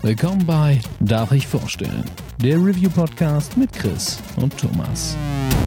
Willkommen bei Darf ich vorstellen? Der Review-Podcast mit Chris und Thomas.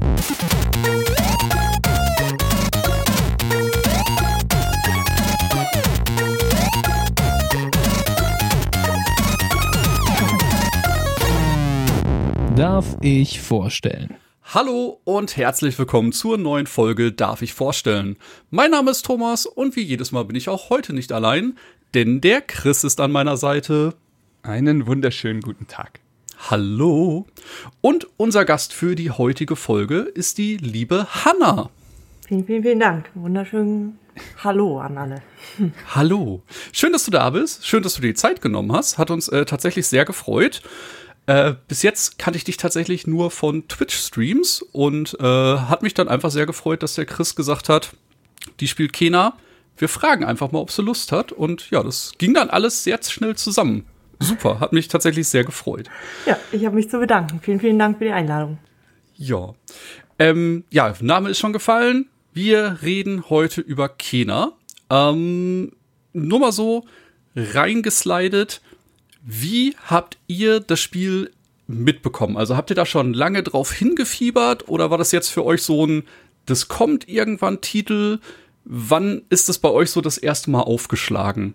Darf ich vorstellen? Hallo und herzlich willkommen zur neuen Folge Darf ich vorstellen? Mein Name ist Thomas und wie jedes Mal bin ich auch heute nicht allein, denn der Chris ist an meiner Seite. Einen wunderschönen guten Tag. Hallo. Und unser Gast für die heutige Folge ist die liebe Hanna. Vielen Dank. Wunderschön. Hallo an alle. Hallo. Schön, dass du da bist. Schön, dass du dir die Zeit genommen hast. Hat uns tatsächlich sehr gefreut. Bis jetzt kannte ich dich tatsächlich nur von Twitch-Streams und hat mich dann einfach sehr gefreut, dass der Chris gesagt hat, die spielt Kena. Wir fragen einfach mal, ob sie Lust hat. Und ja, das ging dann alles sehr schnell zusammen. Super, hat mich tatsächlich sehr gefreut. Ja, ich habe mich zu bedanken. Vielen Dank für die Einladung. Ja, Name ist schon gefallen. Wir reden heute über Kena. Nur mal so reingeslidet. Wie habt ihr das Spiel mitbekommen? Also habt ihr da schon lange drauf hingefiebert oder war das jetzt für euch so ein, das kommt irgendwann Titel? Wann ist das bei euch so das erste Mal aufgeschlagen?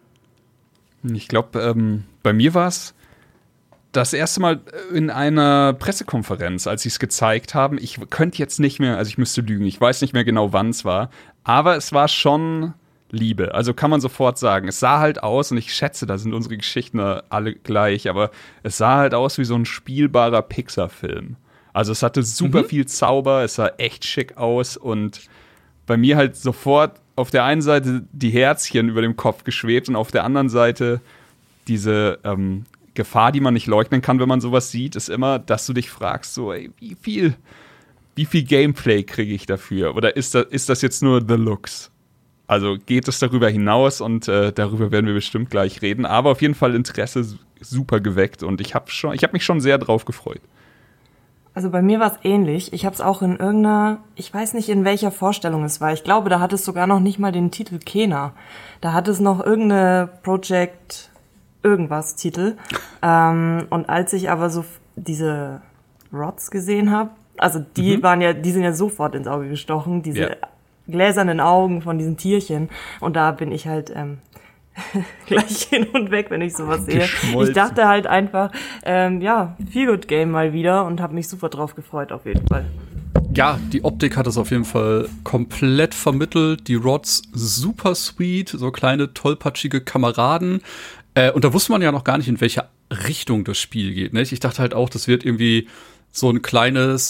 Ich glaube, bei mir war es das erste Mal in einer Pressekonferenz, als sie es gezeigt haben. Ich könnte jetzt nicht mehr, also ich müsste lügen, ich weiß nicht mehr genau, wann es war, aber es war schon Liebe. Also kann man sofort sagen. Es sah halt aus, und ich schätze, da sind unsere Geschichten alle gleich, aber es sah halt aus wie so ein spielbarer Pixar-Film. Also es hatte super viel Zauber, es sah echt schick aus und bei mir halt sofort auf der einen Seite die Herzchen über dem Kopf geschwebt und auf der anderen Seite diese Gefahr, die man nicht leugnen kann, wenn man sowas sieht, ist immer, dass du dich fragst, so, ey, wie viel Gameplay kriege ich dafür? Oder ist das jetzt nur the looks? Also geht es darüber hinaus und darüber werden wir bestimmt gleich reden. Aber auf jeden Fall Interesse super geweckt und ich hab mich schon sehr drauf gefreut. Also bei mir war es ähnlich. Ich habe es auch in irgendeiner, ich weiß nicht in welcher Vorstellung es war. Ich glaube, da hat es sogar noch nicht mal den Titel Kena. Da hat es noch irgendeine Project irgendwas Titel. Und als ich aber so diese Rods gesehen habe, also die sind ja sofort ins Auge gestochen, diese gläsernen Augen von diesen Tierchen. Und da bin ich halt gleich hin und weg, wenn ich sowas sehe. Ich dachte halt einfach, Feel Good Game mal wieder und habe mich super drauf gefreut auf jeden Fall. Ja, die Optik hat es auf jeden Fall komplett vermittelt. Die Rods super sweet, so kleine tollpatschige Kameraden. Und da wusste man ja noch gar nicht, in welche Richtung das Spiel geht. Ne? Ich dachte halt auch, das wird irgendwie so ein kleines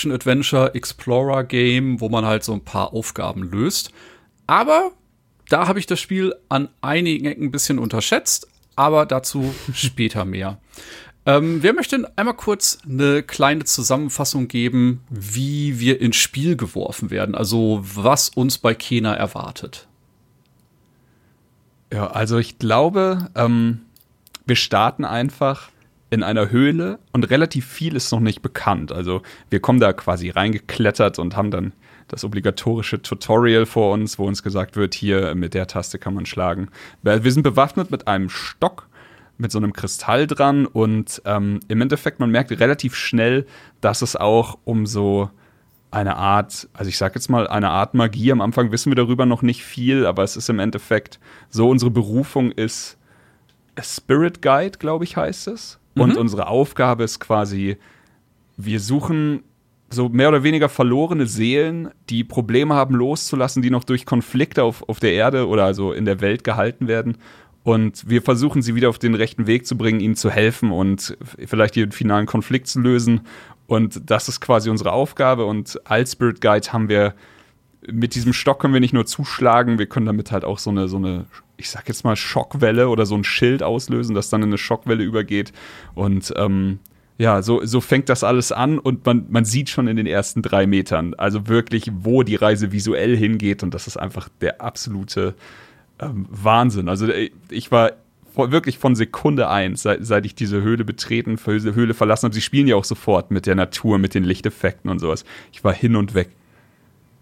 Action-Adventure-Explorer-Game, wo man halt so ein paar Aufgaben löst. Aber da habe ich das Spiel an einigen Ecken ein bisschen unterschätzt, aber dazu später mehr. Wer möchte einmal kurz eine kleine Zusammenfassung geben, wie wir ins Spiel geworfen werden, also was uns bei Kena erwartet? Ja, also ich glaube, wir starten einfach in einer Höhle und relativ viel ist noch nicht bekannt. Also wir kommen da quasi reingeklettert und haben dann das obligatorische Tutorial vor uns, wo uns gesagt wird, hier mit der Taste kann man schlagen. Wir sind bewaffnet mit einem Stock, mit so einem Kristall dran und im Endeffekt, man merkt relativ schnell, dass es auch um so eine Art, also ich sag jetzt mal eine Art Magie, am Anfang wissen wir darüber noch nicht viel, aber es ist im Endeffekt so, unsere Berufung ist a Spirit Guide, glaube ich, heißt es. Und unsere Aufgabe ist quasi, wir suchen so mehr oder weniger verlorene Seelen, die Probleme haben loszulassen, die noch durch Konflikte auf der Erde oder also in der Welt gehalten werden. Und wir versuchen, sie wieder auf den rechten Weg zu bringen, ihnen zu helfen und vielleicht den finalen Konflikt zu lösen. Und das ist quasi unsere Aufgabe. Und als Spirit Guide haben wir, mit diesem Stock können wir nicht nur zuschlagen, wir können damit halt auch so eine ich sag jetzt mal Schockwelle oder so ein Schild auslösen, das dann in eine Schockwelle übergeht. Und so fängt das alles an und man sieht schon in den ersten 3 Metern, also wirklich, wo die Reise visuell hingeht und das ist einfach der absolute Wahnsinn. Also ich war wirklich von Sekunde 1, seit ich diese Höhle Höhle verlassen habe, sie spielen ja auch sofort mit der Natur, mit den Lichteffekten und sowas. Ich war hin und weg.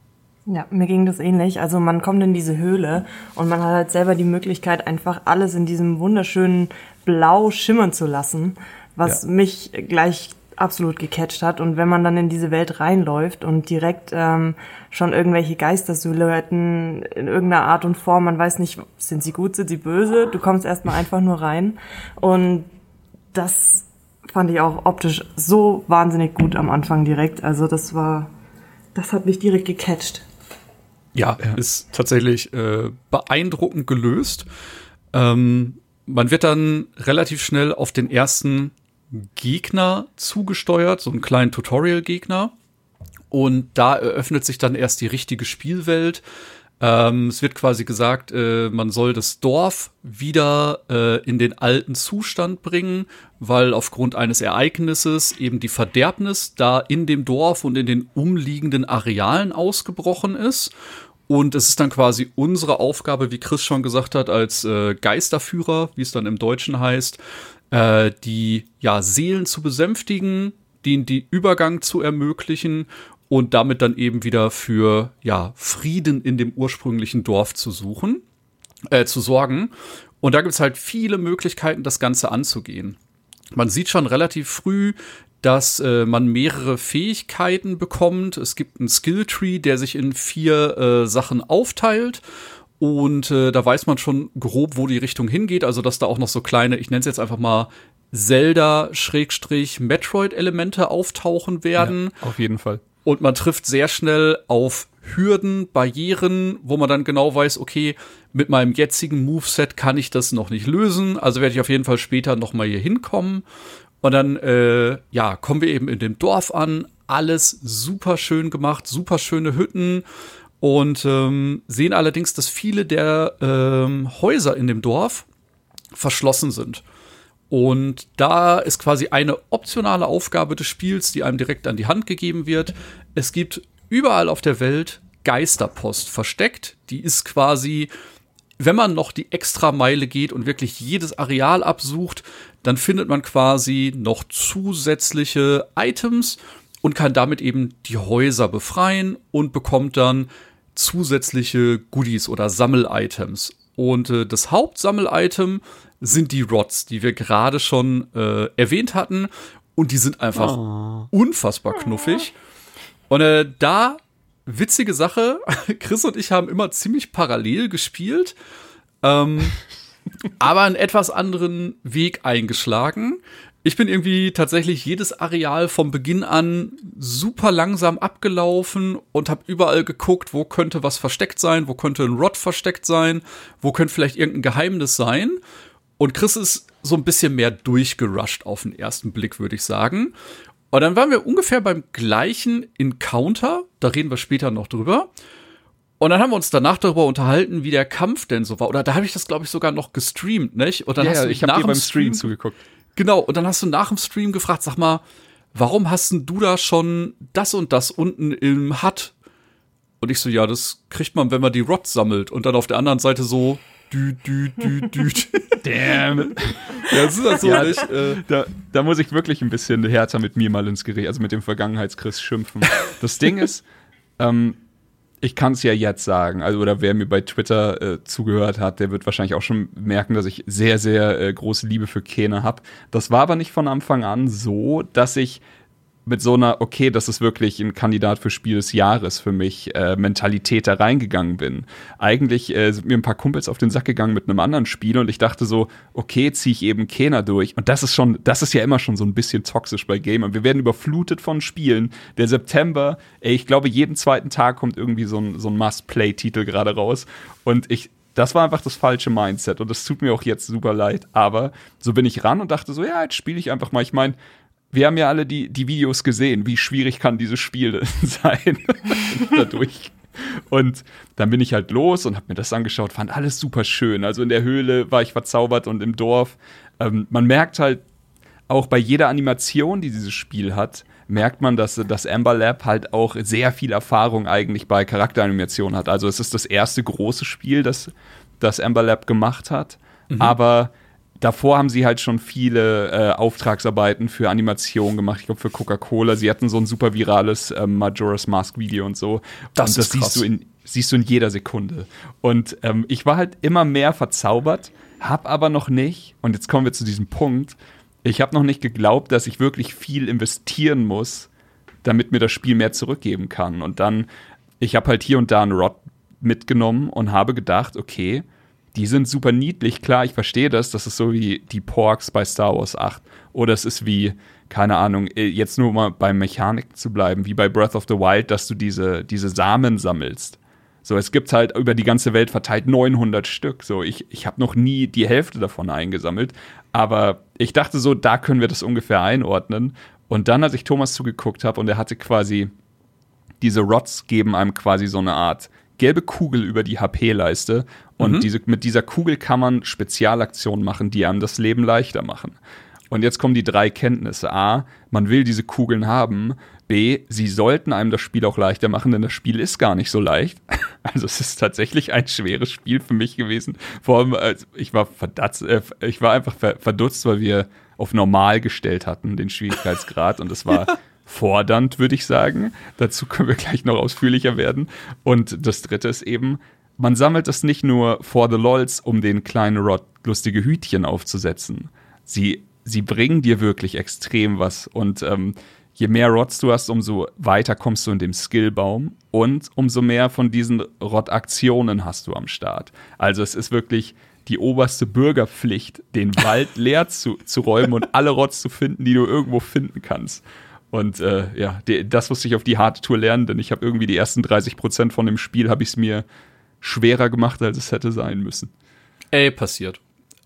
Ja, mir ging das ähnlich. Also man kommt in diese Höhle und man hat halt selber die Möglichkeit, einfach alles in diesem wunderschönen Blau schimmern zu lassen, was mich gleich absolut gecatcht hat. Und wenn man dann in diese Welt reinläuft und direkt schon irgendwelche Geistersilhouetten in irgendeiner Art und Form, man weiß nicht, sind sie gut, sind sie böse, du kommst erstmal einfach nur rein. Und das fand ich auch optisch so wahnsinnig gut am Anfang direkt. Also das hat mich direkt gecatcht. Ja, ist tatsächlich beeindruckend gelöst. Man wird dann relativ schnell auf den ersten Gegner zugesteuert, so einen kleinen Tutorial-Gegner. Und da eröffnet sich dann erst die richtige Spielwelt. Es wird quasi gesagt, man soll das Dorf wieder in den alten Zustand bringen, weil aufgrund eines Ereignisses eben die Verderbnis da in dem Dorf und in den umliegenden Arealen ausgebrochen ist. Und es ist dann quasi unsere Aufgabe, wie Chris schon gesagt hat, als Geisterführer, wie es dann im Deutschen heißt, die Seelen zu besänftigen, denen die Übergang zu ermöglichen und damit dann eben wieder für Frieden in dem ursprünglichen Dorf zu sorgen. Und da gibt es halt viele Möglichkeiten, das Ganze anzugehen. Man sieht schon relativ früh, dass man mehrere Fähigkeiten bekommt. Es gibt einen Skilltree, der sich in 4 Sachen aufteilt. Und da weiß man schon grob, wo die Richtung hingeht. Also, dass da auch noch so kleine, ich nenne es jetzt einfach mal Zelda-Metroid-Elemente auftauchen werden. Ja, auf jeden Fall. Und man trifft sehr schnell auf Hürden, Barrieren, wo man dann genau weiß, okay, mit meinem jetzigen Moveset kann ich das noch nicht lösen. Also werde ich auf jeden Fall später noch mal hier hinkommen. Und dann, kommen wir eben in dem Dorf an. Alles super schön gemacht, super schöne Hütten. Und sehen allerdings, dass viele der Häuser in dem Dorf verschlossen sind. Und da ist quasi eine optionale Aufgabe des Spiels, die einem direkt an die Hand gegeben wird. Es gibt überall auf der Welt Geisterpost versteckt. Die ist quasi, wenn man noch die Extrameile geht und wirklich jedes Areal absucht, dann findet man quasi noch zusätzliche Items und kann damit eben die Häuser befreien und bekommt dann zusätzliche Goodies oder Sammel-Items. Und das Hauptsammel-Item sind die Rods, die wir gerade schon erwähnt hatten. Und die sind einfach unfassbar knuffig. Und da, witzige Sache, Chris und ich haben immer ziemlich parallel gespielt, aber einen etwas anderen Weg eingeschlagen. Ich bin irgendwie tatsächlich jedes Areal vom Beginn an super langsam abgelaufen und habe überall geguckt, wo könnte was versteckt sein, wo könnte ein Rod versteckt sein, wo könnte vielleicht irgendein Geheimnis sein. Und Chris ist so ein bisschen mehr durchgerusht auf den ersten Blick, würde ich sagen. Und dann waren wir ungefähr beim gleichen Encounter, da reden wir später noch drüber. Und dann haben wir uns danach darüber unterhalten, wie der Kampf denn so war. Oder da habe ich das, glaube ich, sogar noch gestreamt, nicht? Und dann hast du ich habe dir beim Stream zugeguckt. Genau, und dann hast du nach dem Stream gefragt, sag mal, warum hast denn du da schon das und das unten im HUD? Und ich so, ja, das kriegt man, wenn man die Rods sammelt. Und dann auf der anderen Seite so, Damn. Ja, das ist das so nicht. Da muss ich wirklich ein bisschen härter mit mir mal ins Gericht, also mit dem Vergangenheitschris schimpfen. Das Ding ist, ich kann es ja jetzt sagen, also oder wer mir bei Twitter zugehört hat, der wird wahrscheinlich auch schon merken, dass ich sehr, sehr große Liebe für Kena habe. Das war aber nicht von Anfang an so, dass ich mit so einer, okay, das ist wirklich ein Kandidat für Spiel des Jahres für mich, Mentalität da reingegangen bin. Eigentlich sind mir ein paar Kumpels auf den Sack gegangen mit einem anderen Spiel und ich dachte so, okay, ziehe ich eben Kena durch. Und das ist ja immer schon so ein bisschen toxisch bei Gamern. Wir werden überflutet von Spielen. Der September, ich glaube, jeden zweiten Tag kommt irgendwie so ein Must-Play-Titel gerade raus. Und das war einfach das falsche Mindset und das tut mir auch jetzt super leid. Aber so bin ich ran und dachte so, ja, jetzt spiele ich einfach mal. Ich meine, wir haben ja alle die Videos gesehen, wie schwierig kann dieses Spiel sein dadurch. Und dann bin ich halt los und habe mir das angeschaut, fand alles super schön. Also in der Höhle war ich verzaubert und im Dorf. Man merkt halt auch bei jeder Animation, die dieses Spiel hat, merkt man, dass das Amber Lab halt auch sehr viel Erfahrung eigentlich bei Charakteranimation hat. Also es ist das erste große Spiel, das Amber Lab gemacht hat. Mhm. Aber davor haben sie halt schon viele Auftragsarbeiten für Animationen gemacht. Ich glaube, für Coca-Cola. Sie hatten so ein super virales Majora's Mask Video und so. Das ist krass. Siehst du in jeder Sekunde. Und ich war halt immer mehr verzaubert, hab aber noch nicht, und jetzt kommen wir zu diesem Punkt, ich habe noch nicht geglaubt, dass ich wirklich viel investieren muss, damit mir das Spiel mehr zurückgeben kann. Und dann, ich habe halt hier und da einen Rod mitgenommen und habe gedacht, okay, die sind super niedlich. Klar, ich verstehe das ist so wie die Porks bei Star Wars 8. Oder es ist wie, keine Ahnung, jetzt nur mal bei Mechanik zu bleiben, wie bei Breath of the Wild, dass du diese Samen sammelst. So, es gibt halt über die ganze Welt verteilt 900 Stück. So, ich habe noch nie die Hälfte davon eingesammelt. Aber ich dachte so, da können wir das ungefähr einordnen. Und dann, als ich Thomas zugeguckt habe und er hatte quasi, diese Rods geben einem quasi so eine Art gelbe Kugel über die HP-Leiste. Und mit dieser Kugel kann man Spezialaktionen machen, die einem das Leben leichter machen. Und jetzt kommen die 3 Kenntnisse. A, man will diese Kugeln haben. B, sie sollten einem das Spiel auch leichter machen, denn das Spiel ist gar nicht so leicht. Also es ist tatsächlich ein schweres Spiel für mich gewesen. Vor allem, ich war einfach verdutzt, weil wir auf normal gestellt hatten, den Schwierigkeitsgrad. Und es war fordernd, würde ich sagen. Dazu können wir gleich noch ausführlicher werden. Und das 3. ist eben, man sammelt es nicht nur for the lols, um den kleinen Rod lustige Hütchen aufzusetzen. Sie bringen dir wirklich extrem was. Und je mehr Rods du hast, umso weiter kommst du in dem Skillbaum und umso mehr von diesen Rod-Aktionen hast du am Start. Also es ist wirklich die oberste Bürgerpflicht, den Wald leer zu räumen und alle Rods zu finden, die du irgendwo finden kannst. Und das musste ich auf die harte Tour lernen, denn ich habe irgendwie die ersten 30% von dem Spiel habe ich es mir schwerer gemacht, als es hätte sein müssen. Passiert.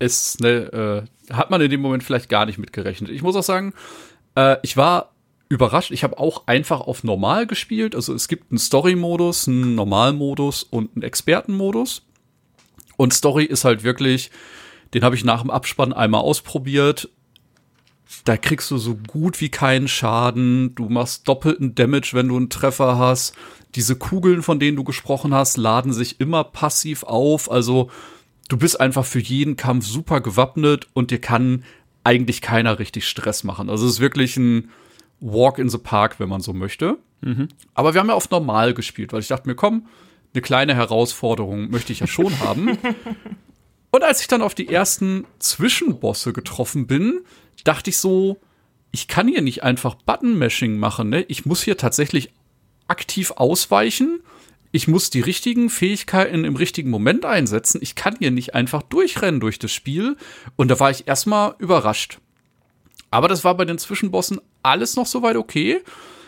Hat man in dem Moment vielleicht gar nicht mitgerechnet. Ich muss auch sagen, ich war überrascht. Ich habe auch einfach auf normal gespielt. Also es gibt einen Story-Modus, einen Normalmodus und einen Expertenmodus. Und Story ist halt wirklich, den habe ich nach dem Abspann einmal ausprobiert. Da kriegst du so gut wie keinen Schaden. Du machst doppelten Damage, wenn du einen Treffer hast. Diese Kugeln, von denen du gesprochen hast, laden sich immer passiv auf. Also du bist einfach für jeden Kampf super gewappnet und dir kann eigentlich keiner richtig Stress machen. Also es ist wirklich ein Walk in the Park, wenn man so möchte. Aber wir haben ja auf normal gespielt, weil ich dachte mir, komm, eine kleine Herausforderung möchte ich ja schon haben. Und als ich dann auf die ersten Zwischenbosse getroffen bin, dachte ich so, ich kann hier nicht einfach Button-Mashing machen, ne? Ich muss hier tatsächlich aktiv ausweichen. Ich muss die richtigen Fähigkeiten im richtigen Moment einsetzen. Ich kann hier nicht einfach durchrennen durch das Spiel. Und da war ich erstmal überrascht. Aber das war bei den Zwischenbossen alles noch soweit okay.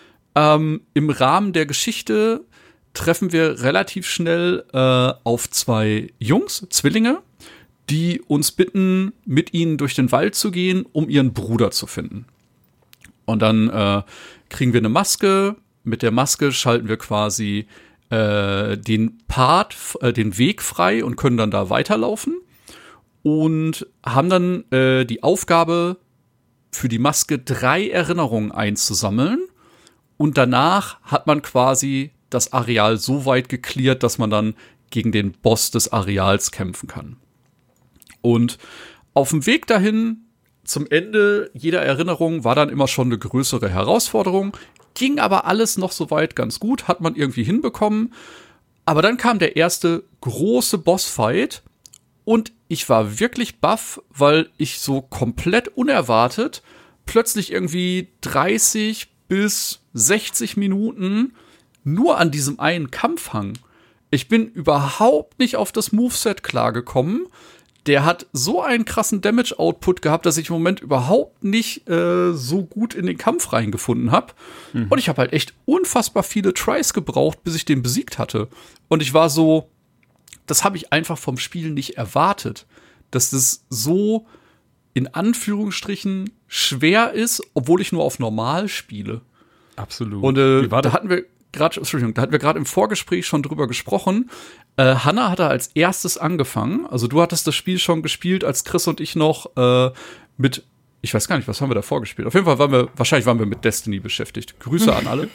Im Rahmen der Geschichte treffen wir relativ schnell auf 2 Jungs, Zwillinge, die uns bitten, mit ihnen durch den Wald zu gehen, um ihren Bruder zu finden. Und dann kriegen wir eine Maske. Mit der Maske schalten wir quasi den Weg frei und können dann da weiterlaufen. Und haben dann die Aufgabe, für die Maske 3 Erinnerungen einzusammeln. Und danach hat man quasi das Areal so weit gecleart, dass man dann gegen den Boss des Areals kämpfen kann. Und auf dem Weg dahin, zum Ende jeder Erinnerung, war dann immer schon eine größere Herausforderung. Ging aber alles noch soweit ganz gut, hat man irgendwie hinbekommen. Aber dann kam der erste große Bossfight. Und ich war wirklich baff, weil ich so komplett unerwartet plötzlich irgendwie 30 bis 60 Minuten nur an diesem einen Kampf hang. Ich bin überhaupt nicht auf das Moveset klargekommen. Der hat so einen krassen Damage-Output gehabt, dass ich im Moment überhaupt nicht so gut in den Kampf reingefunden habe. Und ich habe halt echt unfassbar viele Tries gebraucht, bis ich den besiegt hatte. Und ich war so, das habe ich einfach vom Spiel nicht erwartet, dass das so in Anführungsstrichen schwer ist, obwohl ich nur auf normal spiele. Absolut. Und da hatten wir gerade im Vorgespräch schon drüber gesprochen. Hannah hatte als erstes angefangen. Also du hattest das Spiel schon gespielt, als Chris und ich noch mit, ich weiß gar nicht, was haben wir davor gespielt? Auf jeden Fall wahrscheinlich waren wir mit Destiny beschäftigt. Grüße an alle.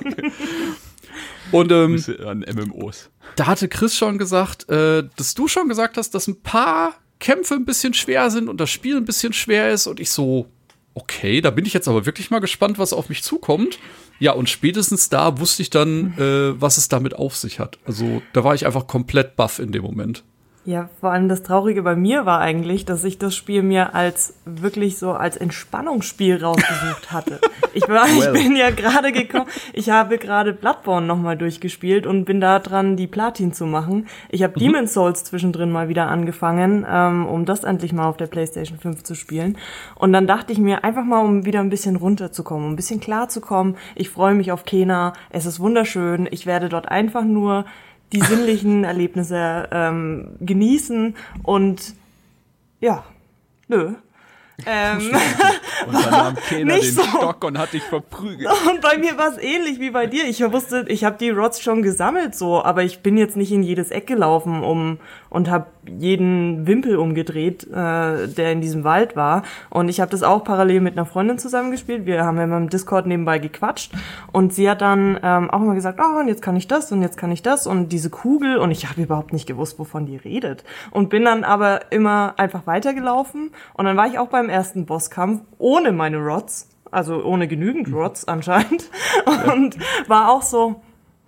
Und an MMOs. Da hatte Chris schon gesagt, dass du schon gesagt hast, dass ein paar Kämpfe ein bisschen schwer sind und das Spiel ein bisschen schwer ist und ich so, okay, da bin ich jetzt aber wirklich mal gespannt, was auf mich zukommt. Ja, und spätestens da wusste ich dann, was es damit auf sich hat. Also da war ich einfach komplett baff in dem Moment. Ja, vor allem das Traurige bei mir war eigentlich, dass ich das Spiel mir als Entspannungsspiel rausgesucht hatte. Ich bin ja gerade gekommen, ich habe gerade Bloodborne nochmal durchgespielt und bin da dran, die Platin zu machen. Ich habe Demon's Souls zwischendrin mal wieder angefangen, um das endlich mal auf der PlayStation 5 zu spielen. Und dann dachte ich mir, einfach mal, um wieder ein bisschen runterzukommen, um ein bisschen klarzukommen, ich freue mich auf Kena, es ist wunderschön, ich werde dort einfach nur die sinnlichen Erlebnisse genießen und ja, nö. Und dann nahm Kena den so. Stock und hat dich verprügelt. Und bei mir war es ähnlich wie bei dir. Ich wusste, ich habe die Rods schon gesammelt so, aber ich bin jetzt nicht in jedes Eck gelaufen und habe jeden Wimpel umgedreht, der in diesem Wald war. Und ich habe das auch parallel mit einer Freundin zusammengespielt. Wir haben immer im Discord nebenbei gequatscht. Und sie hat dann auch immer gesagt, oh, und jetzt kann ich das und jetzt kann ich das und diese Kugel. Und ich habe überhaupt nicht gewusst, wovon die redet. Und bin dann aber immer einfach weitergelaufen. Und dann war ich auch beim ersten Bosskampf ohne meine Rods. Also ohne genügend Rods anscheinend. Und war auch so,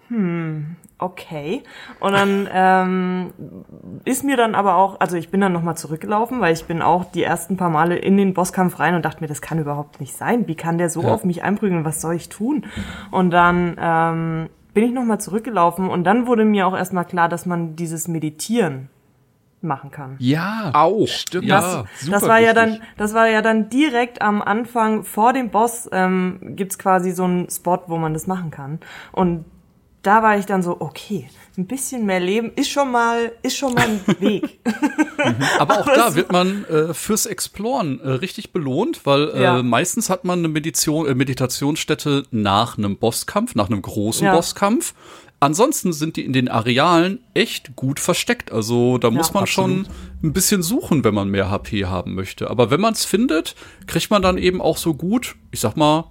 okay. Und dann ist mir dann aber auch, also ich bin dann nochmal zurückgelaufen, weil ich bin auch die ersten paar Male in den Bosskampf rein und dachte mir, das kann überhaupt nicht sein. Wie kann der so auf mich einprügeln? Was soll ich tun? Und dann bin ich nochmal zurückgelaufen und dann wurde mir auch erstmal klar, dass man dieses Meditieren machen kann. Ja, auch. Stimmt. Ja, Das war ja dann direkt am Anfang vor dem Boss gibt's quasi so einen Spot, wo man das machen kann. Und da war ich dann so, okay, ein bisschen mehr Leben ist schon mal ein Weg. Aber auch da wird man fürs Exploren richtig belohnt, weil meistens hat man eine Meditationsstätte nach einem Bosskampf, nach einem großen Bosskampf. Ansonsten sind die in den Arealen echt gut versteckt. Also da muss man schon ein bisschen suchen, wenn man mehr HP haben möchte. Aber wenn man es findet, kriegt man dann eben auch so gut, ich sag mal,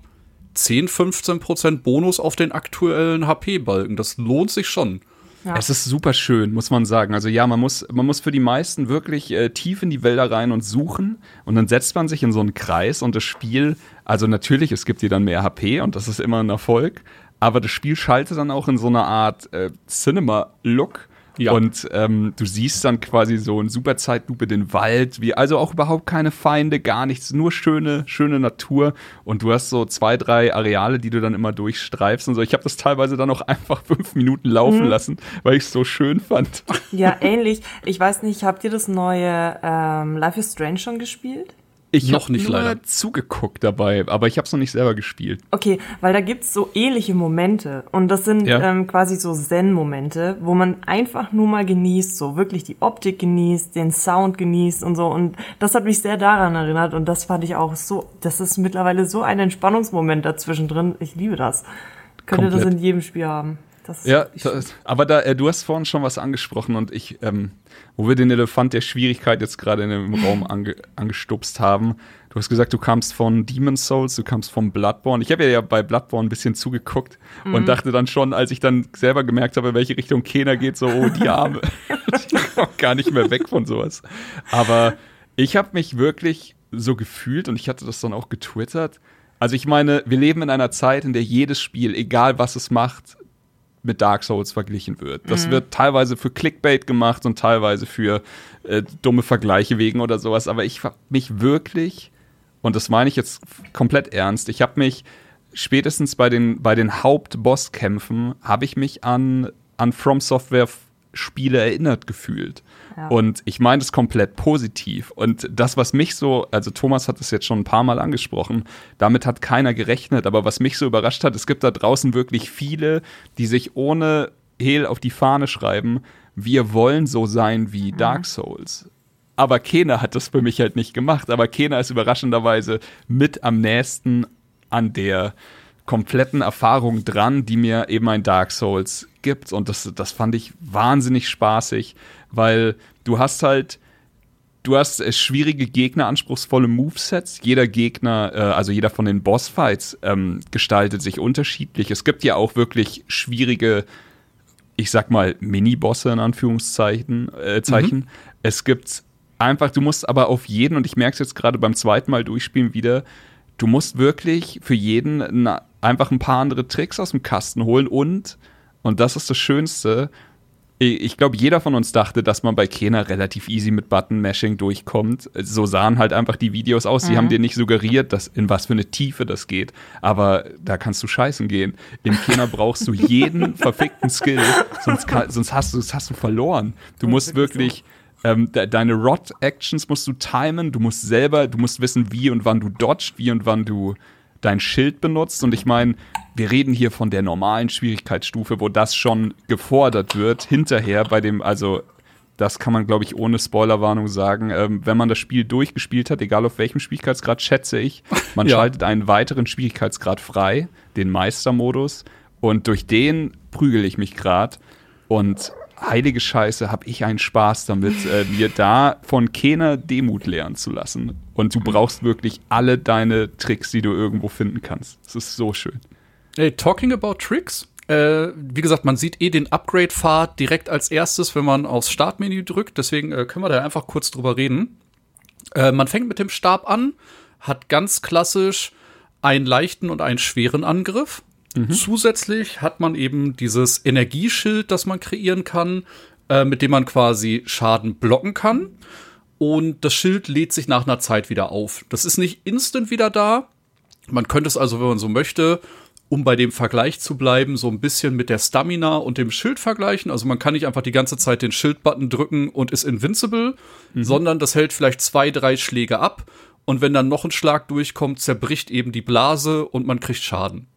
10-15% Bonus auf den aktuellen HP-Balken. Das lohnt sich schon. Ja. Es ist super schön, muss man sagen. Also ja, man muss für die meisten wirklich tief in die Wälder rein und suchen. Und dann setzt man sich in so einen Kreis und das Spiel, also natürlich, es gibt dir dann mehr HP und das ist immer ein Erfolg. Aber das Spiel schaltet dann auch in so eine Art Cinema-Look. Ja. Und du siehst dann quasi so in super Zeitlupe den Wald, also auch überhaupt keine Feinde, gar nichts, nur schöne Natur. Und du hast so 2-3 Areale, die du dann immer durchstreifst und so. Ich habe das teilweise dann auch einfach 5 Minuten laufen lassen, weil ich es so schön fand. Ja, ähnlich. Ich weiß nicht, habt ihr das neue Life is Strange schon gespielt? Ich habe nur leider zugeguckt dabei, aber ich habe es noch nicht selber gespielt. Okay, weil da gibt's so ähnliche Momente und das sind quasi so Zen-Momente, wo man einfach nur mal genießt, so wirklich die Optik genießt, den Sound genießt und so und das hat mich sehr daran erinnert und das fand ich auch so, das ist mittlerweile so ein Entspannungsmoment dazwischen drin, ich liebe das. Könnte das in jedem Spiel haben. Aber du hast vorhin schon was angesprochen und wo wir den Elefant der Schwierigkeit jetzt gerade in dem Raum angestupst haben. Du hast gesagt, du kamst von Demon's Souls, du kamst von Bloodborne. Ich habe ja bei Bloodborne ein bisschen zugeguckt und dachte dann schon, als ich dann selber gemerkt habe, in welche Richtung Kena geht, so, oh, die Arme. Ich komme gar nicht mehr weg von sowas. Aber ich habe mich wirklich so gefühlt und ich hatte das dann auch getwittert. Also ich meine, wir leben in einer Zeit, in der jedes Spiel, egal was es macht, mit Dark Souls verglichen wird. Das wird teilweise für Clickbait gemacht und teilweise für dumme Vergleiche wegen oder sowas. Aber ich habe mich wirklich, und das meine ich jetzt komplett ernst, ich habe mich spätestens bei den Hauptbosskämpfen, habe ich mich an From Software Spiele erinnert gefühlt. Ja. Und ich meine das komplett positiv. Und das, was mich so, also Thomas hat es jetzt schon ein paar Mal angesprochen, damit hat keiner gerechnet. Aber was mich so überrascht hat, es gibt da draußen wirklich viele, die sich ohne Hehl auf die Fahne schreiben, wir wollen so sein wie Dark Souls. Aber Kena hat das für mich halt nicht gemacht. Aber Kena ist überraschenderweise mit am nächsten an der kompletten Erfahrung dran, die mir eben ein Dark Souls gibt. Und das fand ich wahnsinnig spaßig, weil du hast schwierige Gegner, anspruchsvolle Movesets. Jeder Gegner, also jeder von den Bossfights gestaltet sich unterschiedlich. Es gibt ja auch wirklich schwierige, ich sag mal, Mini-Bosse in Anführungszeichen. Es gibt einfach, du musst aber auf jeden, und ich merke es jetzt gerade beim zweiten Mal durchspielen wieder, du musst wirklich für jeden einfach ein paar andere Tricks aus dem Kasten holen und das ist das Schönste, ich glaube, jeder von uns dachte, dass man bei Kena relativ easy mit Button-Mashing durchkommt. So sahen halt einfach die Videos aus. Sie haben dir nicht suggeriert, dass in was für eine Tiefe das geht. Aber da kannst du scheißen gehen. In Kena brauchst du jeden verfickten Skill, sonst hast du verloren. Du musst wirklich deine Rod-Actions musst du timen. Du musst wissen, wie und wann du dodgst, wie und wann du dein Schild benutzt. Und ich meine, wir reden hier von der normalen Schwierigkeitsstufe, wo das schon gefordert wird. Hinterher bei dem, also das kann man, glaube ich, ohne Spoilerwarnung sagen, wenn man das Spiel durchgespielt hat, egal auf welchem Schwierigkeitsgrad, schätze ich, man schaltet einen weiteren Schwierigkeitsgrad frei, den Meistermodus. Und durch den prügel ich mich gerade. Und heilige Scheiße, habe ich einen Spaß damit, mir da von Kena Demut lernen zu lassen. Und du brauchst wirklich alle deine Tricks, die du irgendwo finden kannst. Es ist so schön. Hey, talking about Tricks, wie gesagt, man sieht den Upgrade-Pfad direkt als erstes, wenn man aufs Startmenü drückt. Deswegen können wir da einfach kurz drüber reden. Man fängt mit dem Stab an, hat ganz klassisch einen leichten und einen schweren Angriff. Zusätzlich hat man eben dieses Energieschild, das man kreieren kann, mit dem man quasi Schaden blocken kann. Und das Schild lädt sich nach einer Zeit wieder auf. Das ist nicht instant wieder da. Man könnte es also, wenn man so möchte, um bei dem Vergleich zu bleiben, so ein bisschen mit der Stamina und dem Schild vergleichen. Also man kann nicht einfach die ganze Zeit den Schild-Button drücken und ist invincible, sondern das hält vielleicht 2, 3 Schläge ab. Und wenn dann noch ein Schlag durchkommt, zerbricht eben die Blase und man kriegt Schaden.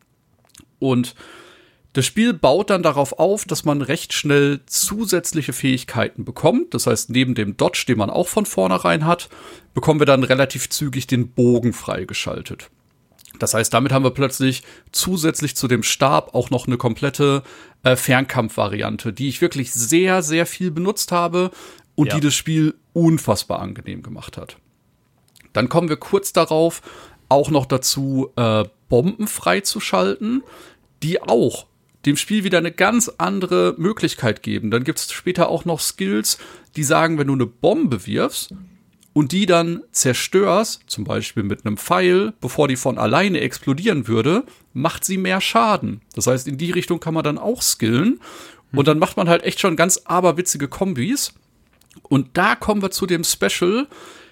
Und das Spiel baut dann darauf auf, dass man recht schnell zusätzliche Fähigkeiten bekommt. Das heißt, neben dem Dodge, den man auch von vornherein hat, bekommen wir dann relativ zügig den Bogen freigeschaltet. Das heißt, damit haben wir plötzlich zusätzlich zu dem Stab auch noch eine komplette Fernkampfvariante, die ich wirklich sehr, sehr viel benutzt habe und die das Spiel unfassbar angenehm gemacht hat. Dann kommen wir kurz darauf auch noch dazu, Bomben freizuschalten, die auch dem Spiel wieder eine ganz andere Möglichkeit geben. Dann gibt es später auch noch Skills, die sagen, wenn du eine Bombe wirfst und die dann zerstörst, zum Beispiel mit einem Pfeil, bevor die von alleine explodieren würde, macht sie mehr Schaden. Das heißt, in die Richtung kann man dann auch skillen. Und dann macht man halt echt schon ganz aberwitzige Kombis. Und da kommen wir zu dem Special,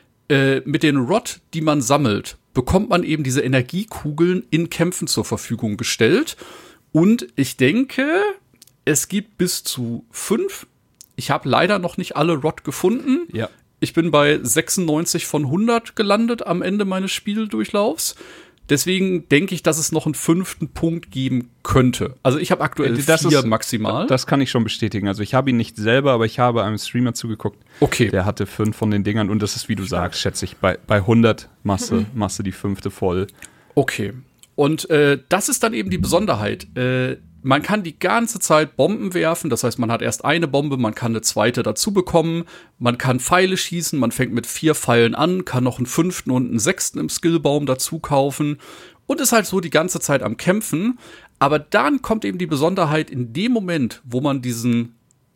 mit den Rod, die man sammelt, bekommt man eben diese Energiekugeln in Kämpfen zur Verfügung gestellt. Und ich denke, es gibt bis zu 5. Ich habe leider noch nicht alle Rod gefunden. Ja. Ich bin bei 96 von 100 gelandet am Ende meines Spieldurchlaufs. Deswegen denke ich, dass es noch einen 5. Punkt geben könnte. Also ich habe aktuell 4 maximal. Das kann ich schon bestätigen. Also ich habe ihn nicht selber, aber ich habe einem Streamer zugeguckt. Okay. Der hatte 5 von den Dingern und das ist, wie du sagst, schätze ich, bei 100 Masse die 5. voll. Okay. Und das ist dann eben die Besonderheit. Man kann die ganze Zeit Bomben werfen, das heißt, man hat erst eine Bombe, man kann eine zweite dazu bekommen, man kann Pfeile schießen, man fängt mit 4 Pfeilen an, kann noch einen 5. und einen 6. im Skillbaum dazu kaufen und ist halt so die ganze Zeit am Kämpfen. Aber dann kommt eben die Besonderheit, in dem Moment, wo man diesen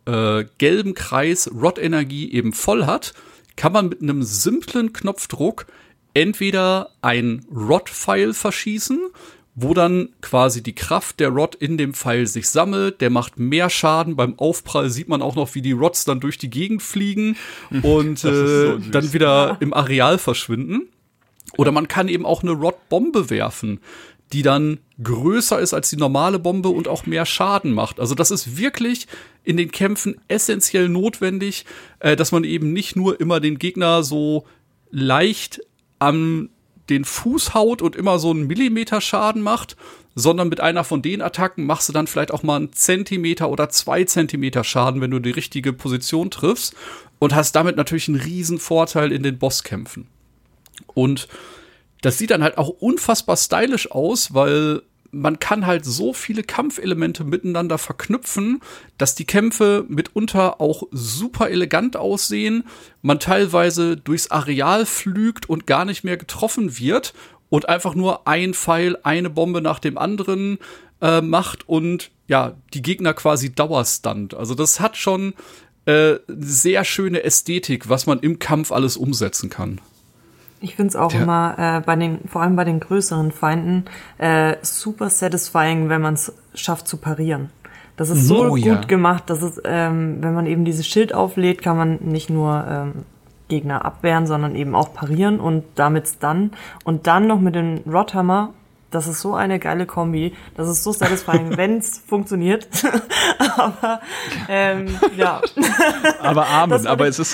gelben Kreis Rod-Energie eben voll hat, kann man mit einem simplen Knopfdruck entweder ein Rod-Pfeil verschießen, wo dann quasi die Kraft der Rod in dem Pfeil sich sammelt. Der macht mehr Schaden. Beim Aufprall sieht man auch noch, wie die Rods dann durch die Gegend fliegen und so dann wieder im Areal verschwinden. Oder man kann eben auch eine Rod-Bombe werfen, die dann größer ist als die normale Bombe und auch mehr Schaden macht. Also das ist wirklich in den Kämpfen essentiell notwendig, dass man eben nicht nur immer den Gegner so leicht an den Fuß haut und immer so einen Millimeter Schaden macht, sondern mit einer von den Attacken machst du dann vielleicht auch mal einen Zentimeter oder 2 Zentimeter Schaden, wenn du die richtige Position triffst und hast damit natürlich einen riesen Vorteil in den Bosskämpfen. Und das sieht dann halt auch unfassbar stylisch aus, weil man kann halt so viele Kampfelemente miteinander verknüpfen, dass die Kämpfe mitunter auch super elegant aussehen, man teilweise durchs Areal flügt und gar nicht mehr getroffen wird und einfach nur ein Pfeil, eine Bombe nach dem anderen macht und ja, die Gegner quasi dauerstunt. Also das hat schon sehr schöne Ästhetik, was man im Kampf alles umsetzen kann. Ich finde es auch immer vor allem bei den größeren Feinden super satisfying, wenn man es schafft zu parieren. Das ist so gut gemacht, dass es, wenn man eben dieses Schild auflädt, kann man nicht nur Gegner abwehren, sondern eben auch parieren und damit stunnen. Und dann noch mit dem Rodhammer, das ist so eine geile Kombi, das ist so satisfying, wenn es funktioniert. Aber ja. Aber Amen, aber es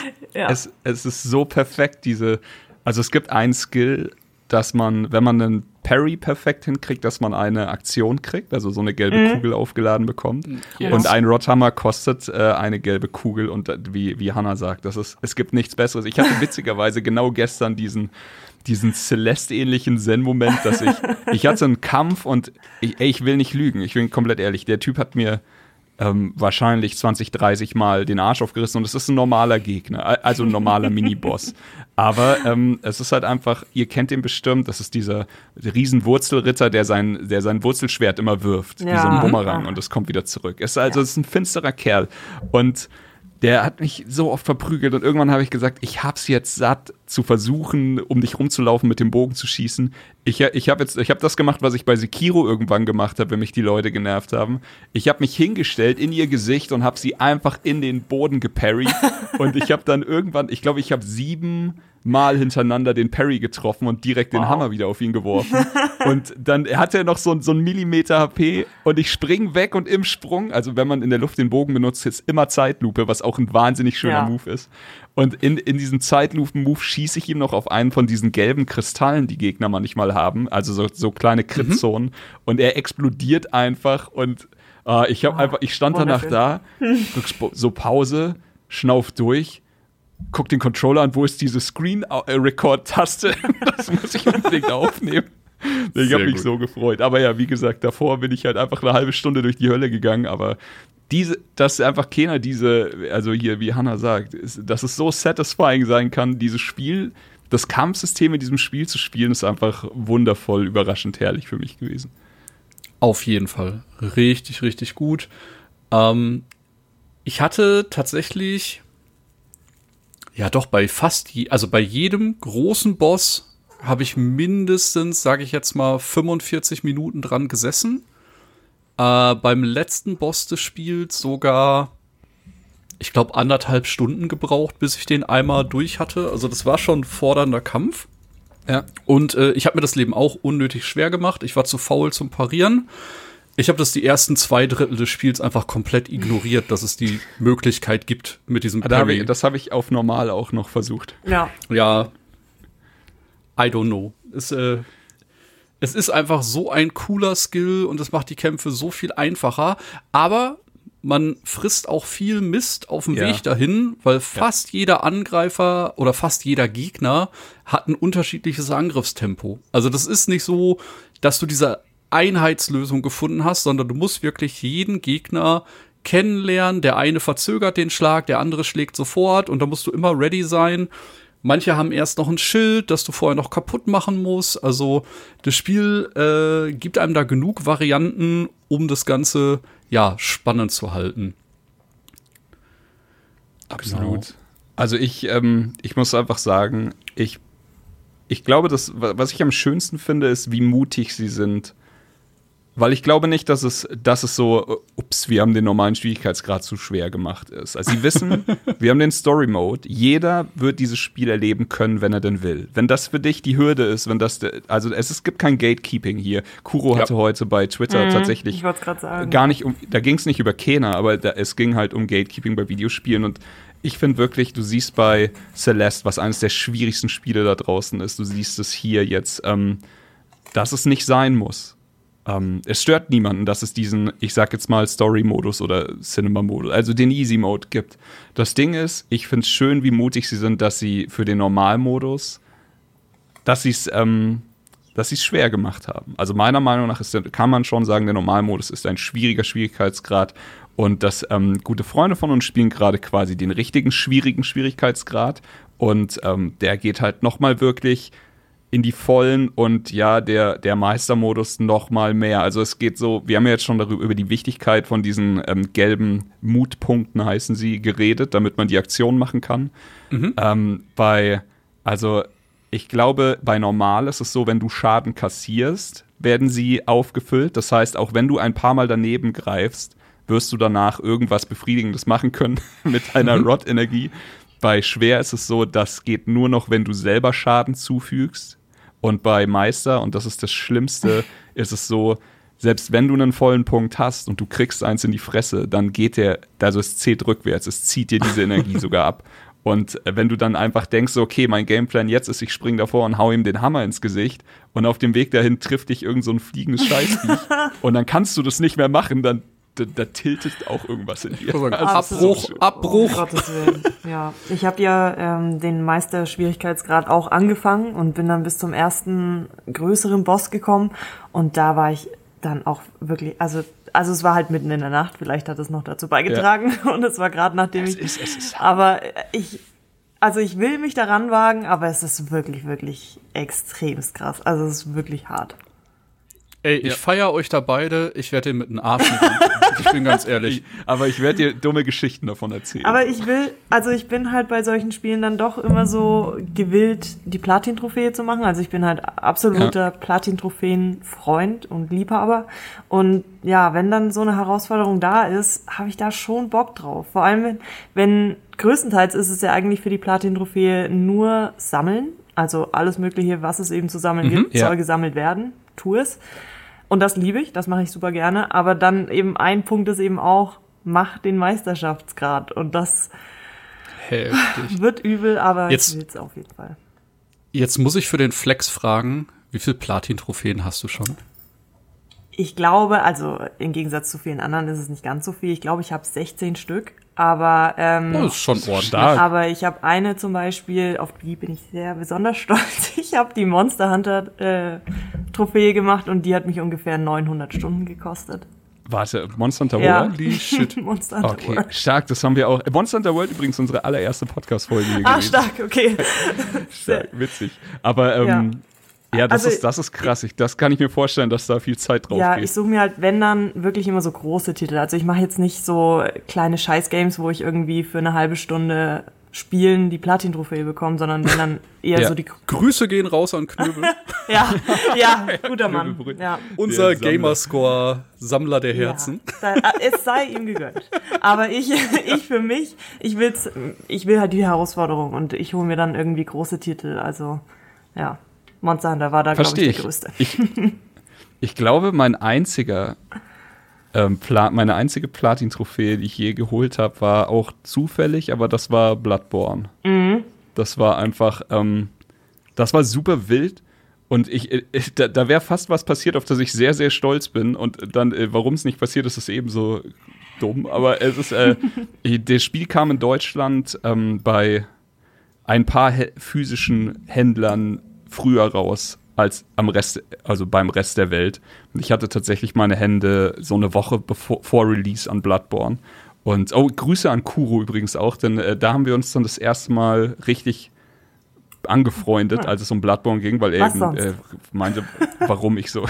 ist so perfekt, also es gibt einen Skill, dass man, wenn man einen Parry perfekt hinkriegt, dass man eine Aktion kriegt, also so eine gelbe Kugel aufgeladen bekommt. Yes. Und ein Rodhammer kostet eine gelbe Kugel und wie Hannah sagt, es gibt nichts Besseres. Ich hatte witzigerweise genau gestern diesen Celeste-ähnlichen Zen-Moment, dass ich hatte einen Kampf und ich will nicht lügen, ich bin komplett ehrlich, der Typ hat mir wahrscheinlich 20, 30 Mal den Arsch aufgerissen und es ist ein normaler Gegner, also ein normaler Mini-Boss. Aber es ist halt einfach, ihr kennt den bestimmt, das ist dieser riesen Wurzelritter, der sein Wurzelschwert immer wirft, wie so ein Bumerang und es kommt wieder zurück. Es ist ein finsterer Kerl und der hat mich so oft verprügelt und irgendwann habe ich gesagt, ich hab's jetzt satt zu versuchen, um dich rumzulaufen, mit dem Bogen zu schießen. Ich habe das gemacht, was ich bei Sekiro irgendwann gemacht habe, wenn mich die Leute genervt haben. Ich habe mich hingestellt in ihr Gesicht und habe sie einfach in den Boden geparried und ich habe dann irgendwann, ich glaube, ich habe 7 Mal hintereinander den Parry getroffen und direkt den Hammer wieder auf ihn geworfen. Und dann hat er noch so einen Millimeter HP und ich spring weg und im Sprung, also wenn man in der Luft den Bogen benutzt, ist immer Zeitlupe, was auch ein wahnsinnig schöner Move ist. Und in diesem Zeitlupen-Move schieße ich ihm noch auf einen von diesen gelben Kristallen, die Gegner manchmal haben, also so kleine Crit-Zonen. Und er explodiert einfach und ich stand danach da, so Pause, schnauf durch, guck den Controller an, wo ist diese Screen-Record-Taste? Das muss ich unbedingt aufnehmen. Ich habe mich so gefreut. Aber ja, wie gesagt, davor bin ich halt einfach eine halbe Stunde durch die Hölle gegangen, aber dass einfach keiner also hier, wie Hannah sagt, dass es so satisfying sein kann, dieses Spiel, das Kampfsystem in diesem Spiel zu spielen, ist einfach wundervoll, überraschend herrlich für mich gewesen. Auf jeden Fall. Richtig, richtig gut. Ich hatte tatsächlich bei jedem großen Boss habe ich mindestens, sage ich jetzt mal, 45 Minuten dran gesessen. Beim letzten Boss des Spiels sogar, ich glaube, 1,5 Stunden gebraucht, bis ich den einmal durch hatte. Also das war schon ein fordernder Kampf. Ja. Und ich habe mir das Leben auch unnötig schwer gemacht. Ich war zu faul zum Parieren. Ich habe das die ersten 2/3 des Spiels einfach komplett ignoriert, dass es die Möglichkeit gibt mit diesem Parry. Das habe ich auf normal auch noch versucht. Ja, I don't know. Es ist einfach so ein cooler Skill und es macht die Kämpfe so viel einfacher. Aber man frisst auch viel Mist auf dem Weg dahin, weil fast jeder Angreifer oder fast jeder Gegner hat ein unterschiedliches Angriffstempo. Also das ist nicht so, dass du diese Einheitslösung gefunden hast, sondern du musst wirklich jeden Gegner kennenlernen. Der eine verzögert den Schlag, der andere schlägt sofort und da musst du immer ready sein. Manche haben erst noch ein Schild, das du vorher noch kaputt machen musst. Also das Spiel gibt einem da genug Varianten, um das Ganze spannend zu halten. Absolut. Genau. Also ich muss einfach sagen, ich glaube, was ich am schönsten finde, ist, wie mutig sie sind. Weil ich glaube nicht, dass es so, wir haben den normalen Schwierigkeitsgrad zu schwer gemacht ist. Also sie wissen, wir haben den Story-Mode. Jeder wird dieses Spiel erleben können, wenn er denn will. Wenn das für dich die Hürde ist, es gibt kein Gatekeeping hier. Kuro hatte heute bei Twitter tatsächlich gar nicht da ging es nicht über Kena, aber es ging halt um Gatekeeping bei Videospielen und ich finde wirklich, du siehst bei Celeste, was eines der schwierigsten Spiele da draußen ist, du siehst es hier jetzt, dass es nicht sein muss. Es stört niemanden, dass es diesen, ich sag jetzt mal, Story-Modus oder Cinema-Modus, also den Easy-Mode gibt. Das Ding ist, ich finde es schön, wie mutig sie sind, dass sie für den Normal-Modus, dass sie es schwer gemacht haben. Also meiner Meinung nach kann man schon sagen, der Normalmodus ist ein schwieriger Schwierigkeitsgrad und dass gute Freunde von uns spielen gerade quasi den richtigen schwierigen Schwierigkeitsgrad und der geht halt nochmal wirklich in die Vollen und ja, der Meistermodus noch mal mehr. Also es geht so, wir haben ja jetzt schon über die Wichtigkeit von diesen gelben Mutpunkten, heißen sie, geredet, damit man die Aktion machen kann. Ich glaube, bei Normal ist es so, wenn du Schaden kassierst, werden sie aufgefüllt. Das heißt, auch wenn du ein paar Mal daneben greifst, wirst du danach irgendwas Befriedigendes machen können mit deiner Rod-Energie. Bei Schwer ist es so, das geht nur noch, wenn du selber Schaden zufügst. Und bei Meister, und das ist das Schlimmste, ist es so, selbst wenn du einen vollen Punkt hast und du kriegst eins in die Fresse, dann geht es zählt rückwärts, es zieht dir diese Energie sogar ab. Und wenn du dann einfach denkst, okay, mein Gameplan jetzt ist, ich spring davor und hau ihm den Hammer ins Gesicht und auf dem Weg dahin trifft dich irgend so ein fliegendes Scheißviech und dann kannst du das nicht mehr machen, dann da tiltet auch irgendwas in dir. Abbruch. Um Gottes Willen. Ja, ich habe ja den Meister-Schwierigkeitsgrad auch angefangen und bin dann bis zum ersten größeren Boss gekommen und da war ich dann auch wirklich, also es war halt mitten in der Nacht, vielleicht hat es noch dazu beigetragen und es war gerade nachdem aber ich will mich daran wagen, aber es ist wirklich, wirklich extremst krass. Also es ist wirklich hart. Ey, ich feiere euch da beide, ich werde dir mit einem Arsch mitnehmen. Ich bin ganz ehrlich. Aber ich werde dir dumme Geschichten davon erzählen. Aber ich bin halt bei solchen Spielen dann doch immer so gewillt, die Platin-Trophäe zu machen. Also ich bin halt absoluter Platin-Trophäen-Freund und Liebhaber. Und ja, wenn dann so eine Herausforderung da ist, habe ich da schon Bock drauf. Vor allem, wenn größtenteils ist es ja eigentlich für die Platin-Trophäe nur Sammeln. Also alles Mögliche, was es eben zu sammeln gibt, soll gesammelt werden. Tu es. Und das liebe ich, das mache ich super gerne. Aber dann eben ein Punkt ist eben auch, mach den Meisterschaftsgrad. Und das wird übel, aber ich will es auf jeden Fall. Jetzt muss ich für den Flex fragen, wie viele Platin-Trophäen hast du schon? Ich glaube, also im Gegensatz zu vielen anderen ist es nicht ganz so viel. Ich glaube, ich habe 16 Stück. Aber das ist schon ordentlich. Aber ich habe eine zum Beispiel, auf die bin ich sehr besonders stolz. Ich habe die Monster Hunter Trophäe gemacht und die hat mich ungefähr 900 Stunden gekostet. Warte, Monster Hunter World? Holy shit. Monster Hunter World. Stark, das haben wir auch. Monster Hunter World übrigens unsere allererste Podcast-Folge hier gewesen. Stark, okay. Stark, witzig. Aber das ist krass. Das kann ich mir vorstellen, dass da viel Zeit drauf geht. Ja, ich suche mir halt, wenn dann, wirklich immer so große Titel. Also ich mache jetzt nicht so kleine Scheiß-Games, wo ich irgendwie für eine halbe Stunde Spielen die Platin-Trophäe bekomme, sondern wenn dann eher so die... Grüße gehen raus an Knöbel. ja, guter Mann. Ja. Unser Gamerscore-Sammler der Herzen. Es sei ihm gegönnt. Aber ich für mich, ich will halt die Herausforderung und ich hole mir dann irgendwie große Titel. Also, ja. Monster Hunter war da, glaube ich, der größte. Ich glaube, meine einzige Platin-Trophäe, die ich je geholt habe, war auch zufällig, aber das war Bloodborne. Mhm. Das war einfach, das war super wild und da wäre fast was passiert, auf das ich sehr, sehr stolz bin und dann, warum es nicht passiert ist, ist eben so dumm, aber es ist, das Spiel kam in Deutschland bei ein paar physischen Händlern früher raus als beim Rest der Welt. Und ich hatte tatsächlich meine Hände so eine Woche vor Release an Bloodborne. Und Grüße an Kuro übrigens auch, denn da haben wir uns dann das erste Mal richtig angefreundet, als es um Bloodborne ging, weil er eben meinte, warum ich so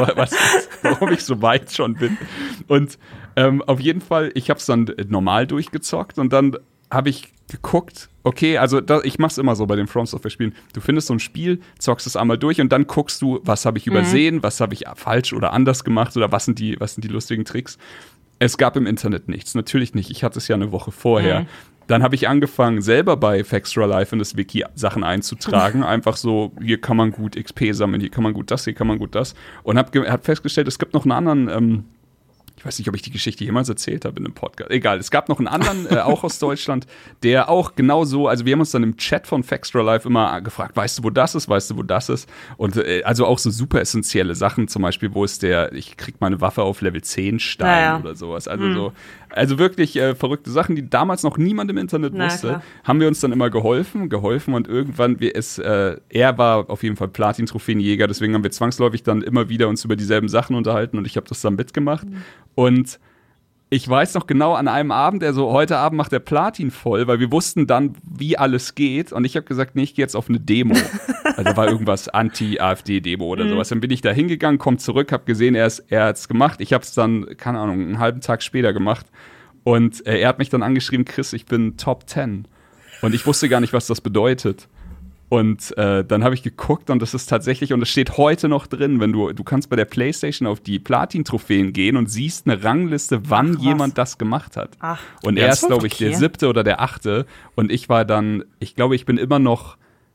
weit schon bin. Und auf jeden Fall, ich habe es dann normal durchgezockt und dann habe ich geguckt, okay, also ich mach's immer so bei den From Software-Spielen. Du findest so ein Spiel, zockst es einmal durch und dann guckst du, was habe ich übersehen, was habe ich falsch oder anders gemacht oder was sind die lustigen Tricks. Es gab im Internet nichts, natürlich nicht. Ich hatte es ja eine Woche vorher. Dann habe ich angefangen, selber bei Fextra Life in das Wiki Sachen einzutragen. Einfach so, hier kann man gut XP sammeln, hier kann man gut das, hier kann man gut das. Und hab festgestellt, es gibt noch einen anderen ich weiß nicht, ob ich die Geschichte jemals erzählt habe in einem Podcast. Egal, es gab noch einen anderen, auch aus Deutschland, der auch genauso, also wir haben uns dann im Chat von Fextra Life immer gefragt, weißt du, wo das ist, weißt du, wo das ist? Und also auch so super essentielle Sachen, zum Beispiel, wo ist ich krieg meine Waffe auf Level 10 Stein oder sowas. Also also wirklich verrückte Sachen, die damals noch niemand im Internet wusste, haben wir uns dann immer geholfen und irgendwann, er war auf jeden Fall Platin-Trophäenjäger, deswegen haben wir zwangsläufig dann immer wieder uns über dieselben Sachen unterhalten und ich habe das dann mitgemacht. Und ich weiß noch genau, an einem Abend, heute Abend macht der Platin voll, weil wir wussten dann, wie alles geht. Und ich habe gesagt, nee, ich gehe jetzt auf eine Demo. Also war irgendwas Anti-AfD-Demo oder sowas. Dann bin ich da hingegangen, komm zurück, habe gesehen, er hat's gemacht. Ich habe es dann, keine Ahnung, einen halben Tag später gemacht. Und er hat mich dann angeschrieben, Chris, ich bin Top 10. Und ich wusste gar nicht, was das bedeutet. Und dann habe ich geguckt und das ist tatsächlich, und es steht heute noch drin, wenn du kannst bei der PlayStation auf die Platin-Trophäen gehen und siehst eine Rangliste, wann jemand das gemacht hat. Ach, und er ist, glaube ich, der 7. oder der 8. Und ich war dann, ich glaube, ich bin immer noch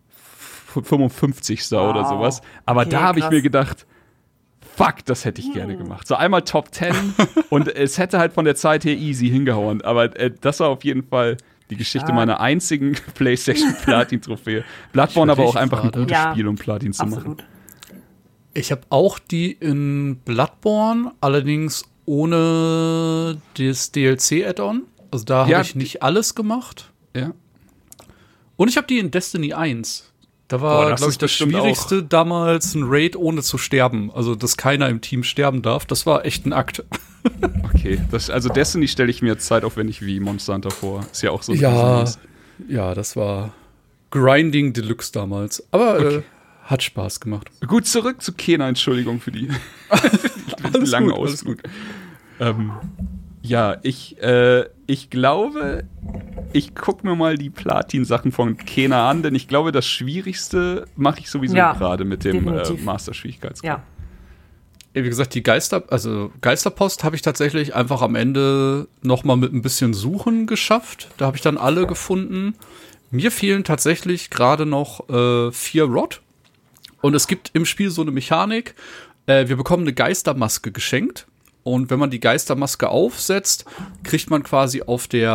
55. oder sowas. Aber okay, da habe ich mir gedacht, fuck, das hätte ich gerne gemacht. So einmal Top 10 und es hätte halt von der Zeit her easy hingehauen. Aber das war auf jeden Fall die Geschichte meiner einzigen PlayStation-Platin-Trophäe. Bloodborne aber auch einfach ein gutes Spiel, um Platin zu machen. Ich habe auch die in Bloodborne, allerdings ohne das DLC-Add-on. Also da habe ich nicht alles gemacht. Ja. Und ich habe die in Destiny 1. Da war, glaube ich, das Schwierigste damals, ein Raid ohne zu sterben. Also, dass keiner im Team sterben darf. Das war echt ein Akt. Okay, also Destiny stelle ich mir zeitaufwendig wie Monster Hunter vor. Ist ja auch so. Ja, das war Grinding Deluxe damals. Aber hat Spaß gemacht. Gut, zurück zu Kena. Entschuldigung für die lange Ausflug. Ja, ich glaube, ich gucke mir mal die Platin-Sachen von Kena an, denn ich glaube, das Schwierigste mache ich sowieso gerade mit dem Master-Schwierigkeitsgrad. Ja. Wie gesagt, die Geisterpost habe ich tatsächlich einfach am Ende noch mal mit ein bisschen Suchen geschafft. Da habe ich dann alle gefunden. Mir fehlen tatsächlich gerade noch 4 Rod. Und es gibt im Spiel so eine Mechanik. Wir bekommen eine Geistermaske geschenkt. Und wenn man die Geistermaske aufsetzt, kriegt man quasi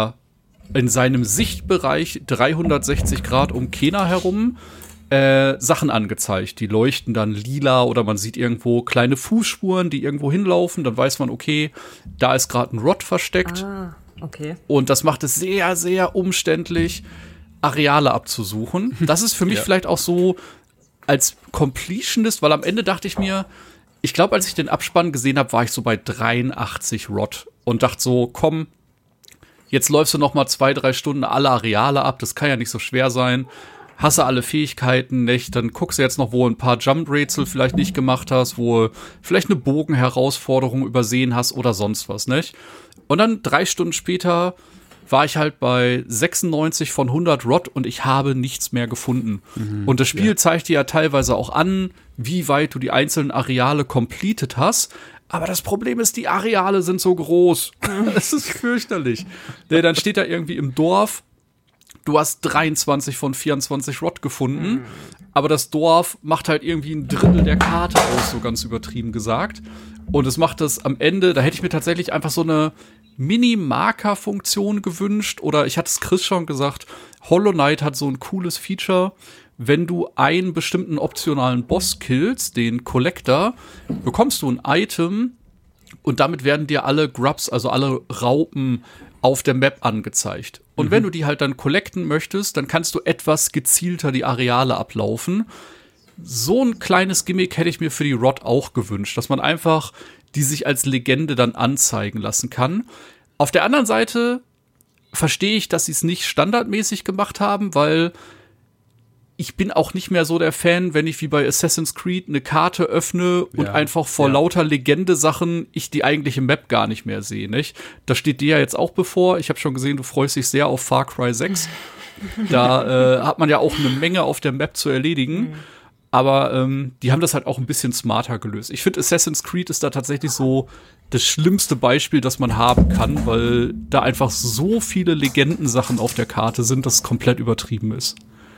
in seinem Sichtbereich 360 Grad um Kena herum Sachen angezeigt. Die leuchten dann lila oder man sieht irgendwo kleine Fußspuren, die irgendwo hinlaufen. Dann weiß man, okay, da ist gerade ein Rod versteckt. Ah, okay. Und das macht es sehr, sehr umständlich, Areale abzusuchen. Das ist für mich vielleicht auch so als Completionist, weil am Ende dachte ich mir, ich glaube, als ich den Abspann gesehen habe, war ich so bei 83 Rod und dachte so, komm, jetzt läufst du noch mal 2-3 Stunden alle Areale ab, das kann ja nicht so schwer sein. Hast du alle Fähigkeiten nicht, dann guckst du jetzt noch, wo ein paar Jump-Rätsel vielleicht nicht gemacht hast, wo vielleicht eine Bogenherausforderung übersehen hast oder sonst was, nicht? Und dann 3 Stunden später war ich halt bei 96 von 100 Rod und ich habe nichts mehr gefunden. Und das Spiel zeigt dir ja teilweise auch an, wie weit du die einzelnen Areale completed hast. Aber das Problem ist, die Areale sind so groß. Das ist fürchterlich. Dann steht da irgendwie im Dorf, du hast 23 von 24 Rod gefunden, aber das Dorf macht halt irgendwie 1/3 der Karte aus, so ganz übertrieben gesagt. Und es macht das am Ende, da hätte ich mir tatsächlich einfach so eine Mini-Marker-Funktion gewünscht. Oder ich hatte es Chris schon gesagt, Hollow Knight hat so ein cooles Feature. Wenn du einen bestimmten optionalen Boss killst, den Collector, bekommst du ein Item und damit werden dir alle Grubs, also alle Raupen auf der Map angezeigt. Und wenn du die halt dann collecten möchtest, dann kannst du etwas gezielter die Areale ablaufen. So ein kleines Gimmick hätte ich mir für die Rod auch gewünscht, dass man einfach die sich als Legende dann anzeigen lassen kann. Auf der anderen Seite verstehe ich, dass sie es nicht standardmäßig gemacht haben, weil ich bin auch nicht mehr so der Fan, wenn ich wie bei Assassin's Creed eine Karte öffne und einfach vor lauter Legende-Sachen ich die eigentliche Map gar nicht mehr sehe, nicht? Das steht dir ja jetzt auch bevor. Ich habe schon gesehen, du freust dich sehr auf Far Cry 6. Da hat man ja auch eine Menge auf der Map zu erledigen. Aber die haben das halt auch ein bisschen smarter gelöst. Ich finde, Assassin's Creed ist da tatsächlich so das schlimmste Beispiel, das man haben kann, weil da einfach so viele Legendensachen auf der Karte sind, dass es komplett übertrieben ist.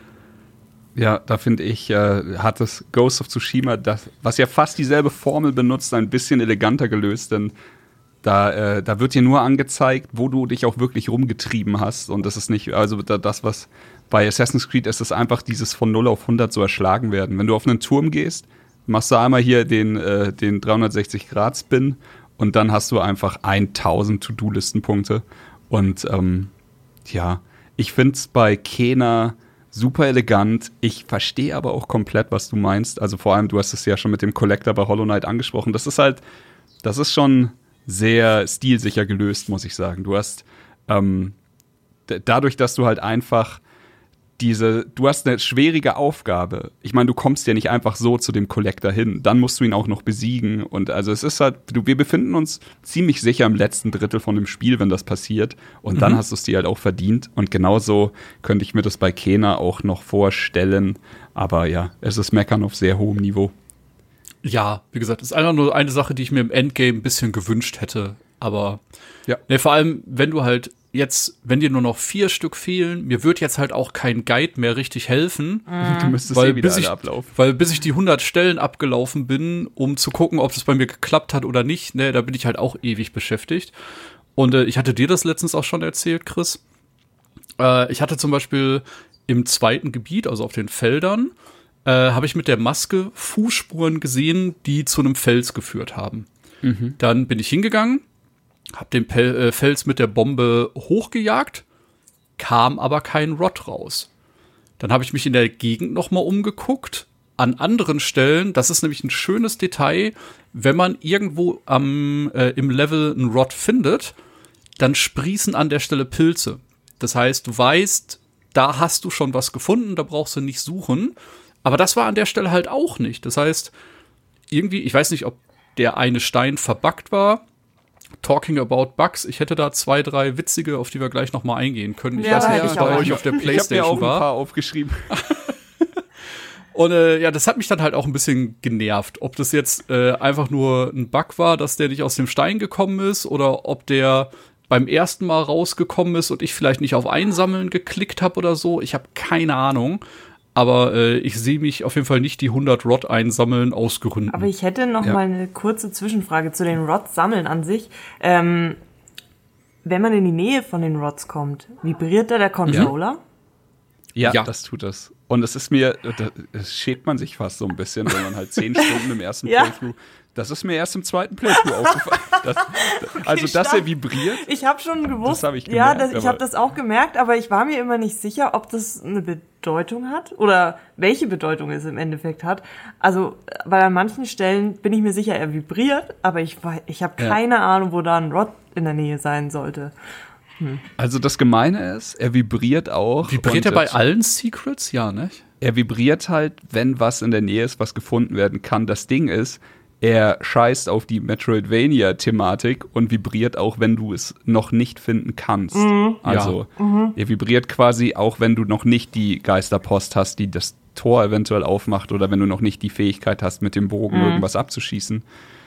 Ja, da finde ich, hat das Ghost of Tsushima, was ja fast dieselbe Formel benutzt, ein bisschen eleganter gelöst, denn da wird dir nur angezeigt, wo du dich auch wirklich rumgetrieben hast. Und das ist nicht, also das, was bei Assassin's Creed ist, ist einfach dieses von 0 auf 100 so erschlagen werden. Wenn du auf einen Turm gehst, machst du einmal hier den 360-Grad-Spin und dann hast du einfach 1000 To-Do-Listenpunkte. Und ich finde es bei Kena super elegant. Ich verstehe aber auch komplett, was du meinst. Also vor allem, du hast es ja schon mit dem Collector bei Hollow Knight angesprochen. Das ist schon sehr stilsicher gelöst, muss ich sagen. Du hast dadurch, dass du halt einfach du hast eine schwierige Aufgabe. Ich meine, du kommst ja nicht einfach so zu dem Collector hin. Dann musst du ihn auch noch besiegen. Und also es ist halt, wir befinden uns ziemlich sicher im letzten Drittel von dem Spiel, wenn das passiert. Und dann hast du es dir halt auch verdient. Und genauso könnte ich mir das bei Kena auch noch vorstellen. Aber ja, es ist Meckern auf sehr hohem Niveau. Ja, wie gesagt, ist einfach nur eine Sache, die ich mir im Endgame ein bisschen gewünscht hätte. Aber ja. Vor allem, wenn du halt jetzt, wenn dir nur noch 4 Stück fehlen, mir wird jetzt halt auch kein Guide mehr richtig helfen. Du müsstest wieder alle ablaufen. Weil bis ich die 100 Stellen abgelaufen bin, um zu gucken, ob das bei mir geklappt hat oder nicht, da bin ich halt auch ewig beschäftigt. Und ich hatte dir das letztens auch schon erzählt, Chris. Ich hatte zum Beispiel im zweiten Gebiet, also auf den Feldern, habe ich mit der Maske Fußspuren gesehen, die zu einem Fels geführt haben. Dann bin ich hingegangen, hab den Fels mit der Bombe hochgejagt, kam aber kein Rod raus. Dann habe ich mich in der Gegend nochmal umgeguckt, an anderen Stellen, das ist nämlich ein schönes Detail, wenn man irgendwo im Level einen Rod findet, dann sprießen an der Stelle Pilze. Das heißt, du weißt, da hast du schon was gefunden, da brauchst du nicht suchen. Aber das war an der Stelle halt auch nicht. Das heißt, irgendwie, ich weiß nicht, ob der eine Stein verbuggt war. Talking about Bugs, ich hätte da 2, 3 witzige, auf die wir gleich noch mal eingehen können. Ich weiß nicht, ob bei euch auf der Playstation ich hab mir auch war. ein paar aufgeschrieben. Und das hat mich dann halt auch ein bisschen genervt. Ob das jetzt einfach nur ein Bug war, dass der nicht aus dem Stein gekommen ist, oder ob der beim ersten Mal rausgekommen ist und ich vielleicht nicht auf Einsammeln geklickt habe oder so. Ich habe keine Ahnung. Aber ich sehe mich auf jeden Fall nicht die 100 Rod einsammeln aus Gründen. Aber ich hätte noch mal eine kurze Zwischenfrage zu den Rods sammeln an sich. Wenn man in die Nähe von den Rods kommt, vibriert da der Controller? Ja, das tut das. Und es ist mir, es schämt man sich fast so ein bisschen, wenn man halt 10 Stunden im ersten Playthrough. Das ist mir erst im zweiten Playthrough aufgefallen. Dass er vibriert. Ich habe schon gewusst. Das habe ich gemerkt. Ich habe das auch gemerkt, aber ich war mir immer nicht sicher, ob das eine Bedeutung hat oder welche Bedeutung es im Endeffekt hat. Also, weil an manchen Stellen bin ich mir sicher, er vibriert, aber ich habe keine Ahnung, wo da ein Rod in der Nähe sein sollte. Also das Gemeine ist, er vibriert auch. Vibriert er bei allen Secrets? Ja, nicht? Er vibriert halt, wenn was in der Nähe ist, was gefunden werden kann. Das Ding ist, er scheißt auf die Metroidvania-Thematik und vibriert auch, wenn du es noch nicht finden kannst. Also, er vibriert quasi auch, wenn du noch nicht die Geisterpost hast, die das Tor eventuell aufmacht, oder wenn du noch nicht die Fähigkeit hast, mit dem Bogen irgendwas abzuschießen.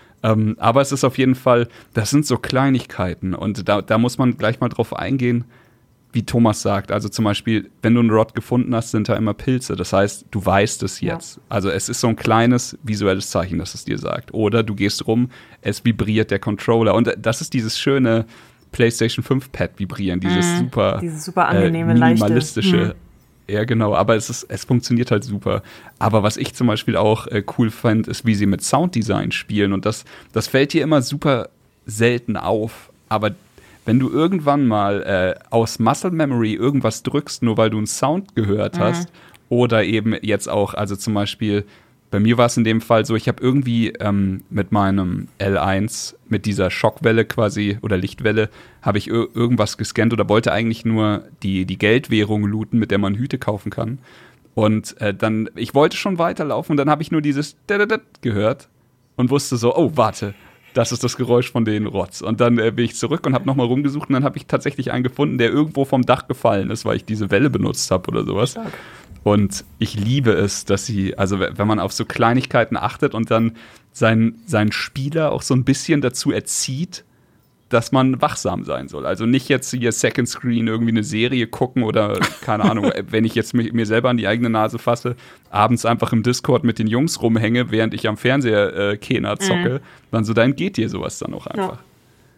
Aber es ist auf jeden Fall, das sind so Kleinigkeiten, und da muss man gleich mal drauf eingehen, wie Thomas sagt. Also zum Beispiel, wenn du einen Rod gefunden hast, sind da immer Pilze. Das heißt, du weißt es jetzt. Ja. Also es ist so ein kleines visuelles Zeichen, das es dir sagt. Oder du gehst rum, es vibriert der Controller. Und das ist dieses schöne PlayStation 5 Pad vibrieren, dieses super angenehme, minimalistische. leichte. Ja, genau, aber es funktioniert halt super. Aber was ich zum Beispiel auch cool fand, ist, wie sie mit Sounddesign spielen. Und das fällt dir immer super selten auf. Aber wenn du irgendwann mal aus Muscle Memory irgendwas drückst, nur weil du einen Sound gehört hast, oder eben jetzt auch, also zum Beispiel, bei mir war es in dem Fall so, ich habe irgendwie mit meinem L1, mit dieser Schockwelle quasi, oder Lichtwelle, habe ich irgendwas gescannt oder wollte eigentlich nur die Geldwährung looten, mit der man Hüte kaufen kann. Und dann, ich wollte schon weiterlaufen, und dann habe ich nur dieses gehört und wusste so, oh, warte, das ist das Geräusch von den Rods. Und dann bin ich zurück und habe nochmal rumgesucht, und dann habe ich tatsächlich einen gefunden, der irgendwo vom Dach gefallen ist, weil ich diese Welle benutzt habe oder sowas. Stark. Und ich liebe es, dass sie, also wenn man auf so Kleinigkeiten achtet und dann seinen Spieler auch so ein bisschen dazu erzieht, dass man wachsam sein soll. Also nicht jetzt hier Second Screen irgendwie eine Serie gucken oder, keine Ahnung, wenn ich jetzt mir selber an die eigene Nase fasse, abends einfach im Discord mit den Jungs rumhänge, während ich am Fernseher Kena zocke, dann geht dir sowas dann auch einfach. Ja.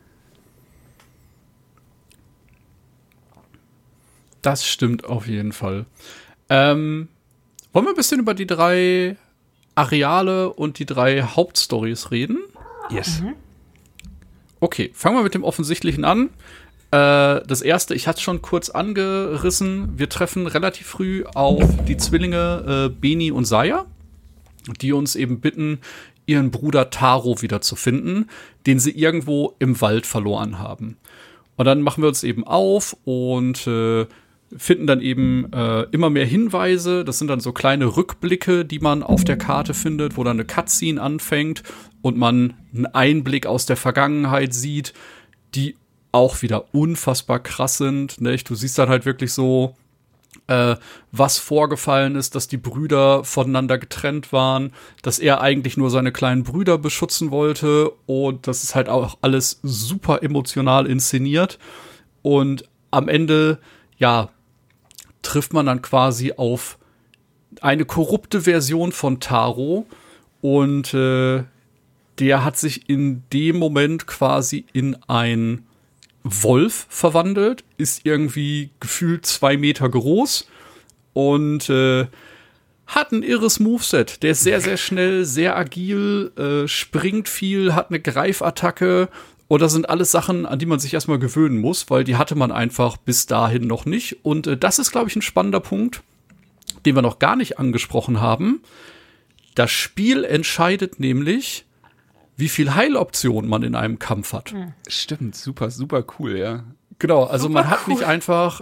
Das stimmt auf jeden Fall. Wollen wir ein bisschen über die 3 Areale und die 3 Hauptstories reden? Yes. Okay, fangen wir mit dem Offensichtlichen an. Das erste, ich hatte es schon kurz angerissen, wir treffen relativ früh auf die Zwillinge Beni und Saya, die uns eben bitten, ihren Bruder Taro wieder zu finden, den sie irgendwo im Wald verloren haben. Und dann machen wir uns eben auf und finden dann eben immer mehr Hinweise. Das sind dann so kleine Rückblicke, die man auf der Karte findet, wo dann eine Cutscene anfängt und man einen Einblick aus der Vergangenheit sieht, die auch wieder unfassbar krass sind. Nicht? Du siehst dann halt wirklich so, was vorgefallen ist, dass die Brüder voneinander getrennt waren, dass er eigentlich nur seine kleinen Brüder beschützen wollte und das ist halt auch alles super emotional inszeniert und am Ende, ja, trifft man dann quasi auf eine korrupte Version von Taro und der hat sich in dem Moment quasi in ein Wolf verwandelt, ist irgendwie gefühlt 2 Meter groß und hat ein irres Moveset. Der ist sehr, sehr schnell, sehr agil, springt viel, hat eine Greifattacke und das sind alles Sachen, an die man sich erstmal gewöhnen muss, weil die hatte man einfach bis dahin noch nicht. Und das ist, glaube ich, ein spannender Punkt, den wir noch gar nicht angesprochen haben. Das Spiel entscheidet nämlich, wie viel Heiloptionen man in einem Kampf hat. Stimmt, super, super cool, ja. Genau, also man hat nicht einfach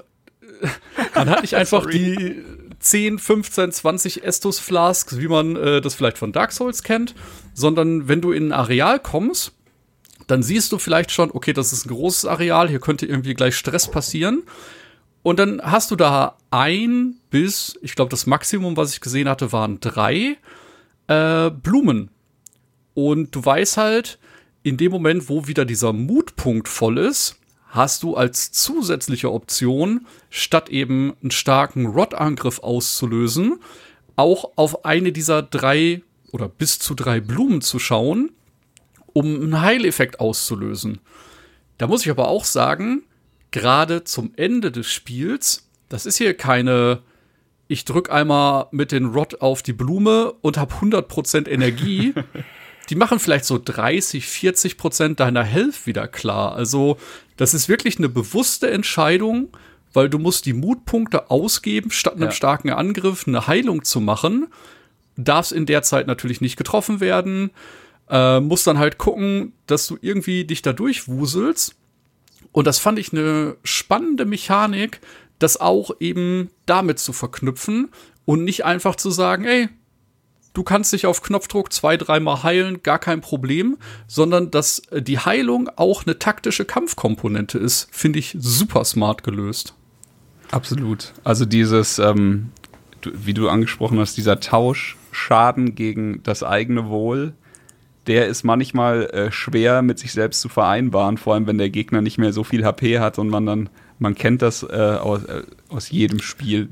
die 10, 15, 20 Estus Flasks, wie man das vielleicht von Dark Souls kennt, sondern wenn du in ein Areal kommst, dann siehst du vielleicht schon, okay, das ist ein großes Areal, hier könnte irgendwie gleich Stress passieren. Und dann hast du da 1 bis, ich glaube, das Maximum, was ich gesehen hatte, waren 3 Blumen. Und du weißt halt, in dem Moment, wo wieder dieser Mutpunkt voll ist, hast du als zusätzliche Option, statt eben einen starken Rod-Angriff auszulösen, auch auf eine dieser 3 oder bis zu 3 Blumen zu schauen, um einen Heileffekt auszulösen. Da muss ich aber auch sagen, gerade zum Ende des Spiels, das ist hier keine, ich drück einmal mit den Rod auf die Blume und hab 100% Energie. Die machen vielleicht so 30-40% deiner Health wieder klar. Also das ist wirklich eine bewusste Entscheidung, weil du musst die Mutpunkte ausgeben, statt einem starken Angriff eine Heilung zu machen. Darfst in der Zeit natürlich nicht getroffen werden. Musst dann halt gucken, dass du irgendwie dich da durchwuselst. Und das fand ich eine spannende Mechanik, das auch eben damit zu verknüpfen und nicht einfach zu sagen, ey, du kannst dich auf Knopfdruck 2-3 Mal heilen, gar kein Problem, sondern dass die Heilung auch eine taktische Kampfkomponente ist, finde ich super smart gelöst. Absolut. Also dieses, wie du angesprochen hast, dieser Tauschschaden gegen das eigene Wohl, der ist manchmal schwer mit sich selbst zu vereinbaren, vor allem wenn der Gegner nicht mehr so viel HP hat und man kennt das aus jedem Spiel,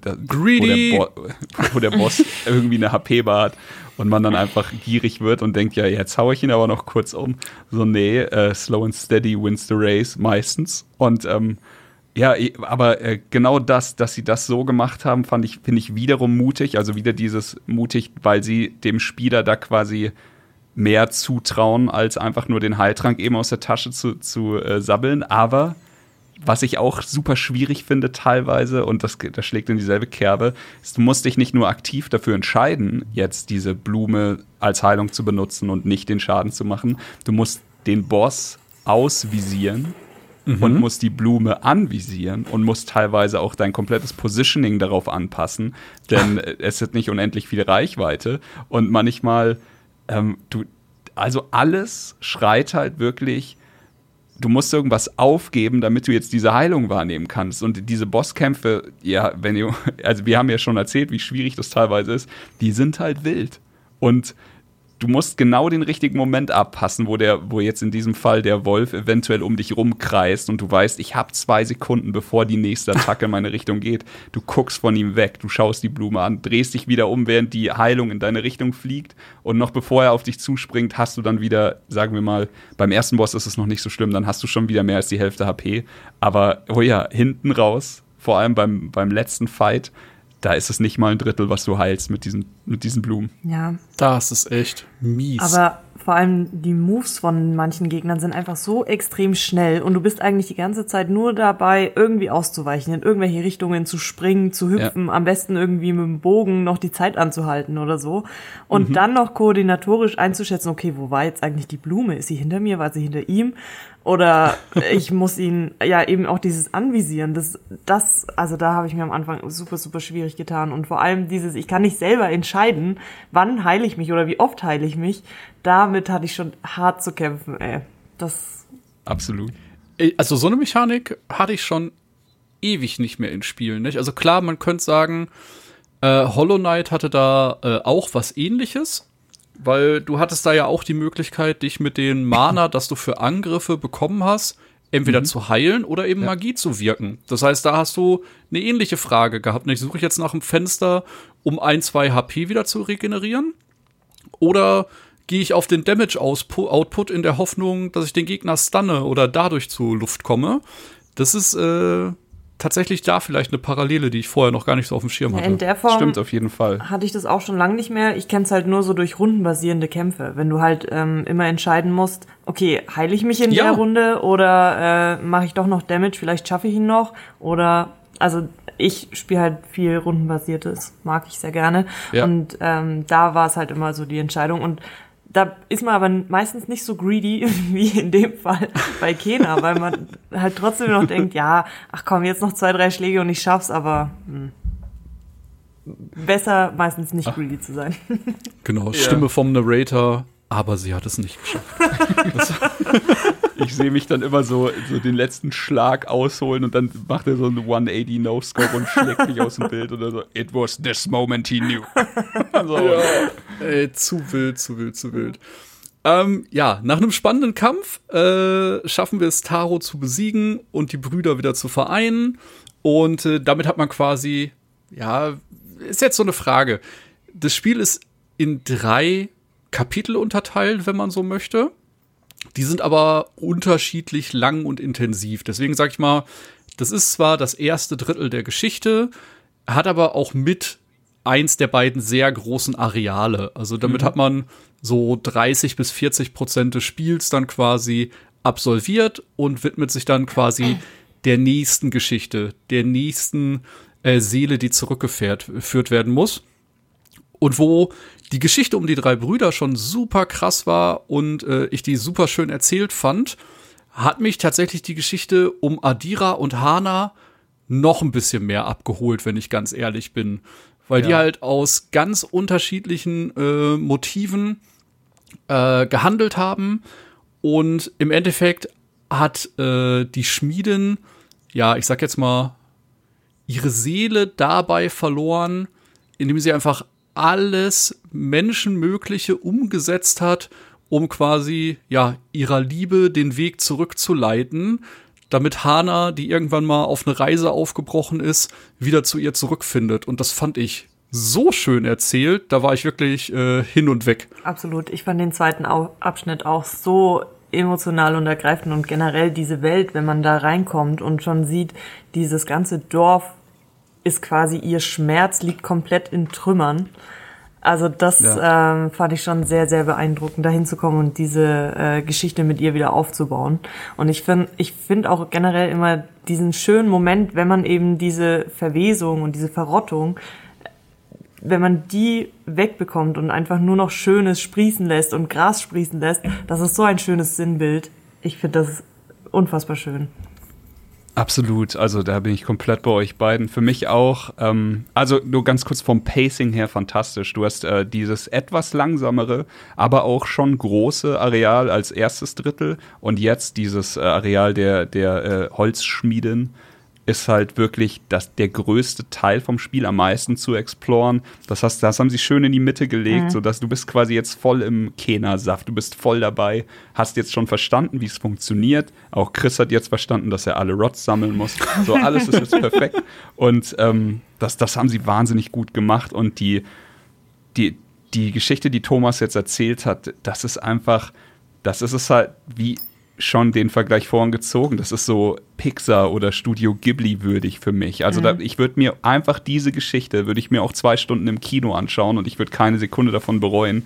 wo der Boss irgendwie eine HP-Bar hat und man dann einfach gierig wird und denkt, ja, jetzt hau ich ihn aber noch kurz um. So, nee, slow and steady wins the race meistens. Und aber genau das, dass sie das so gemacht haben, finde ich wiederum mutig. Also wieder dieses mutig, weil sie dem Spieler da quasi mehr zutrauen, als einfach nur den Heiltrank eben aus der Tasche zu sabbeln. Aber was ich auch super schwierig finde teilweise, und das schlägt in dieselbe Kerbe, ist, du musst dich nicht nur aktiv dafür entscheiden, jetzt diese Blume als Heilung zu benutzen und nicht den Schaden zu machen. Du musst den Boss ausvisieren und musst die Blume anvisieren und musst teilweise auch dein komplettes Positioning darauf anpassen, denn es hat nicht unendlich viel Reichweite und manchmal also alles schreit halt wirklich, du musst irgendwas aufgeben, damit du jetzt diese Heilung wahrnehmen kannst. Und diese Bosskämpfe, ja, also wir haben ja schon erzählt, wie schwierig das teilweise ist, die sind halt wild. Und du musst genau den richtigen Moment abpassen, wo jetzt in diesem Fall der Wolf eventuell um dich rumkreist und du weißt, ich habe 2 Sekunden, bevor die nächste Attacke in meine Richtung geht. Du guckst von ihm weg, du schaust die Blume an, drehst dich wieder um, während die Heilung in deine Richtung fliegt und noch bevor er auf dich zuspringt, hast du dann wieder, sagen wir mal, beim ersten Boss ist es noch nicht so schlimm, dann hast du schon wieder mehr als die Hälfte HP. Aber, oh ja, hinten raus, vor allem beim letzten Fight, da ist es nicht mal 1/3, was du heilst mit diesen Blumen. Ja. Das ist echt mies. Aber vor vor allem die Moves von manchen Gegnern sind einfach so extrem schnell und du bist eigentlich die ganze Zeit nur dabei, irgendwie auszuweichen, in irgendwelche Richtungen zu springen, zu hüpfen, am besten irgendwie mit dem Bogen noch die Zeit anzuhalten oder so. Und dann noch koordinatorisch einzuschätzen, okay, wo war jetzt eigentlich die Blume? Ist sie hinter mir? War sie hinter ihm? Oder ich muss ihn, ja, eben auch dieses Anvisieren, also da habe ich mir am Anfang super, super schwierig getan. Und vor allem ich kann nicht selber entscheiden, wann heile ich mich oder wie oft heile ich mich. Damit hatte ich schon hart zu kämpfen, Absolut. Also so eine Mechanik hatte ich schon ewig nicht mehr in Spielen, nicht? Also klar, man könnte sagen, Hollow Knight hatte da auch was Ähnliches. Weil du hattest da ja auch die Möglichkeit, dich mit den Mana, das du für Angriffe bekommen hast, entweder zu heilen oder eben Magie zu wirken. Das heißt, da hast du eine ähnliche Frage gehabt. Ich suche jetzt nach einem Fenster, um 1-2 HP wieder zu regenerieren. Oder gehe ich auf den Damage-Output in der Hoffnung, dass ich den Gegner stunne oder dadurch zu Luft komme. Das ist tatsächlich da vielleicht eine Parallele, die ich vorher noch gar nicht so auf dem Schirm hatte. In der Form stimmt auf jeden Fall. hatte ich das auch schon lange nicht mehr. Ich kenne es halt nur so durch rundenbasierende Kämpfe. Wenn du halt immer entscheiden musst, okay, heile ich mich in der Runde oder mache ich doch noch Damage, vielleicht schaffe ich ihn noch. Oder, also ich spiele halt viel rundenbasiertes, mag ich sehr gerne. Ja. Und da war es halt immer so die Entscheidung. Und da ist man aber meistens nicht so greedy wie in dem Fall bei Kena, weil man halt trotzdem noch denkt, ja, ach komm, jetzt noch 2, 3 Schläge und ich schaff's, aber besser meistens nicht greedy zu sein. Genau, Stimme vom Narrator, aber sie hat es nicht geschafft. Ich sehe mich dann immer so den letzten Schlag ausholen und dann macht er so einen 180 No-Scope und schlägt mich aus dem Bild oder so. It was this moment he knew. So. Ja. Ey, zu wild. Nach einem spannenden Kampf schaffen wir es, Taro zu besiegen und die Brüder wieder zu vereinen. Und damit hat man quasi, ist jetzt so eine Frage. Das Spiel ist in 3 Kapitel unterteilt, wenn man so möchte. Die sind aber unterschiedlich lang und intensiv. Deswegen sag ich mal, das ist zwar das erste Drittel der Geschichte, hat aber auch mit eins der beiden sehr großen Areale. Also damit hat man so 30-40% des Spiels dann quasi absolviert und widmet sich dann quasi der nächsten Geschichte, der nächsten Seele, die zurückgeführt werden muss. Und wo die Geschichte um die 3 Brüder schon super krass war und ich die super schön erzählt fand, hat mich tatsächlich die Geschichte um Adira und Hana noch ein bisschen mehr abgeholt, wenn ich ganz ehrlich bin. Weil die halt aus ganz unterschiedlichen Motiven gehandelt haben. Und im Endeffekt hat die Schmiedin, ich sag jetzt mal, ihre Seele dabei verloren, indem sie einfach alles Menschenmögliche umgesetzt hat, um quasi, ihrer Liebe den Weg zurückzuleiten, damit Hana, die irgendwann mal auf eine Reise aufgebrochen ist, wieder zu ihr zurückfindet. Und das fand ich so schön erzählt, da war ich wirklich hin und weg. Absolut, ich fand den zweiten Abschnitt auch so emotional und ergreifend und generell diese Welt, wenn man da reinkommt und schon sieht, dieses ganze Dorf ist quasi, ihr Schmerz liegt komplett in Trümmern. Also das fand ich schon sehr, sehr beeindruckend, da hinzukommen und diese Geschichte mit ihr wieder aufzubauen. Und ich finde auch generell immer diesen schönen Moment, wenn man eben diese Verwesung und diese Verrottung, wenn man die wegbekommt und einfach nur noch Schönes sprießen lässt und Gras sprießen lässt, das ist so ein schönes Sinnbild. Ich finde das unfassbar schön. Absolut, also da bin ich komplett bei euch beiden. Für mich auch, also nur ganz kurz vom Pacing her fantastisch. Du hast dieses etwas langsamere, aber auch schon große Areal als erstes Drittel und jetzt dieses Areal der Holzschmieden ist halt wirklich der größte Teil vom Spiel, am meisten zu exploren. Das haben sie schön in die Mitte gelegt, sodass du bist quasi jetzt voll im Kena-Saft. Du bist voll dabei, hast jetzt schon verstanden, wie es funktioniert. Auch Chris hat jetzt verstanden, dass er alle Rods sammeln muss. So, alles ist jetzt perfekt. Und das haben sie wahnsinnig gut gemacht. Und die Geschichte, die Thomas jetzt erzählt hat, das ist es halt wie schon den Vergleich vorhin gezogen. Das ist so Pixar oder Studio Ghibli würdig für mich. Also ich würde mir einfach diese Geschichte, würde ich mir auch 2 Stunden im Kino anschauen und ich würde keine Sekunde davon bereuen.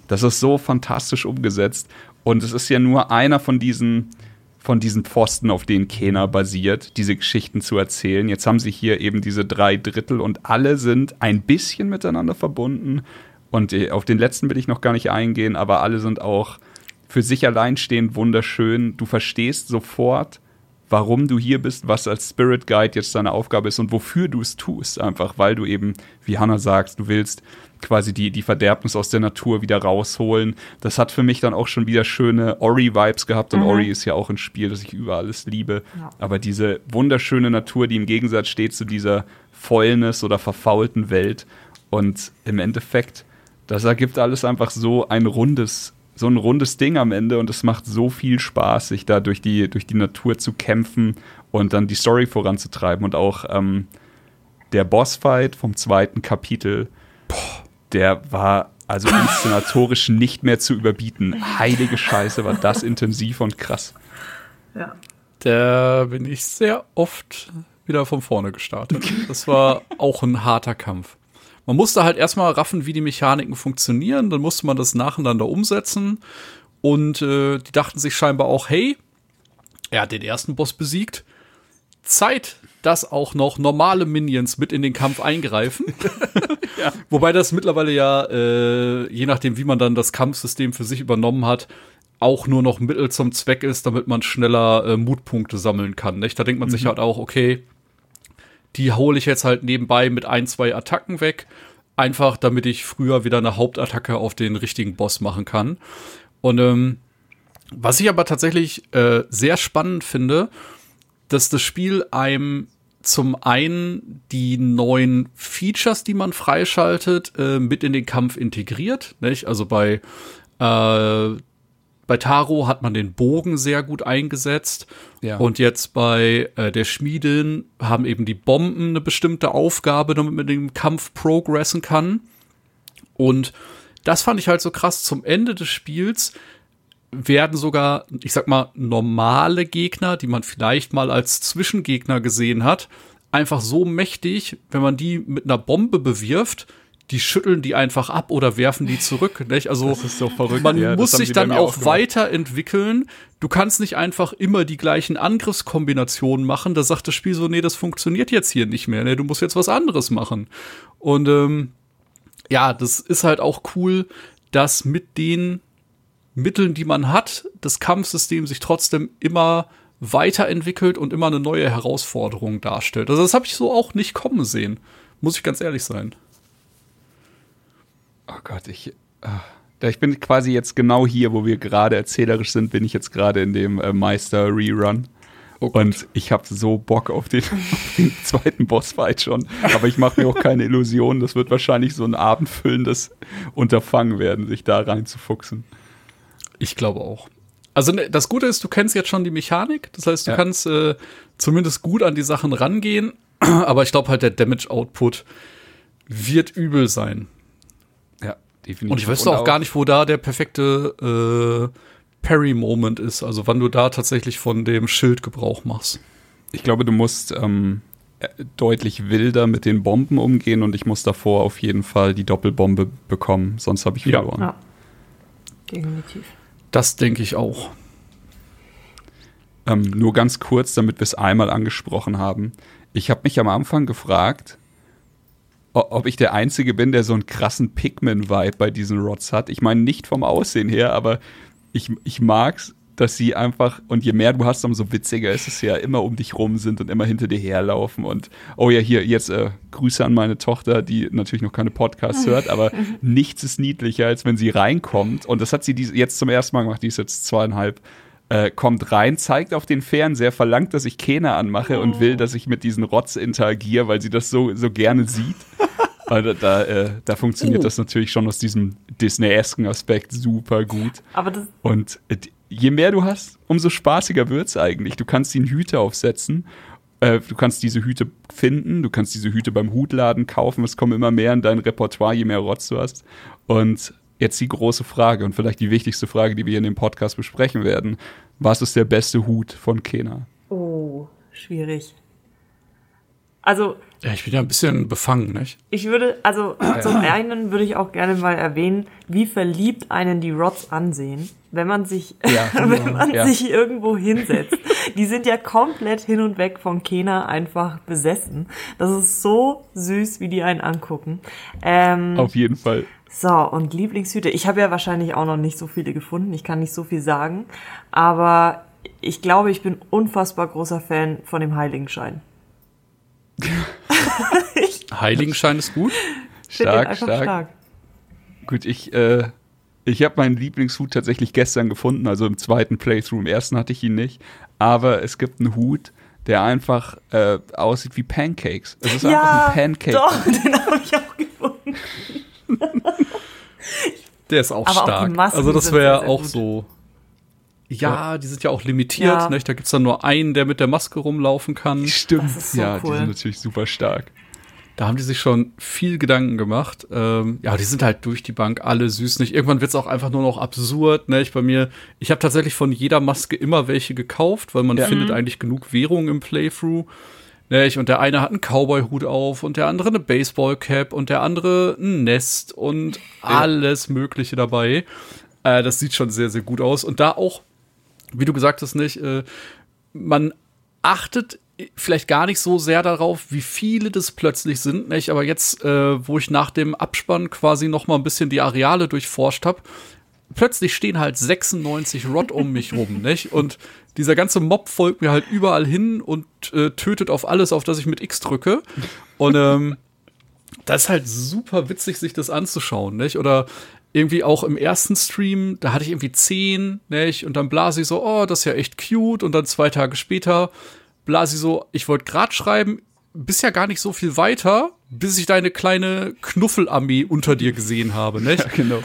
Das ist so fantastisch umgesetzt. Und es ist ja nur einer von diesen Pfosten, auf denen Kena basiert, diese Geschichten zu erzählen. Jetzt haben sie hier eben diese 3 Drittel und alle sind ein bisschen miteinander verbunden. Und auf den letzten will ich noch gar nicht eingehen, aber alle sind auch für sich alleinstehend wunderschön. Du verstehst sofort, warum du hier bist, was als Spirit Guide jetzt deine Aufgabe ist und wofür du es tust. Einfach, weil du eben, wie Hannah sagst, du willst quasi die Verderbnis aus der Natur wieder rausholen. Das hat für mich dann auch schon wieder schöne Ori-Vibes gehabt. Und Ori ist ja auch ein Spiel, das ich über alles liebe. Ja. Aber diese wunderschöne Natur, die im Gegensatz steht zu dieser Fäulnis oder verfaulten Welt. Und im Endeffekt, das ergibt alles einfach so ein rundes Ding am Ende und es macht so viel Spaß, sich da durch die Natur zu kämpfen und dann die Story voranzutreiben. Und auch der Bossfight vom 2. Kapitel, der war also inszenatorisch nicht mehr zu überbieten. Heilige Scheiße, war das intensiv und krass. Ja. Da bin ich sehr oft wieder von vorne gestartet. Das war auch ein harter Kampf. Man musste halt erstmal raffen, wie die Mechaniken funktionieren, dann musste man das nacheinander umsetzen und die dachten sich scheinbar auch, hey, er hat den ersten Boss besiegt, Zeit, dass auch noch normale Minions mit in den Kampf eingreifen. Ja. Wobei das mittlerweile ja, je nachdem, wie man dann das Kampfsystem für sich übernommen hat, auch nur noch Mittel zum Zweck ist, damit man schneller Mutpunkte sammeln kann. Nicht? Da denkt man sich halt auch, okay, die hole ich jetzt halt nebenbei mit 1, 2 Attacken weg. Einfach, damit ich früher wieder eine Hauptattacke auf den richtigen Boss machen kann. Und was ich aber tatsächlich sehr spannend finde, dass das Spiel einem zum einen die neuen Features, die man freischaltet, mit in den Kampf integriert. Nicht? Also bei Taro hat man den Bogen sehr gut eingesetzt. Ja. Und jetzt bei der Schmiedin haben eben die Bomben eine bestimmte Aufgabe, damit man den Kampf progressen kann. Und das fand ich halt so krass. Zum Ende des Spiels werden sogar, ich sag mal, normale Gegner, die man vielleicht mal als Zwischengegner gesehen hat, einfach so mächtig, wenn man die mit einer Bombe bewirft, die schütteln die einfach ab oder werfen die zurück. Nicht? Also das ist so verrückt. Man muss sich dann auch weiterentwickeln. Du kannst nicht einfach immer die gleichen Angriffskombinationen machen. Da sagt das Spiel so, nee, das funktioniert jetzt hier nicht mehr. Nee, du musst jetzt was anderes machen. Und ja, das ist halt auch cool, dass mit den Mitteln, die man hat, das Kampfsystem sich trotzdem immer weiterentwickelt und immer eine neue Herausforderung darstellt. Also das habe ich so auch nicht kommen sehen. Muss ich ganz ehrlich sein. Oh Gott, ich bin quasi jetzt genau hier, wo wir gerade erzählerisch sind, bin ich jetzt gerade in dem Meister-Rerun. Oh und ich habe so Bock auf den zweiten Bossfight schon. Aber ich mache mir auch keine Illusionen. Das wird wahrscheinlich so ein abendfüllendes Unterfangen werden, sich da reinzufuchsen. Ich glaube auch. Also das Gute ist, du kennst jetzt schon die Mechanik. Das heißt, du kannst zumindest gut an die Sachen rangehen. Aber ich glaube halt, der Damage-Output wird übel sein. Ja, definitiv. Und ich wüsste auch gar nicht, wo da der perfekte Parry-Moment ist. Also wann du da tatsächlich von dem Schild Gebrauch machst. Ich glaube, du musst deutlich wilder mit den Bomben umgehen und ich muss davor auf jeden Fall die Doppelbombe bekommen. Sonst habe ich verloren. Ja, definitiv. Das denke ich auch. Nur ganz kurz, damit wir es einmal angesprochen haben. Ich habe mich am Anfang gefragt, ob ich der Einzige bin, der so einen krassen Pikmin-Vibe bei diesen Rods hat. Ich meine, nicht vom Aussehen her, aber ich mag's, dass sie einfach, und je mehr du hast, umso witziger ist es ja, immer um dich rum sind und immer hinter dir herlaufen. Und, oh ja, hier, jetzt Grüße an meine Tochter, die natürlich noch keine Podcasts hört, aber nichts ist niedlicher, als wenn sie reinkommt. Und das hat sie jetzt zum ersten Mal gemacht, die ist jetzt 2,5, kommt rein, zeigt auf den Fernseher, verlangt, dass ich Kena anmache und will, dass ich mit diesen Rods interagiere, weil sie das so gerne sieht. Also da funktioniert das natürlich schon aus diesem Disney-esken Aspekt super gut. Aber das und je mehr du hast, umso spaßiger wird's eigentlich. Du kannst ihnen Hüte aufsetzen, du kannst diese Hüte finden, du kannst diese Hüte beim Hutladen kaufen, es kommen immer mehr in dein Repertoire, je mehr Rods du hast. Und jetzt die große Frage und vielleicht die wichtigste Frage, die wir in dem Podcast besprechen werden. Was ist der beste Hut von Kena? Oh, schwierig. Also Ja, ich bin ja ein bisschen befangen, nicht? ich würde, also zum einen würde ich auch gerne mal erwähnen, wie verliebt einen die Rods ansehen, wenn man sich, sich irgendwo hinsetzt. Die sind ja komplett hin und weg von Kena einfach besessen. Das ist so süß, wie die einen angucken. Auf jeden Fall. So, und Lieblingshüte. Ich habe ja wahrscheinlich auch noch nicht so viele gefunden. Ich kann nicht so viel sagen. Aber ich glaube, ich bin unfassbar großer Fan von dem Heiligenschein. Heiligenschein ist gut. Stark. Gut, ich habe meinen Lieblingshut tatsächlich gestern gefunden, also im zweiten Playthrough. Im ersten hatte ich ihn nicht. Aber es gibt einen Hut, der einfach aussieht wie Pancakes. Es ist einfach ein Pancake. Doch, den habe ich auch gefunden. Der ist auch Aber auch stark. die Masken Also das sind wäre sehr, sehr auch gut. so. Ja, die sind ja auch limitiert, Ja. nicht? Da gibt's dann nur einen, der mit der Maske rumlaufen kann. Stimmt. Das ist so ja, cool. die sind natürlich super stark. Da haben die sich schon viel Gedanken gemacht. Ja, die sind halt durch die Bank alle süß, nicht? Irgendwann wird's auch einfach nur noch absurd, ne? Ich habe tatsächlich von jeder Maske immer welche gekauft, weil man findet eigentlich genug Währung im Playthrough. Nicht? Und der eine hat einen Cowboy-Hut auf und der andere eine Baseball-Cap und der andere ein Nest und alles Mögliche dabei. Das sieht schon sehr, sehr gut aus. Und da auch, wie du gesagt hast, nicht, man achtet vielleicht gar nicht so sehr darauf, wie viele das plötzlich sind, nicht? Aber jetzt, wo ich nach dem Abspann quasi noch mal ein bisschen die Areale durchforscht habe, plötzlich stehen halt 96 Rod um mich rum, nicht? Und dieser ganze Mob folgt mir halt überall hin und tötet auf alles, auf das ich mit X drücke. Und das ist halt super witzig, sich das anzuschauen, nicht? Oder irgendwie auch im ersten Stream, da hatte ich irgendwie 10, nicht? Und dann Blasi so, oh, das ist ja echt cute. Und dann 2 Tage später Blasi so, ich wollte gerade schreiben, bist ja gar nicht so viel weiter, bis ich deine kleine Knuffelarmee unter dir gesehen habe, nicht? Ja, genau.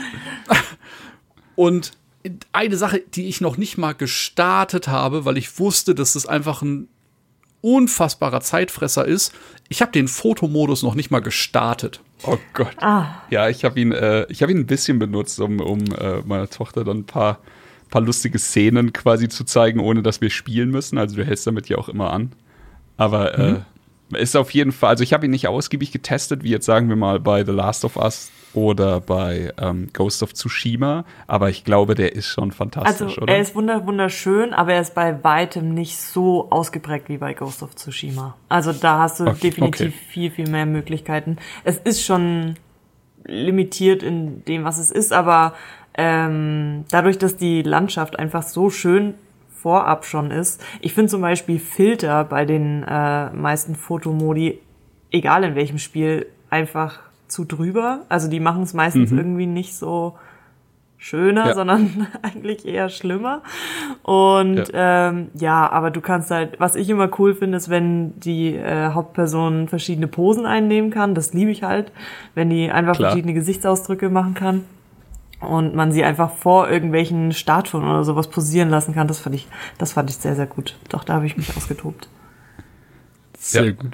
Und eine Sache, die ich noch nicht mal gestartet habe, weil ich wusste, dass das einfach ein unfassbarer Zeitfresser ist, ich habe den Fotomodus noch nicht mal gestartet. Oh Gott. Ja, ich habe ihn ein bisschen benutzt, um meiner Tochter dann ein paar lustige Szenen quasi zu zeigen, ohne dass wir spielen müssen. Also du hältst damit ja auch immer an. Aber ist auf jeden Fall, also ich habe ihn nicht ausgiebig getestet, wie jetzt sagen wir mal bei The Last of Us oder bei Ghost of Tsushima, aber ich glaube, der ist schon fantastisch, Also oder? er ist wunderschön, aber er ist bei weitem nicht so ausgeprägt wie bei Ghost of Tsushima. Also da hast du definitiv viel, viel mehr Möglichkeiten. Es ist schon limitiert in dem, was es ist, aber dadurch, dass die Landschaft einfach so schön vorab schon ist. Ich finde zum Beispiel Filter bei den meisten Fotomodi, egal in welchem Spiel, einfach zu drüber. Also die machen es meistens irgendwie nicht so schöner, sondern eigentlich eher schlimmer. Und aber du kannst halt, was ich immer cool finde, ist, wenn die Hauptperson verschiedene Posen einnehmen kann. Das liebe ich halt, wenn die einfach verschiedene Gesichtsausdrücke machen kann. Und man sie einfach vor irgendwelchen Statuen oder sowas posieren lassen kann. Das fand ich sehr, sehr gut. Doch, da habe ich mich ausgetobt. Sehr gut.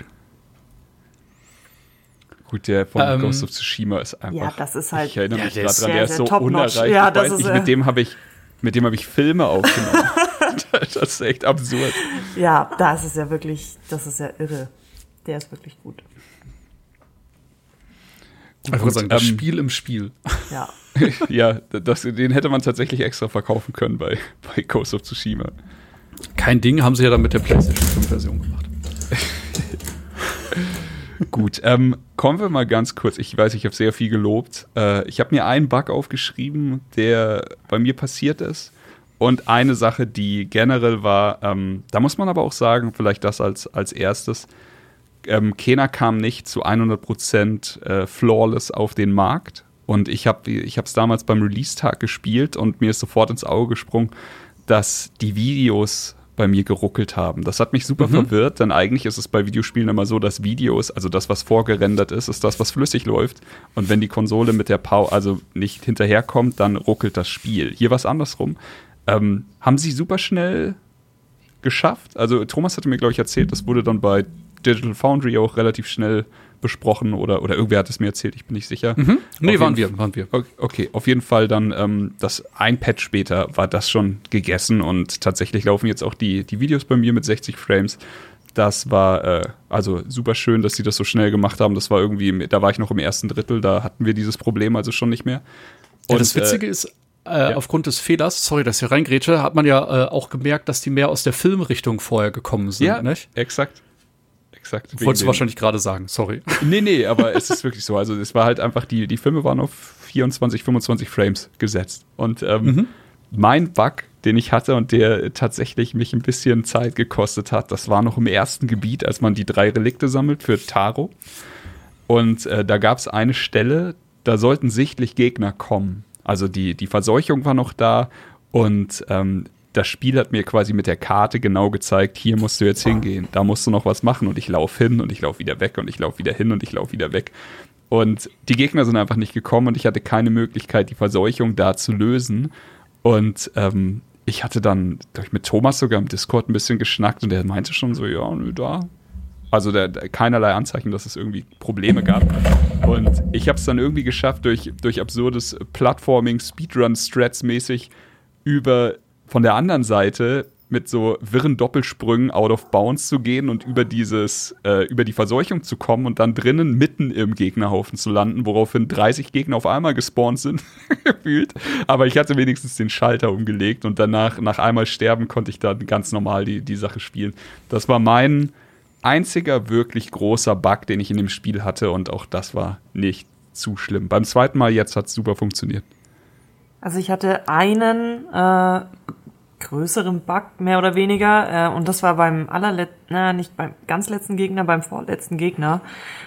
Gut, der von Ghost of Tsushima ist einfach. Ja, das ist halt. Ich erinnere mich der gerade ist dran, der ist so top-notch. unerreicht. Ja, ich das weiß ist, nicht, mit dem habe ich Filme aufgenommen. Das ist echt absurd. Ja, das ist ja irre. Der ist wirklich gut. Ich würde sagen, das Spiel im Spiel. Ja. Ja, den hätte man tatsächlich extra verkaufen können bei Ghost of Tsushima. Kein Ding, haben sie ja dann mit der PlayStation 5 Version gemacht. Gut, kommen wir mal ganz kurz. Ich weiß, ich habe sehr viel gelobt. Ich habe mir einen Bug aufgeschrieben, der bei mir passiert ist. Und eine Sache, die generell war, da muss man aber auch sagen, vielleicht das als erstes, Kena kam nicht zu 100% flawless auf den Markt. Und ich habe es damals beim Release-Tag gespielt und mir ist sofort ins Auge gesprungen, dass die Videos bei mir geruckelt haben. Das hat mich super verwirrt, denn eigentlich ist es bei Videospielen immer so, dass Videos, also das, was vorgerendert ist das, was flüssig läuft. Und wenn die Konsole mit der also nicht hinterherkommt, dann ruckelt das Spiel. Hier war es andersrum. Haben sie super schnell geschafft. Also Thomas hatte mir, glaube ich, erzählt, das wurde dann bei Digital Foundry auch relativ schnell besprochen oder irgendwer hat es mir erzählt, ich bin nicht sicher. Nee, waren wir. Okay, auf jeden Fall dann ein Patch später war das schon gegessen und tatsächlich laufen jetzt auch die Videos bei mir mit 60 Frames. Das war also super schön, dass sie das so schnell gemacht haben. Das war irgendwie, da war ich noch im ersten Drittel, da hatten wir dieses Problem also schon nicht mehr. Und das Witzige ist, aufgrund des Fehlers, sorry, dass ich hier reingrätsche, hat man ja auch gemerkt, dass die mehr aus der Filmrichtung vorher gekommen sind, ja, nicht? Exakt. Wolltest du wahrscheinlich gerade sagen, sorry. Nee, aber es ist wirklich so. Also es war halt einfach, die Filme waren auf 24, 25 Frames gesetzt. Und mein Bug, den ich hatte und der tatsächlich mich ein bisschen Zeit gekostet hat, das war noch im ersten Gebiet, als man die 3 Relikte sammelt für Taro. Und da gab es eine Stelle, da sollten sichtlich Gegner kommen. Also die Verseuchung war noch da und das Spiel hat mir quasi mit der Karte genau gezeigt, hier musst du jetzt hingehen, da musst du noch was machen und ich laufe hin und ich laufe wieder weg und ich laufe wieder hin und ich laufe wieder weg. Und die Gegner sind einfach nicht gekommen und ich hatte keine Möglichkeit, die Verseuchung da zu lösen. Und ich hatte dann, glaube ich, mit Thomas sogar im Discord ein bisschen geschnackt und der meinte schon so, ja, nö, da. Also keinerlei Anzeichen, dass es irgendwie Probleme gab. Und ich habe es dann irgendwie geschafft, durch absurdes Plattforming, Speedrun-Strats mäßig von der anderen Seite mit so wirren Doppelsprüngen out of bounds zu gehen und über die Verseuchung zu kommen und dann drinnen mitten im Gegnerhaufen zu landen, woraufhin 30 Gegner auf einmal gespawnt sind, gefühlt. Aber ich hatte wenigstens den Schalter umgelegt und danach, nach einmal sterben, konnte ich dann ganz normal die Sache spielen. Das war mein einziger wirklich großer Bug, den ich in dem Spiel hatte und auch das war nicht zu schlimm. Beim zweiten Mal jetzt hat es super funktioniert. Also ich hatte einen größeren Bug, mehr oder weniger, und das war beim nicht beim ganz letzten Gegner, beim vorletzten Gegner,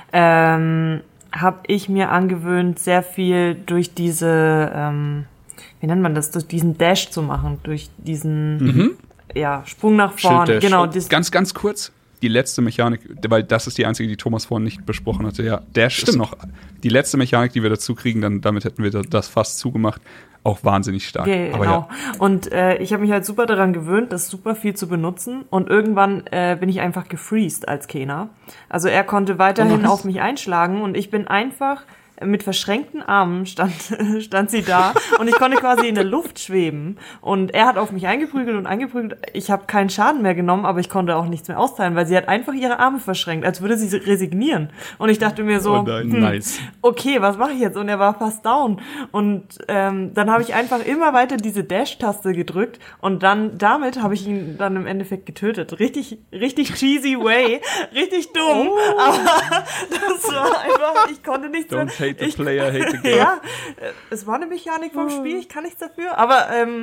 habe ich mir angewöhnt, sehr viel durch diese, wie nennt man das, durch diesen Dash zu machen, durch diesen Sprung nach vorne. Genau. Ganz kurz, die letzte Mechanik, weil das ist die einzige, die Thomas vorhin nicht besprochen hatte. Ja, Dash ist noch die letzte Mechanik, die wir dazu kriegen, dann damit hätten wir das fast zugemacht. Auch wahnsinnig stark. Okay, aber genau. Ja. Und ich habe mich halt super daran gewöhnt, das super viel zu benutzen. Und irgendwann bin ich einfach gefreezed als Kena. Also er konnte weiterhin auf mich einschlagen und ich bin einfach mit verschränkten Armen stand sie da und ich konnte quasi in der Luft schweben und er hat auf mich eingeprügelt. Ich habe keinen Schaden mehr genommen, aber ich konnte auch nichts mehr austeilen, weil sie hat einfach ihre Arme verschränkt, als würde sie resignieren. Und ich dachte mir so, nice. Okay, was mache ich jetzt? Und er war fast down. Und dann habe ich einfach immer weiter diese Dash-Taste gedrückt und damit habe ich ihn dann im Endeffekt getötet. Richtig cheesy way, richtig dumm, aber das war einfach, ich konnte nichts mehr. Hate the player, hate the game. Ja, es war eine Mechanik vom Spiel, ich kann nichts dafür, aber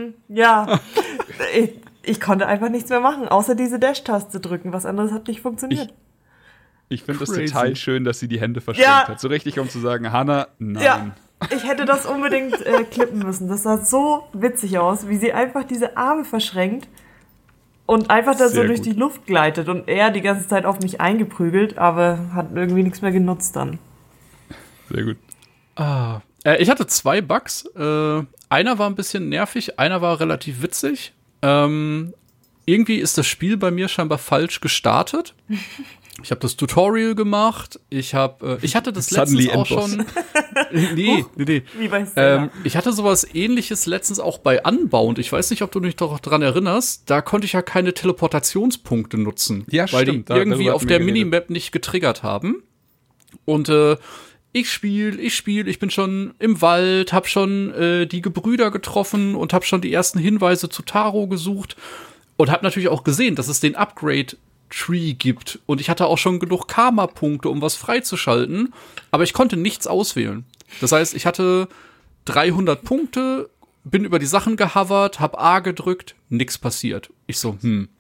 ich konnte einfach nichts mehr machen, außer diese Dash-Taste drücken. Was anderes hat nicht funktioniert. Ich finde das total schön, dass sie die Hände verschränkt hat. So richtig, um zu sagen, Hannah, nein. Ja, ich hätte das unbedingt klippen müssen. Das sah so witzig aus, wie sie einfach diese Arme verschränkt und einfach da so durch die Luft gleitet und er die ganze Zeit auf mich eingeprügelt, aber hat irgendwie nichts mehr genutzt dann. Sehr gut. Ich hatte 2 Bugs. Einer war ein bisschen nervig, einer war relativ witzig. Irgendwie ist das Spiel bei mir scheinbar falsch gestartet. Ich habe das Tutorial gemacht. Ich hatte das letztens auch schon. Nee. Wie bei Stella. Ich hatte sowas Ähnliches letztens auch bei Unbound. Ich weiß nicht, ob du dich doch dran erinnerst. Da konnte ich ja keine Teleportationspunkte nutzen. Ja, weil stimmt. Die irgendwie auf der Minimap nicht getriggert haben. Und ich bin schon im Wald, hab schon die Gebrüder getroffen und hab schon die ersten Hinweise zu Taro gesucht und hab natürlich auch gesehen, dass es den Upgrade-Tree gibt und ich hatte auch schon genug Karma-Punkte, um was freizuschalten, aber ich konnte nichts auswählen. Das heißt, ich hatte 300 Punkte, bin über die Sachen gehovert, hab A gedrückt, nix passiert. Ich so,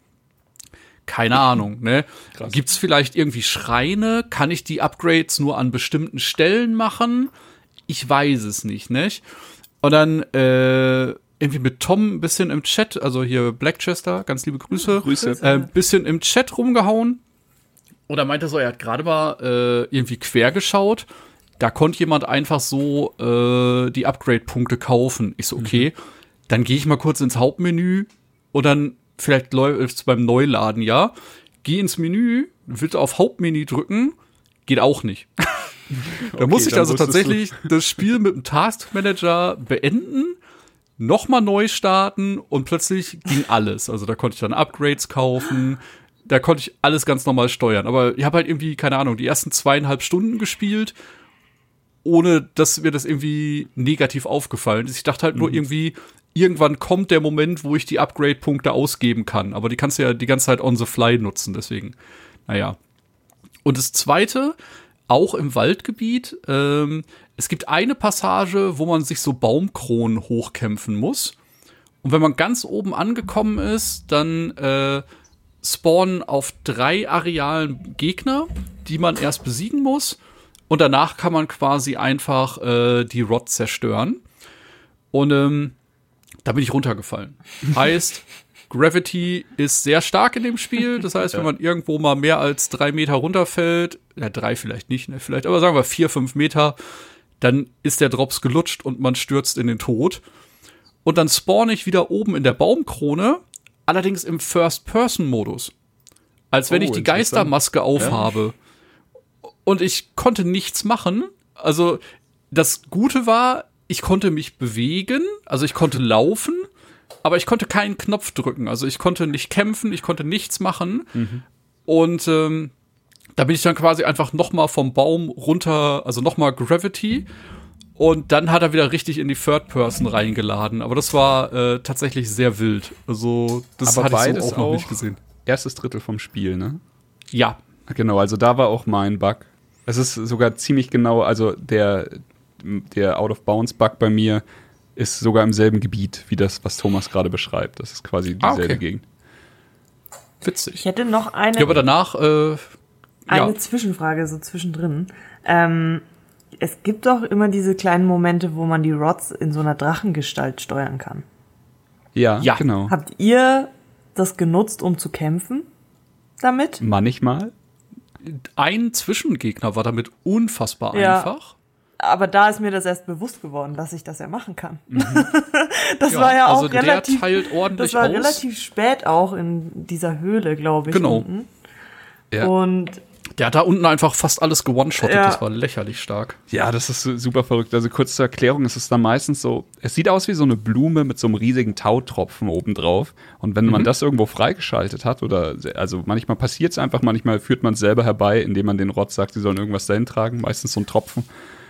keine Ahnung, ne? Krass. Gibt's vielleicht irgendwie Schreine? Kann ich die Upgrades nur an bestimmten Stellen machen? Ich weiß es nicht, ne? Und dann irgendwie mit Tom ein bisschen im Chat, also hier Blackchester, ganz liebe Grüße. Bisschen im Chat rumgehauen. Und er meinte so, er hat gerade mal irgendwie quer geschaut. Da konnte jemand einfach so die Upgrade-Punkte kaufen. Ich so, okay, dann gehe ich mal kurz ins Hauptmenü und dann vielleicht läuft es beim Neuladen, ja. Geh ins Menü, will auf Hauptmenü drücken, geht auch nicht. Da muss ich also tatsächlich das Spiel mit dem Taskmanager beenden, nochmal neu starten und plötzlich ging alles. Also da konnte ich dann Upgrades kaufen, da konnte ich alles ganz normal steuern. Aber ich habe halt irgendwie, keine Ahnung, die ersten 2,5 Stunden gespielt, ohne dass mir das irgendwie negativ aufgefallen ist. Ich dachte halt nur irgendwie, irgendwann kommt der Moment, wo ich die Upgrade-Punkte ausgeben kann. Aber die kannst du ja die ganze Zeit on the fly nutzen, deswegen, naja. Und das Zweite, auch im Waldgebiet, es gibt eine Passage, wo man sich so Baumkronen hochkämpfen muss. Und wenn man ganz oben angekommen ist, dann spawnen auf 3 Arealen Gegner, die man erst besiegen muss. Und danach kann man quasi einfach die Rod zerstören. Und da bin ich runtergefallen. Heißt, Gravity ist sehr stark in dem Spiel. Das heißt, wenn man irgendwo mal mehr als 3 Meter runterfällt, 3 vielleicht nicht, ne, vielleicht, aber sagen wir 4, 5 Meter, dann ist der Drops gelutscht und man stürzt in den Tod. Und dann spawne ich wieder oben in der Baumkrone, allerdings im First-Person-Modus. Als wenn ich die Geistermaske aufhabe. Und ich konnte nichts machen. Also das Gute war, ich konnte mich bewegen, also ich konnte laufen, aber ich konnte keinen Knopf drücken. Also ich konnte nicht kämpfen, ich konnte nichts machen. Und da bin ich dann quasi einfach nochmal vom Baum runter, also nochmal Gravity. Und dann hat er wieder richtig in die Third Person reingeladen. Aber das war tatsächlich sehr wild. Also das aber hatte ich so auch noch nicht gesehen. Erstes Drittel vom Spiel, ne? Ja. Genau, also da war auch mein Bug. Es ist sogar ziemlich genau, also der Out-of-Bounds-Bug bei mir ist sogar im selben Gebiet, wie das, was Thomas gerade beschreibt. Das ist quasi dieselbe Gegend. Witzig. Ich hätte noch eine, aber danach eine Zwischenfrage so zwischendrin. Es gibt doch immer diese kleinen Momente, wo man die Rods in so einer Drachengestalt steuern kann. Ja, genau. Habt ihr das genutzt, um zu kämpfen damit? Manchmal. Ein Zwischengegner war damit unfassbar einfach. Aber da ist mir das erst bewusst geworden, dass ich das ja machen kann. Das war ja auch also relativ, der teilt ordentlich das war aus. relativ spät auch in dieser Höhle, glaube ich. Genau. Unten. Ja. Und der hat da unten einfach fast alles gewone-shottet. Das war lächerlich stark. Ja, das ist super verrückt. Also kurz zur Erklärung, es ist dann meistens so, es sieht aus wie so eine Blume mit so einem riesigen Tautropfen obendrauf. Und wenn man das irgendwo freigeschaltet hat, oder also manchmal passiert es einfach, manchmal führt man es selber herbei, indem man den Rod sagt, sie sollen irgendwas dahin tragen, meistens so ein Tropfen.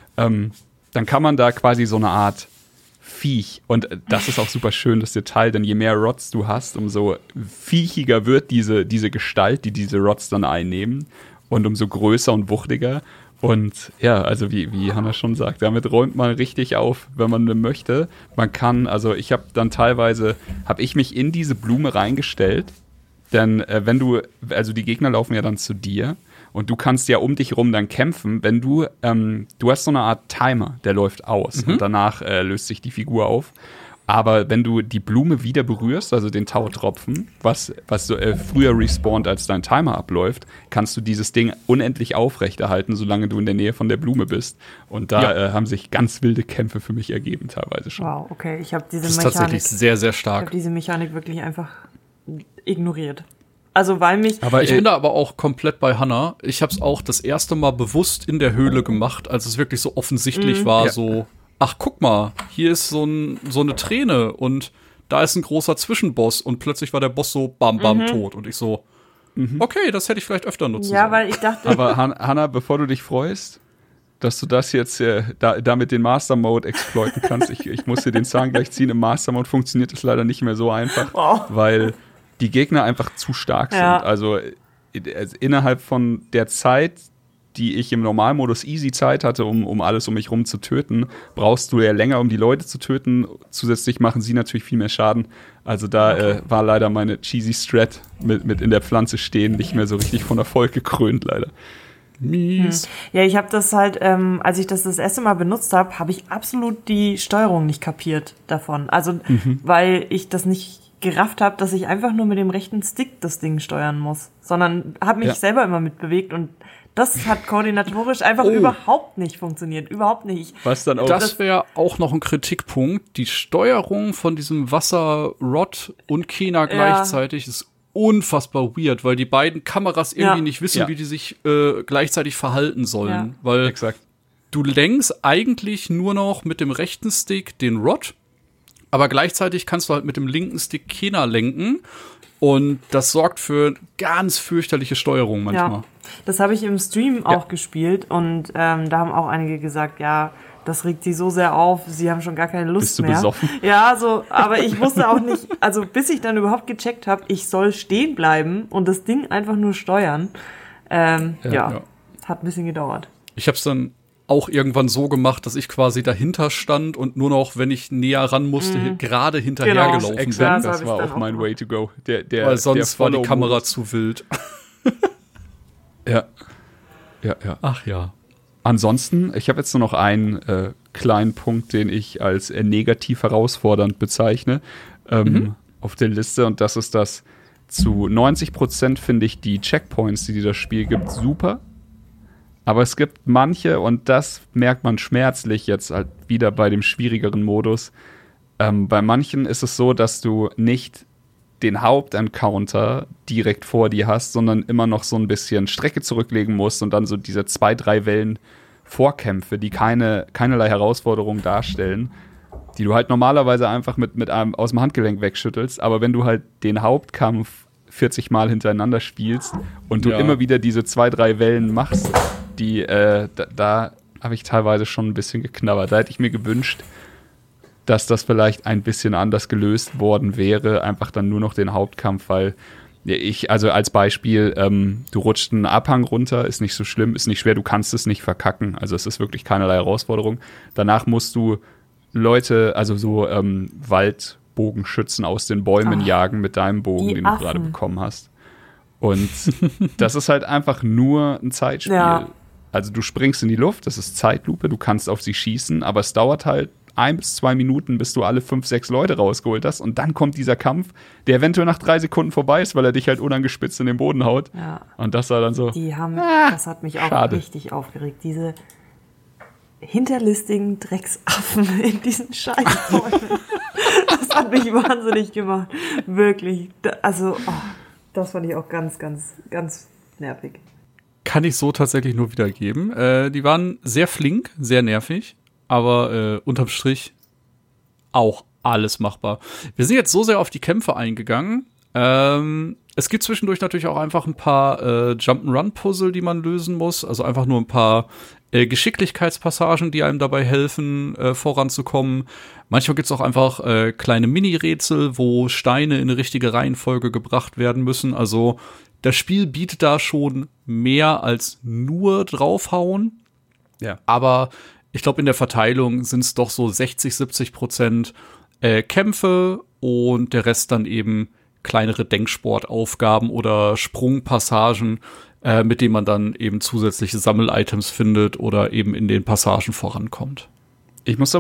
Dann kann man da quasi so eine Art Viech, und das ist auch super schön, das Detail, denn je mehr Rods du hast, umso viechiger wird diese Gestalt, die diese Rods dann einnehmen, und umso größer und wuchtiger. Und ja, also wie Hannah schon sagt, damit räumt man richtig auf, wenn man möchte. Man kann, also ich habe dann teilweise, habe ich mich in diese Blume reingestellt, denn also die Gegner laufen ja dann zu dir, und du kannst ja um dich rum dann kämpfen, wenn du hast so eine Art Timer, der läuft aus, und danach löst sich die Figur auf. Aber wenn du die Blume wieder berührst, also den Tautropfen, was so, früher respawnt, als dein Timer abläuft, kannst du dieses Ding unendlich aufrechterhalten, solange du in der Nähe von der Blume bist. Und da haben sich ganz wilde Kämpfe für mich ergeben, teilweise schon. wow, okay, ich habe diese Das ist Mechanik, tatsächlich sehr, sehr ich stark. habe diese Mechanik wirklich einfach ignoriert. Also weil mich Ich bin da aber auch komplett bei Hannah. Ich habe es auch das erste Mal bewusst in der Höhle gemacht, als es wirklich so offensichtlich war, so, ach, guck mal, hier ist so eine Träne und da ist ein großer Zwischenboss, und plötzlich war der Boss so bam, bam, tot. Und ich so, okay, das hätte ich vielleicht öfter nutzen sollen. ja, weil ich dachte, Aber Hannah, bevor du dich freust, dass du das jetzt damit den Master Mode exploiten kannst, ich muss dir den Zahn gleich ziehen, im Master Mode funktioniert das leider nicht mehr so einfach, weil die Gegner einfach zu stark sind. Also innerhalb von der Zeit, die ich im Normalmodus easy Zeit hatte, um alles um mich rum zu töten, brauchst du ja länger, um die Leute zu töten. Zusätzlich machen sie natürlich viel mehr Schaden. Also da war leider meine cheesy Strat mit in der Pflanze stehen nicht mehr so richtig von Erfolg gekrönt, leider. Mies. ja, ich habe das halt, als ich das erste Mal benutzt habe, habe ich absolut die Steuerung nicht kapiert davon. Also, weil ich das nicht gerafft habe, dass ich einfach nur mit dem rechten Stick das Ding steuern muss, sondern habe mich selber immer mitbewegt, und das hat koordinatorisch einfach überhaupt nicht funktioniert. Überhaupt nicht. Was dann auch Das wäre auch noch ein Kritikpunkt. Die Steuerung von diesem Wasser-Rod und Kena gleichzeitig ist unfassbar weird, weil die beiden Kameras irgendwie nicht wissen, wie die sich gleichzeitig verhalten sollen. Ja. Weil exakt. du lenkst eigentlich nur noch mit dem rechten Stick den Rod, aber gleichzeitig kannst du halt mit dem linken Stick Kena lenken. Und das sorgt für ganz fürchterliche Steuerung manchmal. Ja, das habe ich im Stream auch gespielt. Und da haben auch einige gesagt, ja, das regt sie so sehr auf, sie haben schon gar keine Lust mehr. Bist du besoffen? Ja, aber ich wusste auch nicht, also bis ich dann überhaupt gecheckt habe, ich soll stehen bleiben und das Ding einfach nur steuern. Hat ein bisschen gedauert. Ich habe es dann auch irgendwann so gemacht, dass ich quasi dahinter stand und nur noch, wenn ich näher ran musste, gerade hinterher gelaufen bin. Das war auch mein Way to go. Weil sonst war die Kamera zu wild. Ja. Ach ja. Ansonsten, ich habe jetzt nur noch einen kleinen Punkt, den ich als negativ herausfordernd bezeichne auf der Liste. Und das ist, dass zu 90% finde ich die Checkpoints, die das Spiel gibt, super. Aber es gibt manche, und das merkt man schmerzlich jetzt halt wieder bei dem schwierigeren Modus. Bei manchen ist es so, dass du nicht den Hauptencounter direkt vor dir hast, sondern immer noch so ein bisschen Strecke zurücklegen musst und dann so diese 2-3 Wellen Vorkämpfe, die keinerlei Herausforderung darstellen, die du halt normalerweise einfach mit einem aus dem Handgelenk wegschüttelst. Aber wenn du halt den Hauptkampf 40 Mal hintereinander spielst und du immer wieder diese 2-3 Wellen machst, da habe ich teilweise schon ein bisschen geknabbert. Da hätte ich mir gewünscht, dass das vielleicht ein bisschen anders gelöst worden wäre, einfach dann nur noch den Hauptkampf, weil also als Beispiel, du rutscht einen Abhang runter, ist nicht so schlimm, ist nicht schwer, du kannst es nicht verkacken, also es ist wirklich keinerlei Herausforderung. Danach musst du Leute, also so Waldbogenschützen aus den Bäumen jagen mit deinem Bogen, den du gerade bekommen hast. Und das ist halt einfach nur ein Zeitspiel. Ja. Also du springst in die Luft, das ist Zeitlupe, du kannst auf sie schießen, aber es dauert halt 1 bis 2 Minuten, bis du alle 5, 6 Leute rausgeholt hast. Und dann kommt dieser Kampf, der eventuell nach 3 Sekunden vorbei ist, weil er dich halt unangespitzt in den Boden haut. Ja. Und das war dann so. Das hat mich auch richtig aufgeregt. Diese hinterlistigen Drecksaffen in diesen Scheißbäumen. Das hat mich wahnsinnig gemacht. Wirklich. Das fand ich auch ganz, ganz, ganz nervig. Kann ich so tatsächlich nur wiedergeben. Die waren sehr flink, sehr nervig. Aber unterm Strich auch alles machbar. Wir sind jetzt so sehr auf die Kämpfe eingegangen. Es gibt zwischendurch natürlich auch einfach ein paar Jump'n'Run-Puzzle, die man lösen muss. Also einfach nur ein paar Geschicklichkeitspassagen, die einem dabei helfen, voranzukommen. Manchmal gibt es auch einfach kleine Mini-Rätsel, wo Steine in eine richtige Reihenfolge gebracht werden müssen. Also das Spiel bietet da schon mehr als nur draufhauen. Ja. Aber ich glaube, in der Verteilung sind es doch so 60-70% Kämpfe und der Rest dann eben kleinere Denksportaufgaben oder Sprungpassagen, mit denen man dann eben zusätzliche Sammel-Items findet oder eben in den Passagen vorankommt. Ich muss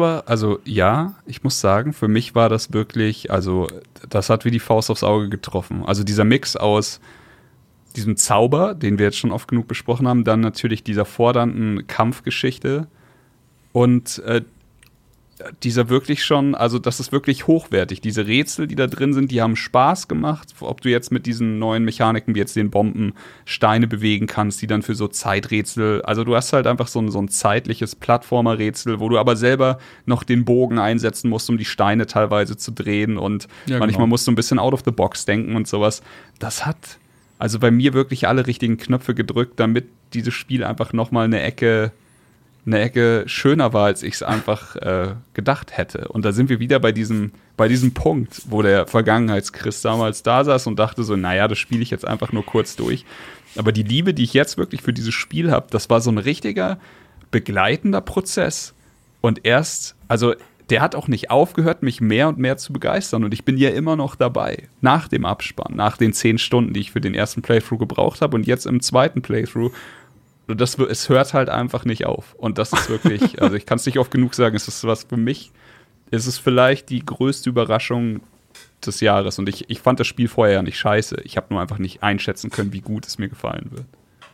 sagen, für mich war das wirklich, also das hat wie die Faust aufs Auge getroffen. Also dieser Mix aus diesem Zauber, den wir jetzt schon oft genug besprochen haben, dann natürlich dieser fordernden Kampfgeschichte und dieser wirklich schon, also das ist wirklich hochwertig. Diese Rätsel, die da drin sind, die haben Spaß gemacht. Ob du jetzt mit diesen neuen Mechaniken wie jetzt den Bomben Steine bewegen kannst, die dann für so Zeiträtsel, also du hast halt einfach so ein zeitliches Plattformerrätsel, wo du aber selber noch den Bogen einsetzen musst, um die Steine teilweise zu drehen und manchmal musst du ein bisschen out of the box denken und sowas. Das hat also bei mir wirklich alle richtigen Knöpfe gedrückt, damit dieses Spiel einfach nochmal eine Ecke schöner war, als ich es einfach gedacht hätte. Und da sind wir wieder bei diesem Punkt, wo der Vergangenheits-Chris damals da saß und dachte so, naja, das spiele ich jetzt einfach nur kurz durch. Aber die Liebe, die ich jetzt wirklich für dieses Spiel habe, das war so ein richtiger begleitender Prozess. Und der hat auch nicht aufgehört, mich mehr und mehr zu begeistern. Und ich bin ja immer noch dabei. Nach dem Abspann, nach den 10 Stunden, die ich für den ersten Playthrough gebraucht habe und jetzt im zweiten Playthrough. Es hört halt einfach nicht auf. Und das ist wirklich, also ich kann es nicht oft genug sagen, es ist was für mich, es ist vielleicht die größte Überraschung des Jahres. Und ich fand das Spiel vorher ja nicht scheiße. Ich habe nur einfach nicht einschätzen können, wie gut es mir gefallen wird.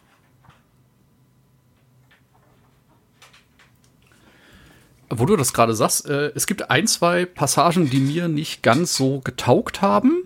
Wo du das gerade sagst, es gibt 1, 2 Passagen, die mir nicht ganz so getaugt haben.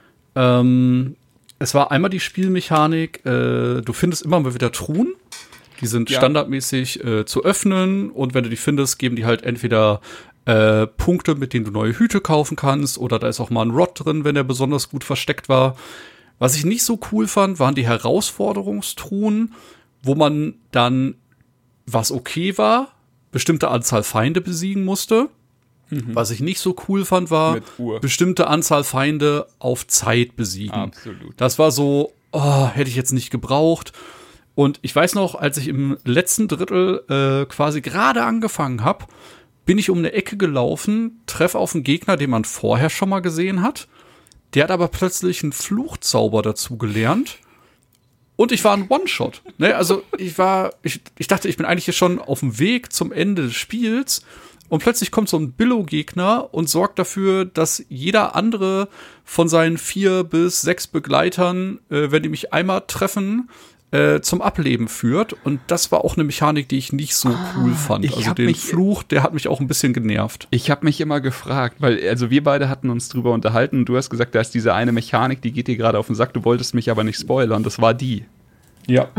Es war einmal die Spielmechanik, du findest immer mal wieder Truhen. Die sind standardmäßig zu öffnen und wenn du die findest, geben die halt entweder Punkte, mit denen du neue Hüte kaufen kannst, oder da ist auch mal ein Rod drin, wenn der besonders gut versteckt war. Was ich nicht so cool fand, waren die Herausforderungstruhen, wo man dann, was okay war, bestimmte Anzahl Feinde besiegen musste. Was ich nicht so cool fand, war bestimmte Anzahl Feinde auf Zeit besiegen. Absolut. Das war so, hätte ich jetzt nicht gebraucht. Und ich weiß noch, als ich im letzten Drittel quasi gerade angefangen habe, bin ich um eine Ecke gelaufen, treffe auf einen Gegner, den man vorher schon mal gesehen hat. Der hat aber plötzlich einen Fluchzauber dazu gelernt. Und ich war ein One-Shot. Ne? Also ich dachte, ich bin eigentlich hier schon auf dem Weg zum Ende des Spiels. Und plötzlich kommt so ein Billo-Gegner und sorgt dafür, dass jeder andere von seinen 4 bis 6 Begleitern, wenn die mich einmal treffen, zum Ableben führt. Und das war auch eine Mechanik, die ich nicht so cool fand. Also den Fluch, der hat mich auch ein bisschen genervt. Ich habe mich immer gefragt, weil also wir beide hatten uns drüber unterhalten und du hast gesagt, da ist diese eine Mechanik, die geht dir gerade auf den Sack, du wolltest mich aber nicht spoilern, das war die. Ja.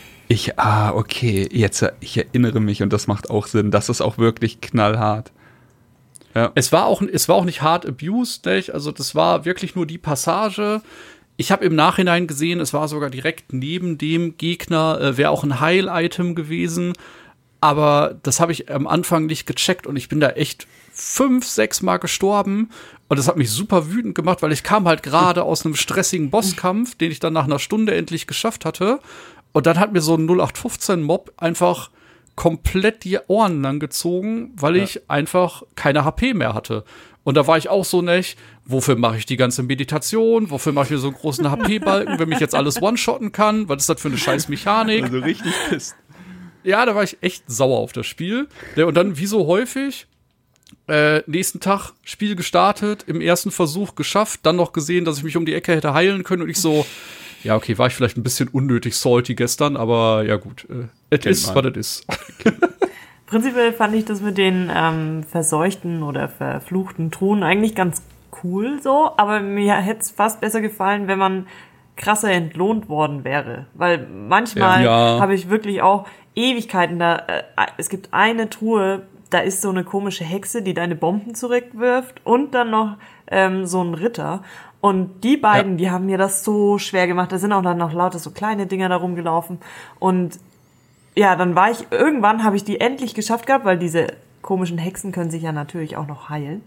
Okay, ich erinnere mich und das macht auch Sinn, das ist auch wirklich knallhart. Ja. Es war auch nicht hart abused, nicht? Also das war wirklich nur die Passage. Ich habe im Nachhinein gesehen, es war sogar direkt neben dem Gegner, wäre auch ein Heil-Item gewesen. Aber das habe ich am Anfang nicht gecheckt und ich bin da echt 5, 6 Mal gestorben. Und das hat mich super wütend gemacht, weil ich kam halt gerade aus einem stressigen Bosskampf, den ich dann nach einer Stunde endlich geschafft hatte. Und dann hat mir so ein 0815-Mob einfach komplett die Ohren lang gezogen, weil ich einfach keine HP mehr hatte. Und da war ich auch so nicht, wofür mache ich die ganze Meditation? Wofür mache ich mir so einen großen HP-Balken, wenn mich jetzt alles one-shotten kann? Was ist das für eine scheiß Mechanik? Also richtig pisst. Ja, da war ich echt sauer auf das Spiel. Und dann, wie so häufig, nächsten Tag Spiel gestartet, im ersten Versuch geschafft, dann noch gesehen, dass ich mich um die Ecke hätte heilen können und ich so, ja, okay, war ich vielleicht ein bisschen unnötig salty gestern, aber ja gut, it is what it is. Prinzipiell fand ich das mit den verseuchten oder verfluchten Truhen eigentlich ganz cool so, aber mir hätte es fast besser gefallen, wenn man krasser entlohnt worden wäre, weil manchmal habe ich wirklich auch Ewigkeiten da, es gibt eine Truhe, da ist so eine komische Hexe, die deine Bomben zurückwirft und dann noch so ein Ritter. Und die beiden, die haben mir das so schwer gemacht. Da sind auch dann noch lauter so kleine Dinger da rumgelaufen. Und ja, dann irgendwann habe ich die endlich geschafft gehabt, weil diese komischen Hexen können sich ja natürlich auch noch heilen.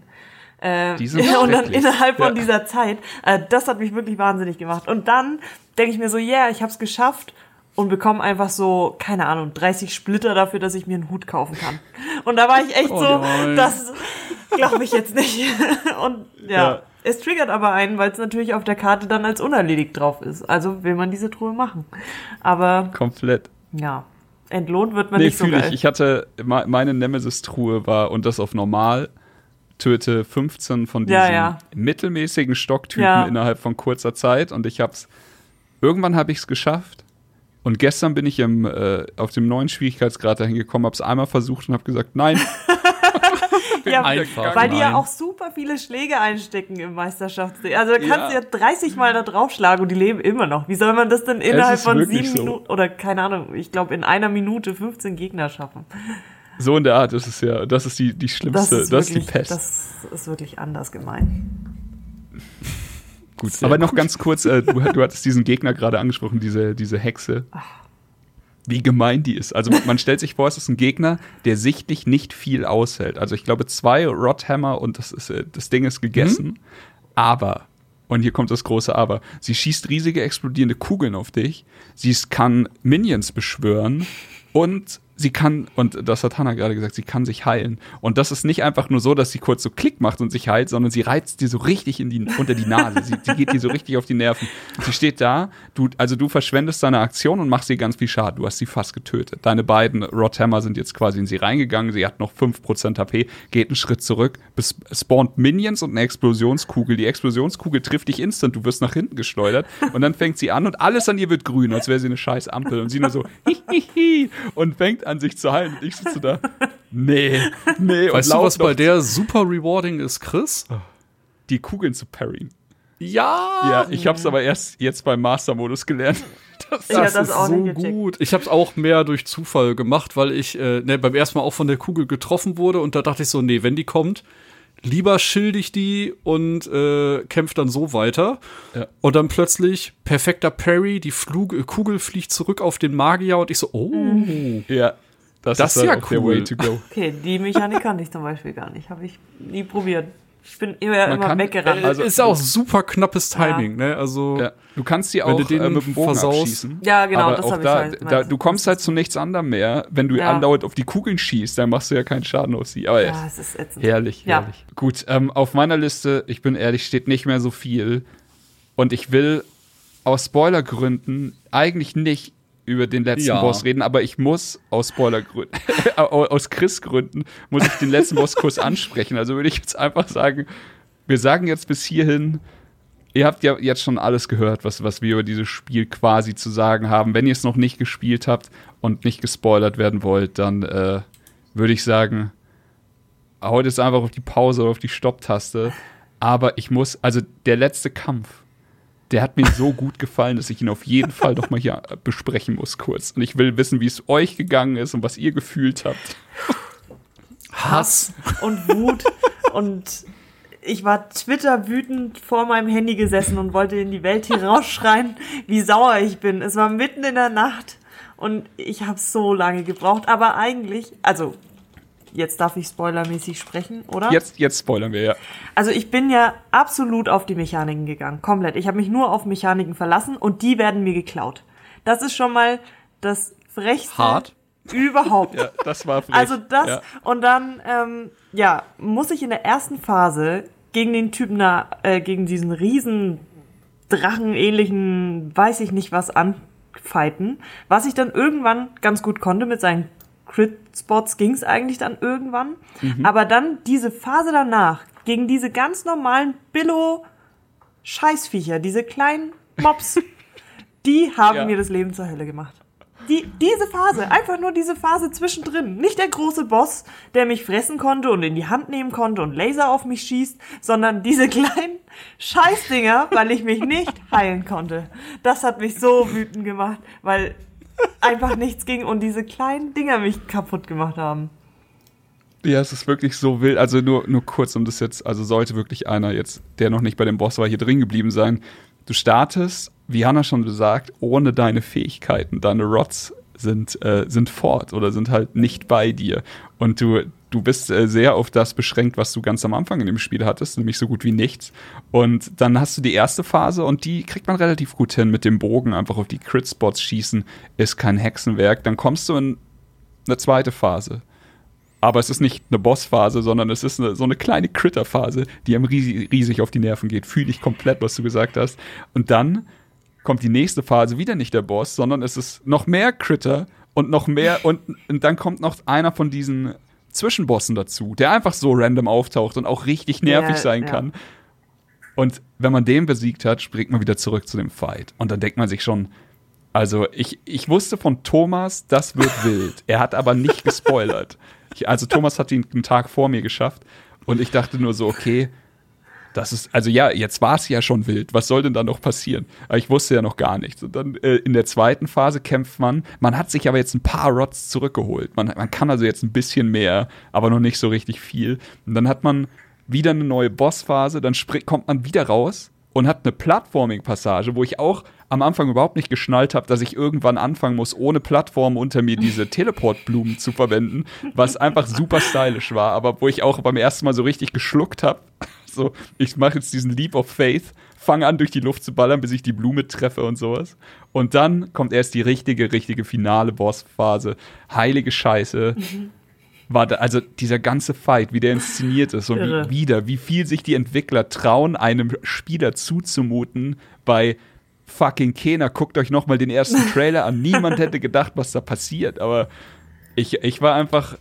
Und dann innerhalb von dieser Zeit, das hat mich wirklich wahnsinnig gemacht. Und dann denke ich mir so, ich hab's geschafft. Und bekomme einfach so, keine Ahnung, 30 Splitter dafür, dass ich mir einen Hut kaufen kann. Und da war ich echt das glaube ich jetzt nicht. Und es triggert aber einen, weil es natürlich auf der Karte dann als unerledigt drauf ist. Also will man diese Truhe machen. Aber komplett. Ja, entlohnt wird man nicht so geil. Ich hatte, meine Nemesis-Truhe war, und das auf normal, töte 15 von diesen mittelmäßigen Stocktypen innerhalb von kurzer Zeit. Und irgendwann habe ich es geschafft. Und gestern bin ich auf dem neuen Schwierigkeitsgrad dahin gekommen, habe es einmal versucht und habe gesagt, nein. Weil die ja auch super viele Schläge einstecken im Meisterschaftsding. Also da kannst du ja 30 Mal da draufschlagen und die leben immer noch. Wie soll man das denn innerhalb von 7 Minuten oder keine Ahnung, ich glaube in einer Minute 15 Gegner schaffen? So in der Art ist es ja. Das ist die schlimmste, das ist die Pest. Das ist wirklich anders gemeint. Gut, aber noch ganz kurz, du hattest diesen Gegner gerade angesprochen, diese Hexe. Wie gemein die ist. Also man stellt sich vor, es ist ein Gegner, der sichtlich nicht viel aushält. Also ich glaube 2 Rodhammer und das Ding ist gegessen. Aber, und hier kommt das große Aber, sie schießt riesige explodierende Kugeln auf dich, sie kann Minions beschwören und sie kann, und das hat Hannah gerade gesagt, sie kann sich heilen. Und das ist nicht einfach nur so, dass sie kurz so Klick macht und sich heilt, sondern sie reizt dir so richtig unter die Nase. Sie geht dir so richtig auf die Nerven. Sie steht da, du verschwendest deine Aktion und machst ihr ganz viel Schaden. Du hast sie fast getötet. Deine beiden Rodhammer sind jetzt quasi in sie reingegangen. Sie hat noch 5% HP, geht einen Schritt zurück, spawnt Minions und eine Explosionskugel. Die Explosionskugel trifft dich instant, du wirst nach hinten geschleudert. Und dann fängt sie an und alles an ihr wird grün, als wäre sie eine scheiß Ampel. Und sie nur so, hihihi, und fängt an sich zu heilen. Und ich sitze da, nee. Weißt du, was bei der super rewarding ist, Chris? Die Kugeln zu parryen. Ja! Ja, ich hab's aber erst jetzt beim Master-Modus gelernt. Ich hab Das das ist auch so nicht gecheckt. gut. Ich habe es auch mehr durch Zufall gemacht, weil ich beim ersten Mal auch von der Kugel getroffen wurde und da dachte ich so, nee, wenn die kommt, lieber schild ich die und kämpf dann so weiter. Ja. Und dann plötzlich perfekter Parry, die Kugel fliegt zurück auf den Magier und ich so, Ja, das ist ist ja ja der cool. Way to go. Okay, die Mechanik kannte ich zum Beispiel gar nicht. Habe ich nie probiert. Ich bin immer kann- weggerannt. Also- ist auch super knappes Timing, ne? Also Ja. Du kannst die Wenn auch du den mit dem Bogen versaust. abschießen. Ja, genau, aber das auch hab ich da, halt da, meistens. du kommst halt zu nichts anderem mehr. Wenn du Ja. andauernd auf die Kugeln schießt, dann machst du ja keinen Schaden auf sie. Aber Ja, es ist ätzend. herrlich, Ja. herrlich. Gut, auf meiner Liste, ich bin ehrlich, steht nicht mehr so viel. Und ich will aus Spoilergründen eigentlich nicht über den letzten Ja. Boss reden, aber ich muss aus Spoilergründen, aus Chris-Gründen, muss ich den letzten Boss kurz ansprechen. Also würde ich jetzt einfach sagen, wir sagen jetzt bis hierhin, ihr habt ja jetzt schon alles gehört, was wir über dieses Spiel quasi zu sagen haben. Wenn ihr es noch nicht gespielt habt und nicht gespoilert werden wollt, dann würde ich sagen, haut jetzt einfach auf die Pause oder auf die Stopptaste. Aber ich muss, also der letzte Kampf, der hat mir so gut gefallen, dass ich ihn auf jeden Fall noch mal hier besprechen muss kurz. Und ich will wissen, wie es euch gegangen ist und was ihr gefühlt habt. Hass. Und Wut. Und ich war Twitter-wütend vor meinem Handy gesessen und wollte in die Welt hier rausschreien, wie sauer ich bin. Es war mitten in der Nacht und ich habe so lange gebraucht. Aber eigentlich, also jetzt darf ich spoilermäßig sprechen, oder? Jetzt spoilern wir, ja. Also ich bin ja absolut auf die Mechaniken gegangen, komplett. Ich habe mich nur auf Mechaniken verlassen und die werden mir geklaut. Das ist schon mal das Frechste Hart. überhaupt. Ja, das war frech. Also das, Ja. und dann, muss ich in der ersten Phase gegen den Typen gegen diesen riesen Drachenähnlichen, weiß ich nicht was, anfighten. Was ich dann irgendwann ganz gut konnte mit seinen Crit-Spots, ging's eigentlich dann irgendwann. Aber dann diese Phase danach, gegen diese ganz normalen Billo-Scheißviecher, diese kleinen Mobs, die haben Ja. mir das Leben zur Hölle gemacht. Diese Phase, einfach nur diese Phase zwischendrin. Nicht der große Boss, der mich fressen konnte und in die Hand nehmen konnte und Laser auf mich schießt, sondern diese kleinen Scheißdinger, weil ich mich nicht heilen konnte. Das hat mich so wütend gemacht, weil einfach nichts ging und diese kleinen Dinger mich kaputt gemacht haben. Ja, es ist wirklich so wild. Also nur kurz, um das jetzt, also sollte wirklich einer jetzt, der noch nicht bei dem Boss war, hier drin geblieben sein. Du startest, wie Hannah schon gesagt, ohne deine Fähigkeiten. Deine Rots sind fort oder sind halt nicht bei dir. Und du bist sehr auf das beschränkt, was du ganz am Anfang in dem Spiel hattest, nämlich so gut wie nichts. Und dann hast du die erste Phase und die kriegt man relativ gut hin mit dem Bogen. Einfach auf die Crit-Spots schießen ist kein Hexenwerk. Dann kommst du in eine zweite Phase. Aber es ist nicht eine Bossphase, sondern es ist so eine kleine Critter-Phase, die einem riesig auf die Nerven geht. Fühle ich komplett, was du gesagt hast. Und dann kommt die nächste Phase, wieder nicht der Boss, sondern es ist noch mehr Critter und noch mehr. Und dann kommt noch einer von diesen Zwischenbossen dazu, der einfach so random auftaucht und auch richtig nervig sein kann. Und wenn man den besiegt hat, springt man wieder zurück zu dem Fight. Und dann denkt man sich schon, also ich wusste von Thomas, das wird wild. Er hat aber nicht gespoilert. Also Thomas hat ihn einen Tag vor mir geschafft und ich dachte nur so, okay, das ist, also ja, jetzt war es ja schon wild, was soll denn da noch passieren? Aber ich wusste ja noch gar nichts. Und dann in der zweiten Phase kämpft man hat sich aber jetzt ein paar Rots zurückgeholt. Man kann also jetzt ein bisschen mehr, aber noch nicht so richtig viel. Und dann hat man wieder eine neue Bossphase, dann kommt man wieder raus und hat eine Plattforming-Passage, wo ich auch am Anfang überhaupt nicht geschnallt habe, dass ich irgendwann anfangen muss, ohne Plattform unter mir diese Teleportblumen zu verwenden, was einfach super stylisch war, aber wo ich auch beim ersten Mal so richtig geschluckt habe. So, ich mache jetzt diesen Leap of Faith, fange an, durch die Luft zu ballern, bis ich die Blume treffe und sowas. Und dann kommt erst die richtige finale Bossphase. Heilige Scheiße. Also dieser ganze Fight, wie der inszeniert ist und wie viel sich die Entwickler trauen, einem Spieler zuzumuten bei fucking Kena. Guckt euch noch mal den ersten Trailer an. Niemand hätte gedacht, was da passiert, aber ich war einfach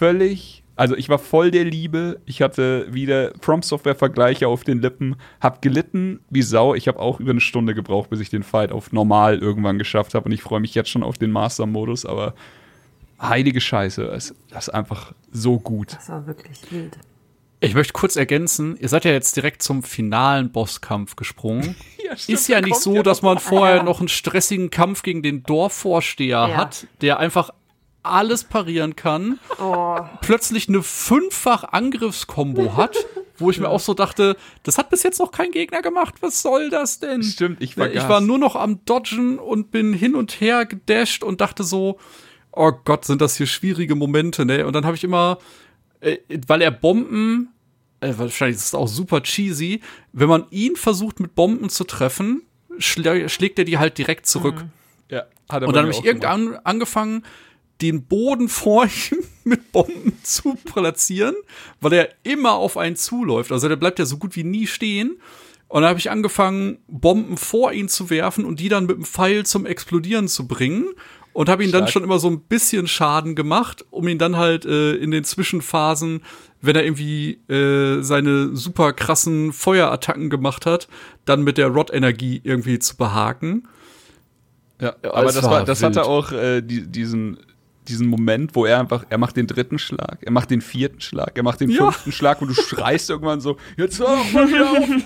ich war voll der Liebe. Ich hatte wieder From Software-Vergleiche auf den Lippen, hab gelitten wie Sau. Ich habe auch über eine Stunde gebraucht, bis ich den Fight auf normal irgendwann geschafft habe und ich freue mich jetzt schon auf den Master-Modus, aber heilige Scheiße, das ist einfach so gut. Das war wirklich wild. Ich möchte kurz ergänzen, ihr seid ja jetzt direkt zum finalen Bosskampf gesprungen. Ja, stimmt, ist ja da nicht kommt so, ja dass man noch- vorher noch einen stressigen Kampf gegen den Dorfvorsteher Ja. hat, der einfach alles parieren kann, Oh. plötzlich eine 5-fach Angriffskombo hat, wo ich mir auch so dachte, das hat bis jetzt noch kein Gegner gemacht, was soll das denn? Stimmt, ich Ich vergaß. war nur noch am Dodgen und bin hin und her gedasht und dachte so, oh Gott, sind das hier schwierige Momente, ne? Und dann habe ich immer, weil er Bomben, wahrscheinlich ist es auch super cheesy, wenn man ihn versucht mit Bomben zu treffen, schlägt er die halt direkt zurück. Ja, hat er Und bei dann mir habe ich auch gemacht. irgendwann angefangen, den Boden vor ihm mit Bomben zu platzieren, weil er immer auf einen zuläuft. Also der bleibt ja so gut wie nie stehen. Und dann habe ich angefangen, Bomben vor ihn zu werfen und die dann mit dem Pfeil zum Explodieren zu bringen. Und habe ihn dann Stark. schon immer so ein bisschen Schaden gemacht, um ihn dann halt in den Zwischenphasen, wenn er irgendwie seine super krassen Feuerattacken gemacht hat, dann mit der Rod-Energie irgendwie zu behaken. Ja, Ja, aber es das war hatte wild. auch diesen Moment, wo er macht den 3. Schlag, er macht den 4. Schlag, er macht den Ja. 5. Schlag und du schreist irgendwann so, jetzt hör doch mal wieder auf.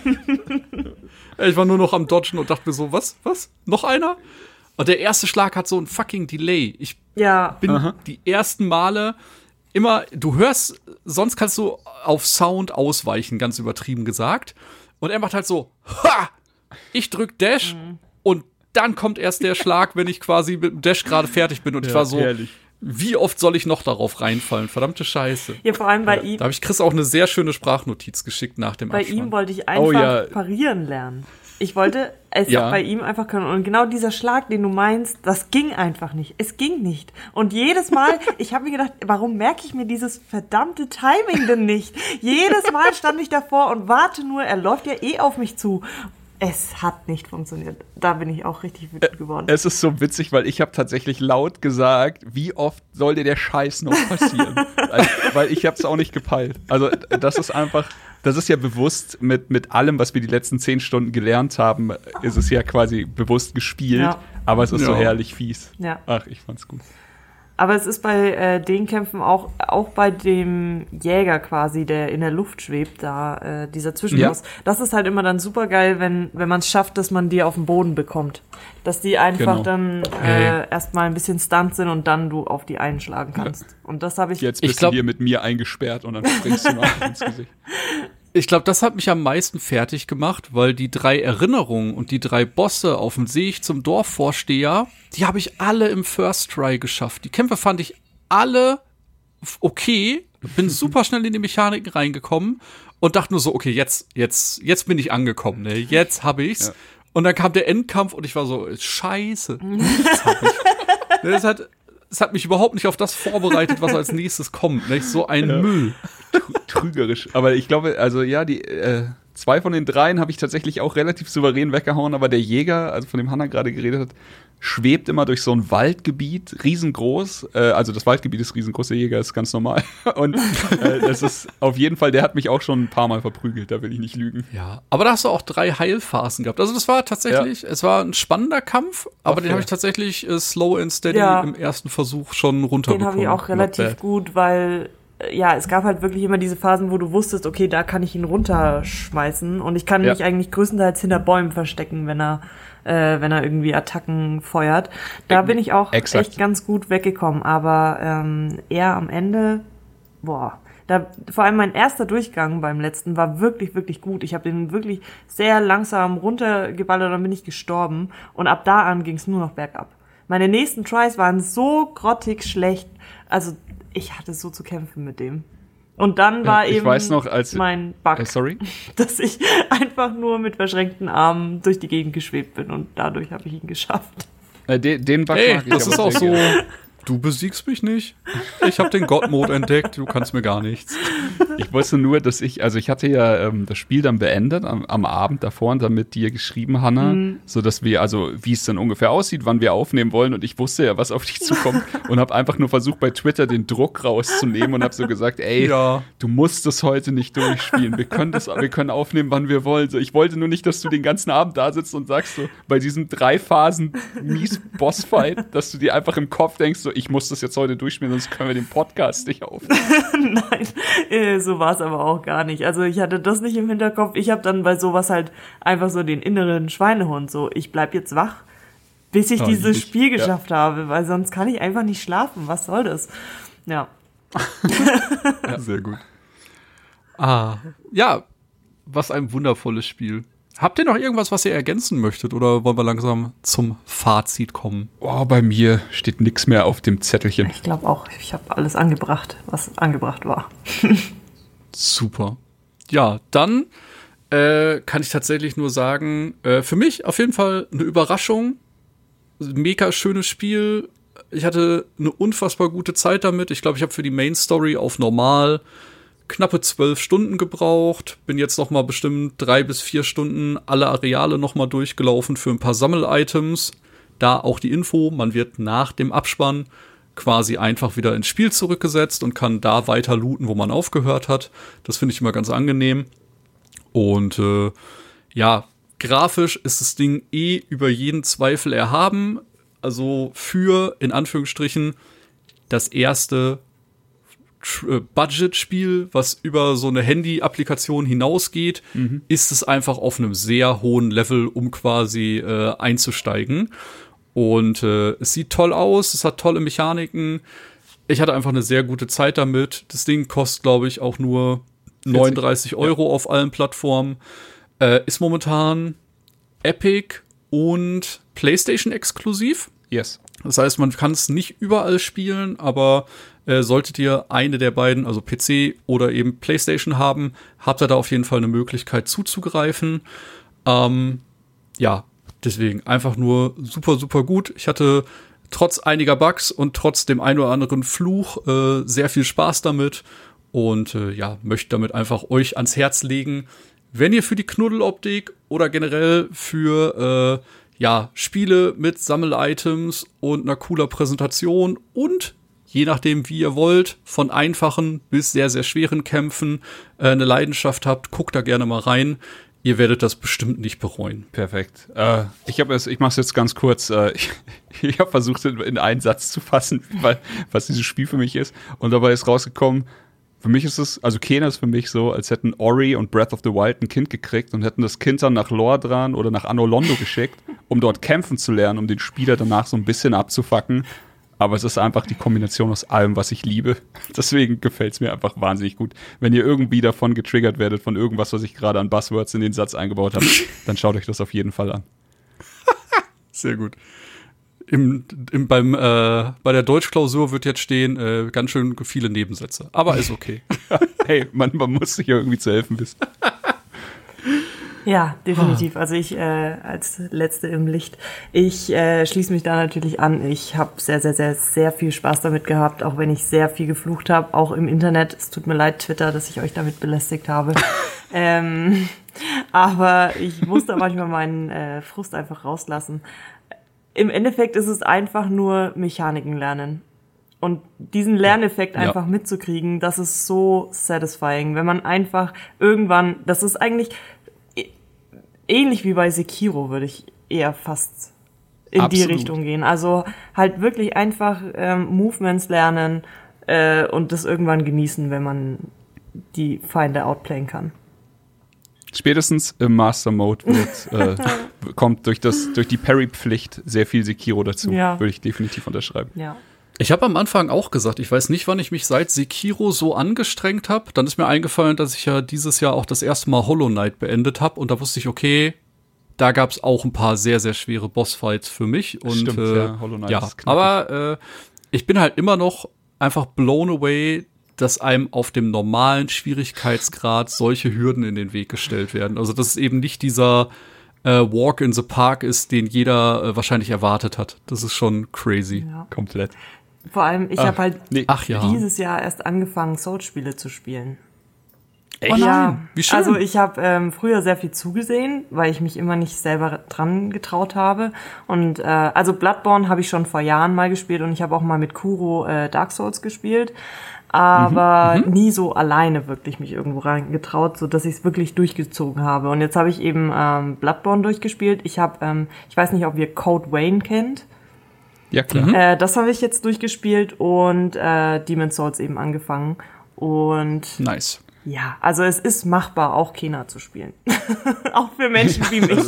Ich war nur noch am Dodgen und dachte mir so, was? Noch einer? Und der erste Schlag hat so ein fucking Delay. Ich Ja, bin die ersten Male immer, du hörst, sonst kannst du auf Sound ausweichen, ganz übertrieben gesagt. Und er macht halt so, ha! Ich drück Dash und dann kommt erst der Schlag, wenn ich quasi mit dem Dash gerade fertig bin. Und ich war so, herrlich. wie oft soll ich noch darauf reinfallen? Verdammte Scheiße. ja, vor allem bei ihm. Da habe ich Chris auch eine sehr schöne Sprachnotiz geschickt nach dem Bei Abspann. ihm wollte ich einfach Oh ja. parieren lernen. Ich wollte es Ja. auch bei ihm einfach können. Und genau dieser Schlag, den du meinst, das ging einfach nicht. Es ging nicht. Und jedes Mal, ich habe mir gedacht, warum merke ich mir dieses verdammte Timing denn nicht? Jedes Mal stand ich davor und warte nur, er läuft ja eh auf mich zu. Es hat nicht funktioniert. Da bin ich auch richtig wütend geworden. Es ist so witzig, weil ich habe tatsächlich laut gesagt, wie oft soll dir der Scheiß noch passieren? Weil ich habe es auch nicht gepeilt. Also das ist ja bewusst mit allem, was wir die letzten 10 Stunden gelernt haben, ist es ja quasi bewusst gespielt, Ja. aber es ist so Ja. herrlich fies. Ja. Ach, ich fand's gut. Aber es ist bei den Kämpfen auch bei dem Jäger quasi, der in der Luft schwebt, da dieser Zwischenboss. Ja. Das ist halt immer dann super geil, wenn man es schafft, dass man die auf den Boden bekommt. Dass die einfach Genau. dann erstmal ein bisschen stunt sind und dann du auf die einschlagen kannst. Und das habe ich. Jetzt Ich bist glaub- du hier mit mir eingesperrt und dann springst du mal ins Gesicht. Ich glaube, das hat mich am meisten fertig gemacht, weil die 3 Erinnerungen und die 3 Bosse auf dem Weg zum Dorfvorsteher, die habe ich alle im First Try geschafft. Die Kämpfe fand ich alle okay, bin super schnell in die Mechaniken reingekommen und dachte nur so, okay, jetzt bin ich angekommen, ne? Jetzt habe ich's. Ja. Und dann kam der Endkampf und ich war so, scheiße, nichts hab ich. Ne, es hat mich überhaupt nicht auf das vorbereitet, was als nächstes kommt. Ne? So ein Müll. Trügerisch. Aber ich glaube, also ja, die 2 von den 3 habe ich tatsächlich auch relativ souverän weggehauen, aber der Jäger, also von dem Hannah gerade geredet hat, schwebt immer durch so ein Waldgebiet, riesengroß. Also das Waldgebiet ist riesengroß, der Jäger ist ganz normal. Und das ist auf jeden Fall, der hat mich auch schon ein paar Mal verprügelt, da will ich nicht lügen. Ja, aber da hast du auch 3 Heilphasen gehabt. Also das war tatsächlich, es war ein spannender Kampf, aber den fair. habe ich tatsächlich slow and steady Ja. im ersten Versuch schon Den runterbekommen. habe ich auch Not relativ bad. gut, weil ja, es gab halt wirklich immer diese Phasen, wo du wusstest, okay, da kann ich ihn runterschmeißen und ich kann Ja. mich eigentlich größtenteils hinter Bäumen verstecken, wenn er irgendwie Attacken feuert. Da bin ich auch Exakt. echt ganz gut weggekommen, aber eher am Ende, vor allem mein erster Durchgang beim letzten war wirklich, wirklich gut. Ich habe den wirklich sehr langsam runtergeballert und dann bin ich gestorben und ab da an ging es nur noch bergab. Meine nächsten Tries waren so grottig schlecht, also ich hatte so zu kämpfen mit dem. Und dann war ich eben weiß noch, als- mein Bug, Sorry? dass ich einfach nur mit verschränkten Armen durch die Gegend geschwebt bin und dadurch habe ich ihn geschafft. Den Bug Ey, mag ich das aber ist auch sehr so, gerne. du besiegst mich nicht. Ich habe den God-Mode entdeckt, du kannst mir gar nichts. Ich wusste nur, dass ich hatte ja das Spiel dann beendet am Abend davor und dann mit dir geschrieben, Hannah, so dass wir, also wie es dann ungefähr aussieht, wann wir aufnehmen wollen und ich wusste ja, was auf dich zukommt und habe einfach nur versucht, bei Twitter den Druck rauszunehmen und habe so gesagt, ey, Ja. du musst das heute nicht durchspielen, wir können aufnehmen, wann wir wollen. So, ich wollte nur nicht, dass du den ganzen Abend da sitzt und sagst so, bei diesem 3 Phasen mies Bossfight, dass du dir einfach im Kopf denkst, so, so, ich muss das jetzt heute durchspielen, sonst können wir den Podcast nicht aufnehmen. Nein, so war es aber auch gar nicht. Also ich hatte das nicht im Hinterkopf. Ich habe dann bei sowas halt einfach so den inneren Schweinehund. So, ich bleib jetzt wach, bis ich dieses Spiel geschafft habe, weil sonst kann ich einfach nicht schlafen. Was soll das? Ja. Ja, sehr gut. Ja, was ein wundervolles Spiel. Habt ihr noch irgendwas, was ihr ergänzen möchtet, oder wollen wir langsam zum Fazit kommen? Oh, bei mir steht nichts mehr auf dem Zettelchen. Ich glaube auch, ich habe alles angebracht, was angebracht war. Super. Ja, dann kann ich tatsächlich nur sagen, für mich auf jeden Fall eine Überraschung. Mega schönes Spiel. Ich hatte eine unfassbar gute Zeit damit. Ich glaube, ich habe für die Main Story auf normal knappe 12 Stunden gebraucht. Bin jetzt noch mal bestimmt 3 bis 4 Stunden alle Areale noch mal durchgelaufen für ein paar Sammel-Items. Da auch die Info, man wird nach dem Abspann quasi einfach wieder ins Spiel zurückgesetzt und kann da weiter looten, wo man aufgehört hat. Das finde ich immer ganz angenehm. Und ja, grafisch ist das Ding über jeden Zweifel erhaben. Also für, in Anführungsstrichen, das erste Budget-Spiel, was über so eine Handy-Applikation hinausgeht, ist es einfach auf einem sehr hohen Level, um quasi einzusteigen. Und es sieht toll aus, es hat tolle Mechaniken. Ich hatte einfach eine sehr gute Zeit damit. Das Ding kostet, glaube ich, auch nur 39 Euro auf allen Plattformen. Ist momentan Epic und PlayStation exklusiv. Yes. Das heißt, man kann es nicht überall spielen, aber solltet ihr eine der beiden, also PC oder eben PlayStation haben, habt ihr da auf jeden Fall eine Möglichkeit zuzugreifen. Ja, deswegen einfach nur super, super gut. Ich hatte trotz einiger Bugs und trotz dem ein oder anderen Fluch sehr viel Spaß damit und ja, möchte damit einfach euch ans Herz legen, wenn ihr für die Knuddeloptik oder generell für ja, Spiele mit Sammel-Items und einer cooler Präsentation und je nachdem, wie ihr wollt, von einfachen bis sehr, sehr schweren Kämpfen eine Leidenschaft habt, guckt da gerne mal rein. Ihr werdet das bestimmt nicht bereuen. Perfekt. Ich mache es jetzt ganz kurz. Ich habe versucht, in einen Satz zu fassen, was dieses Spiel für mich ist. Und dabei ist rausgekommen, für mich ist es, also Kena ist für mich so, als hätten Ori und Breath of the Wild ein Kind gekriegt und hätten das Kind dann nach Lordran oder nach Anno Londo geschickt, um dort kämpfen zu lernen, um den Spieler danach so ein bisschen abzufacken. Aber es ist einfach die Kombination aus allem, was ich liebe. Deswegen gefällt es mir einfach wahnsinnig gut. Wenn ihr irgendwie davon getriggert werdet, von irgendwas, was ich gerade an Buzzwords in den Satz eingebaut habe, dann schaut euch das auf jeden Fall an. Sehr gut. Bei der Deutschklausur wird jetzt stehen, ganz schön viele Nebensätze. Aber ist okay. Hey, man muss sich ja irgendwie zu helfen wissen. Ja, definitiv. Also ich als Letzte im Licht, ich schließe mich da natürlich an. Ich habe sehr, sehr, sehr, sehr viel Spaß damit gehabt, auch wenn ich sehr viel geflucht habe, auch im Internet. Es tut mir leid, Twitter, dass ich euch damit belästigt habe. Aber ich muss da manchmal meinen Frust einfach rauslassen. Im Endeffekt ist es einfach nur Mechaniken lernen. Und diesen Lerneffekt einfach mitzukriegen, das ist so satisfying. Wenn man einfach irgendwann, das ist eigentlich ähnlich wie bei Sekiro, würde ich eher fast in die Richtung gehen. Also halt wirklich einfach Movements lernen und das irgendwann genießen, wenn man die Feinde outplayen kann. Spätestens im Master Mode kommt durch die Parry-Pflicht sehr viel Sekiro dazu. Ja. Würde ich definitiv unterschreiben. Ja. Ich habe am Anfang auch gesagt, ich weiß nicht, wann ich mich seit Sekiro so angestrengt habe. Dann ist mir eingefallen, dass ich ja dieses Jahr auch das erste Mal Hollow Knight beendet habe. Und da wusste ich, okay, da gab es auch ein paar sehr, sehr schwere Bossfights für mich. Und, stimmt, ja, Hollow Knight ist knackig. Aber ich bin halt immer noch einfach blown away, dass einem auf dem normalen Schwierigkeitsgrad solche Hürden in den Weg gestellt werden. Also dass es eben nicht dieser Walk in the Park ist, den jeder wahrscheinlich erwartet hat. Das ist schon crazy. Ja. Komplett. Vor allem, ich habe halt ja. dieses Jahr erst angefangen, Souls-Spiele zu spielen. Echt? Ja, wie schön. Also ich habe früher sehr viel zugesehen, weil ich mich immer nicht selber dran getraut habe. Und also Bloodborne habe ich schon vor Jahren mal gespielt und ich habe auch mal mit Kuro Dark Souls gespielt. Aber nie so alleine wirklich mich irgendwo reingetraut, so dass ich es wirklich durchgezogen habe. Und jetzt habe ich eben Bloodborne durchgespielt. Ich habe, ich weiß nicht, ob ihr Code Vein kennt. Ja, klar. Das habe ich jetzt durchgespielt und Demon's Souls eben angefangen. Und Nice. ja, also es ist machbar, auch Kena zu spielen. Auch für Menschen wie mich.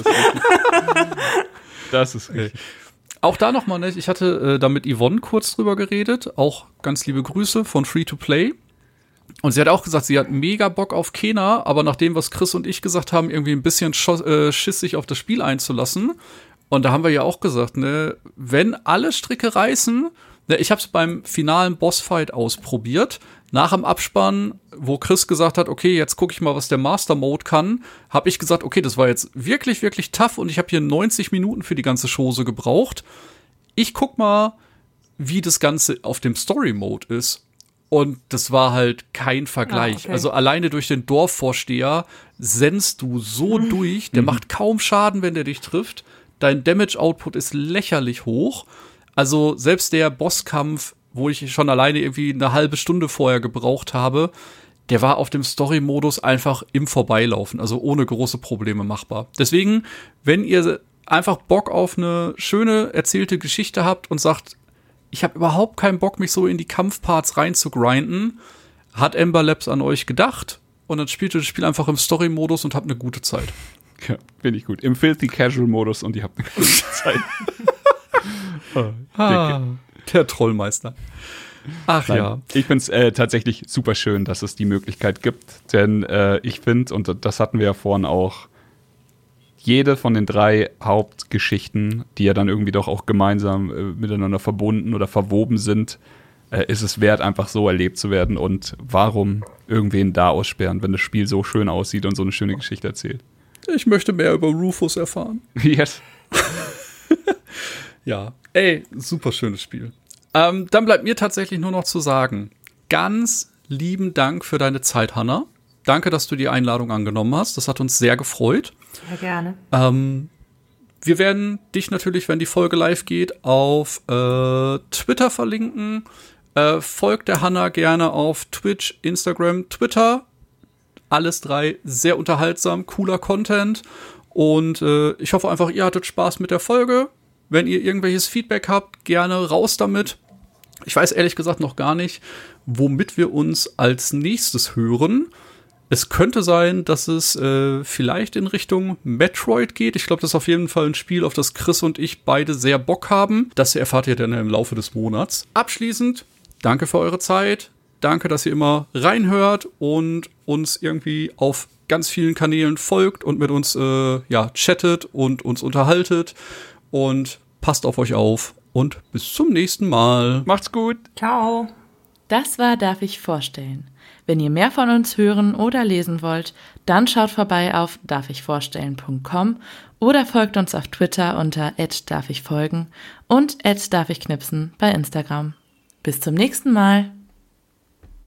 Das ist richtig. Auch da nochmal, ne? Ich hatte da mit Yvonne kurz drüber geredet. Auch ganz liebe Grüße von Free to Play. Und sie hat auch gesagt, sie hat mega Bock auf Kena, aber nach dem, was Chris und ich gesagt haben, irgendwie ein bisschen Schiss, sich auf das Spiel einzulassen. Und da haben wir ja auch gesagt, ne, wenn alle Stricke reißen, ne, ich habe es beim finalen Bossfight ausprobiert. Nach dem Abspann, wo Chris gesagt hat, okay, jetzt gucke ich mal, was der Master Mode kann, habe ich gesagt, okay, das war jetzt wirklich, wirklich tough und ich habe hier 90 Minuten für die ganze Chose gebraucht. Ich guck mal, wie das Ganze auf dem Story Mode ist. Und das war halt kein Vergleich. Okay. Also alleine durch den Dorfvorsteher sennst du so durch. Der macht kaum Schaden, wenn der dich trifft. Dein Damage-Output ist lächerlich hoch. Also selbst der Bosskampf, wo ich schon alleine irgendwie eine halbe Stunde vorher gebraucht habe, der war auf dem Story-Modus einfach im Vorbeilaufen. Also ohne große Probleme machbar. Deswegen, wenn ihr einfach Bock auf eine schöne erzählte Geschichte habt und sagt, ich habe überhaupt keinen Bock, mich so in die Kampfparts rein zu grinden, hat Ember Labs an euch gedacht und dann spielt ihr das Spiel einfach im Story-Modus und habt eine gute Zeit. Ja, finde ich gut. Im Filthy Casual-Modus und ihr habt eine gute Zeit. Der Trollmeister. Ach Nein, ja. ich finde es tatsächlich super schön, dass es die Möglichkeit gibt, denn ich finde, und das hatten wir ja vorhin auch, jede von den 3 Hauptgeschichten, die ja dann irgendwie doch auch gemeinsam miteinander verbunden oder verwoben sind, ist es wert, einfach so erlebt zu werden. Und warum irgendwen da aussperren, wenn das Spiel so schön aussieht und so eine schöne Geschichte erzählt? Ich möchte mehr über Rufus erfahren. Yes. Ja, ey, super schönes Spiel. Dann bleibt mir tatsächlich nur noch zu sagen, ganz lieben Dank für deine Zeit, Hannah. Danke, dass du die Einladung angenommen hast. Das hat uns sehr gefreut. Ja, gerne. Wir werden dich natürlich, wenn die Folge live geht, auf Twitter verlinken. Folgt der Hannah gerne auf Twitch, Instagram, Twitter. Alles 3 sehr unterhaltsam, cooler Content. Und ich hoffe einfach, ihr hattet Spaß mit der Folge. Wenn ihr irgendwelches Feedback habt, gerne raus damit. Ich weiß ehrlich gesagt noch gar nicht, womit wir uns als nächstes hören. Es könnte sein, dass es vielleicht in Richtung Metroid geht. Ich glaube, das ist auf jeden Fall ein Spiel, auf das Chris und ich beide sehr Bock haben. Das erfahrt ihr dann im Laufe des Monats. Abschließend, danke für eure Zeit. Danke, dass ihr immer reinhört und uns irgendwie auf ganz vielen Kanälen folgt und mit uns chattet und uns unterhaltet. Und passt auf euch auf und bis zum nächsten Mal. Macht's gut. Ciao. Das war Darf ich vorstellen. Wenn ihr mehr von uns hören oder lesen wollt, dann schaut vorbei auf darfichvorstellen.com oder folgt uns auf Twitter unter @darfichfolgen und @darfichknipsen bei Instagram. Bis zum nächsten Mal.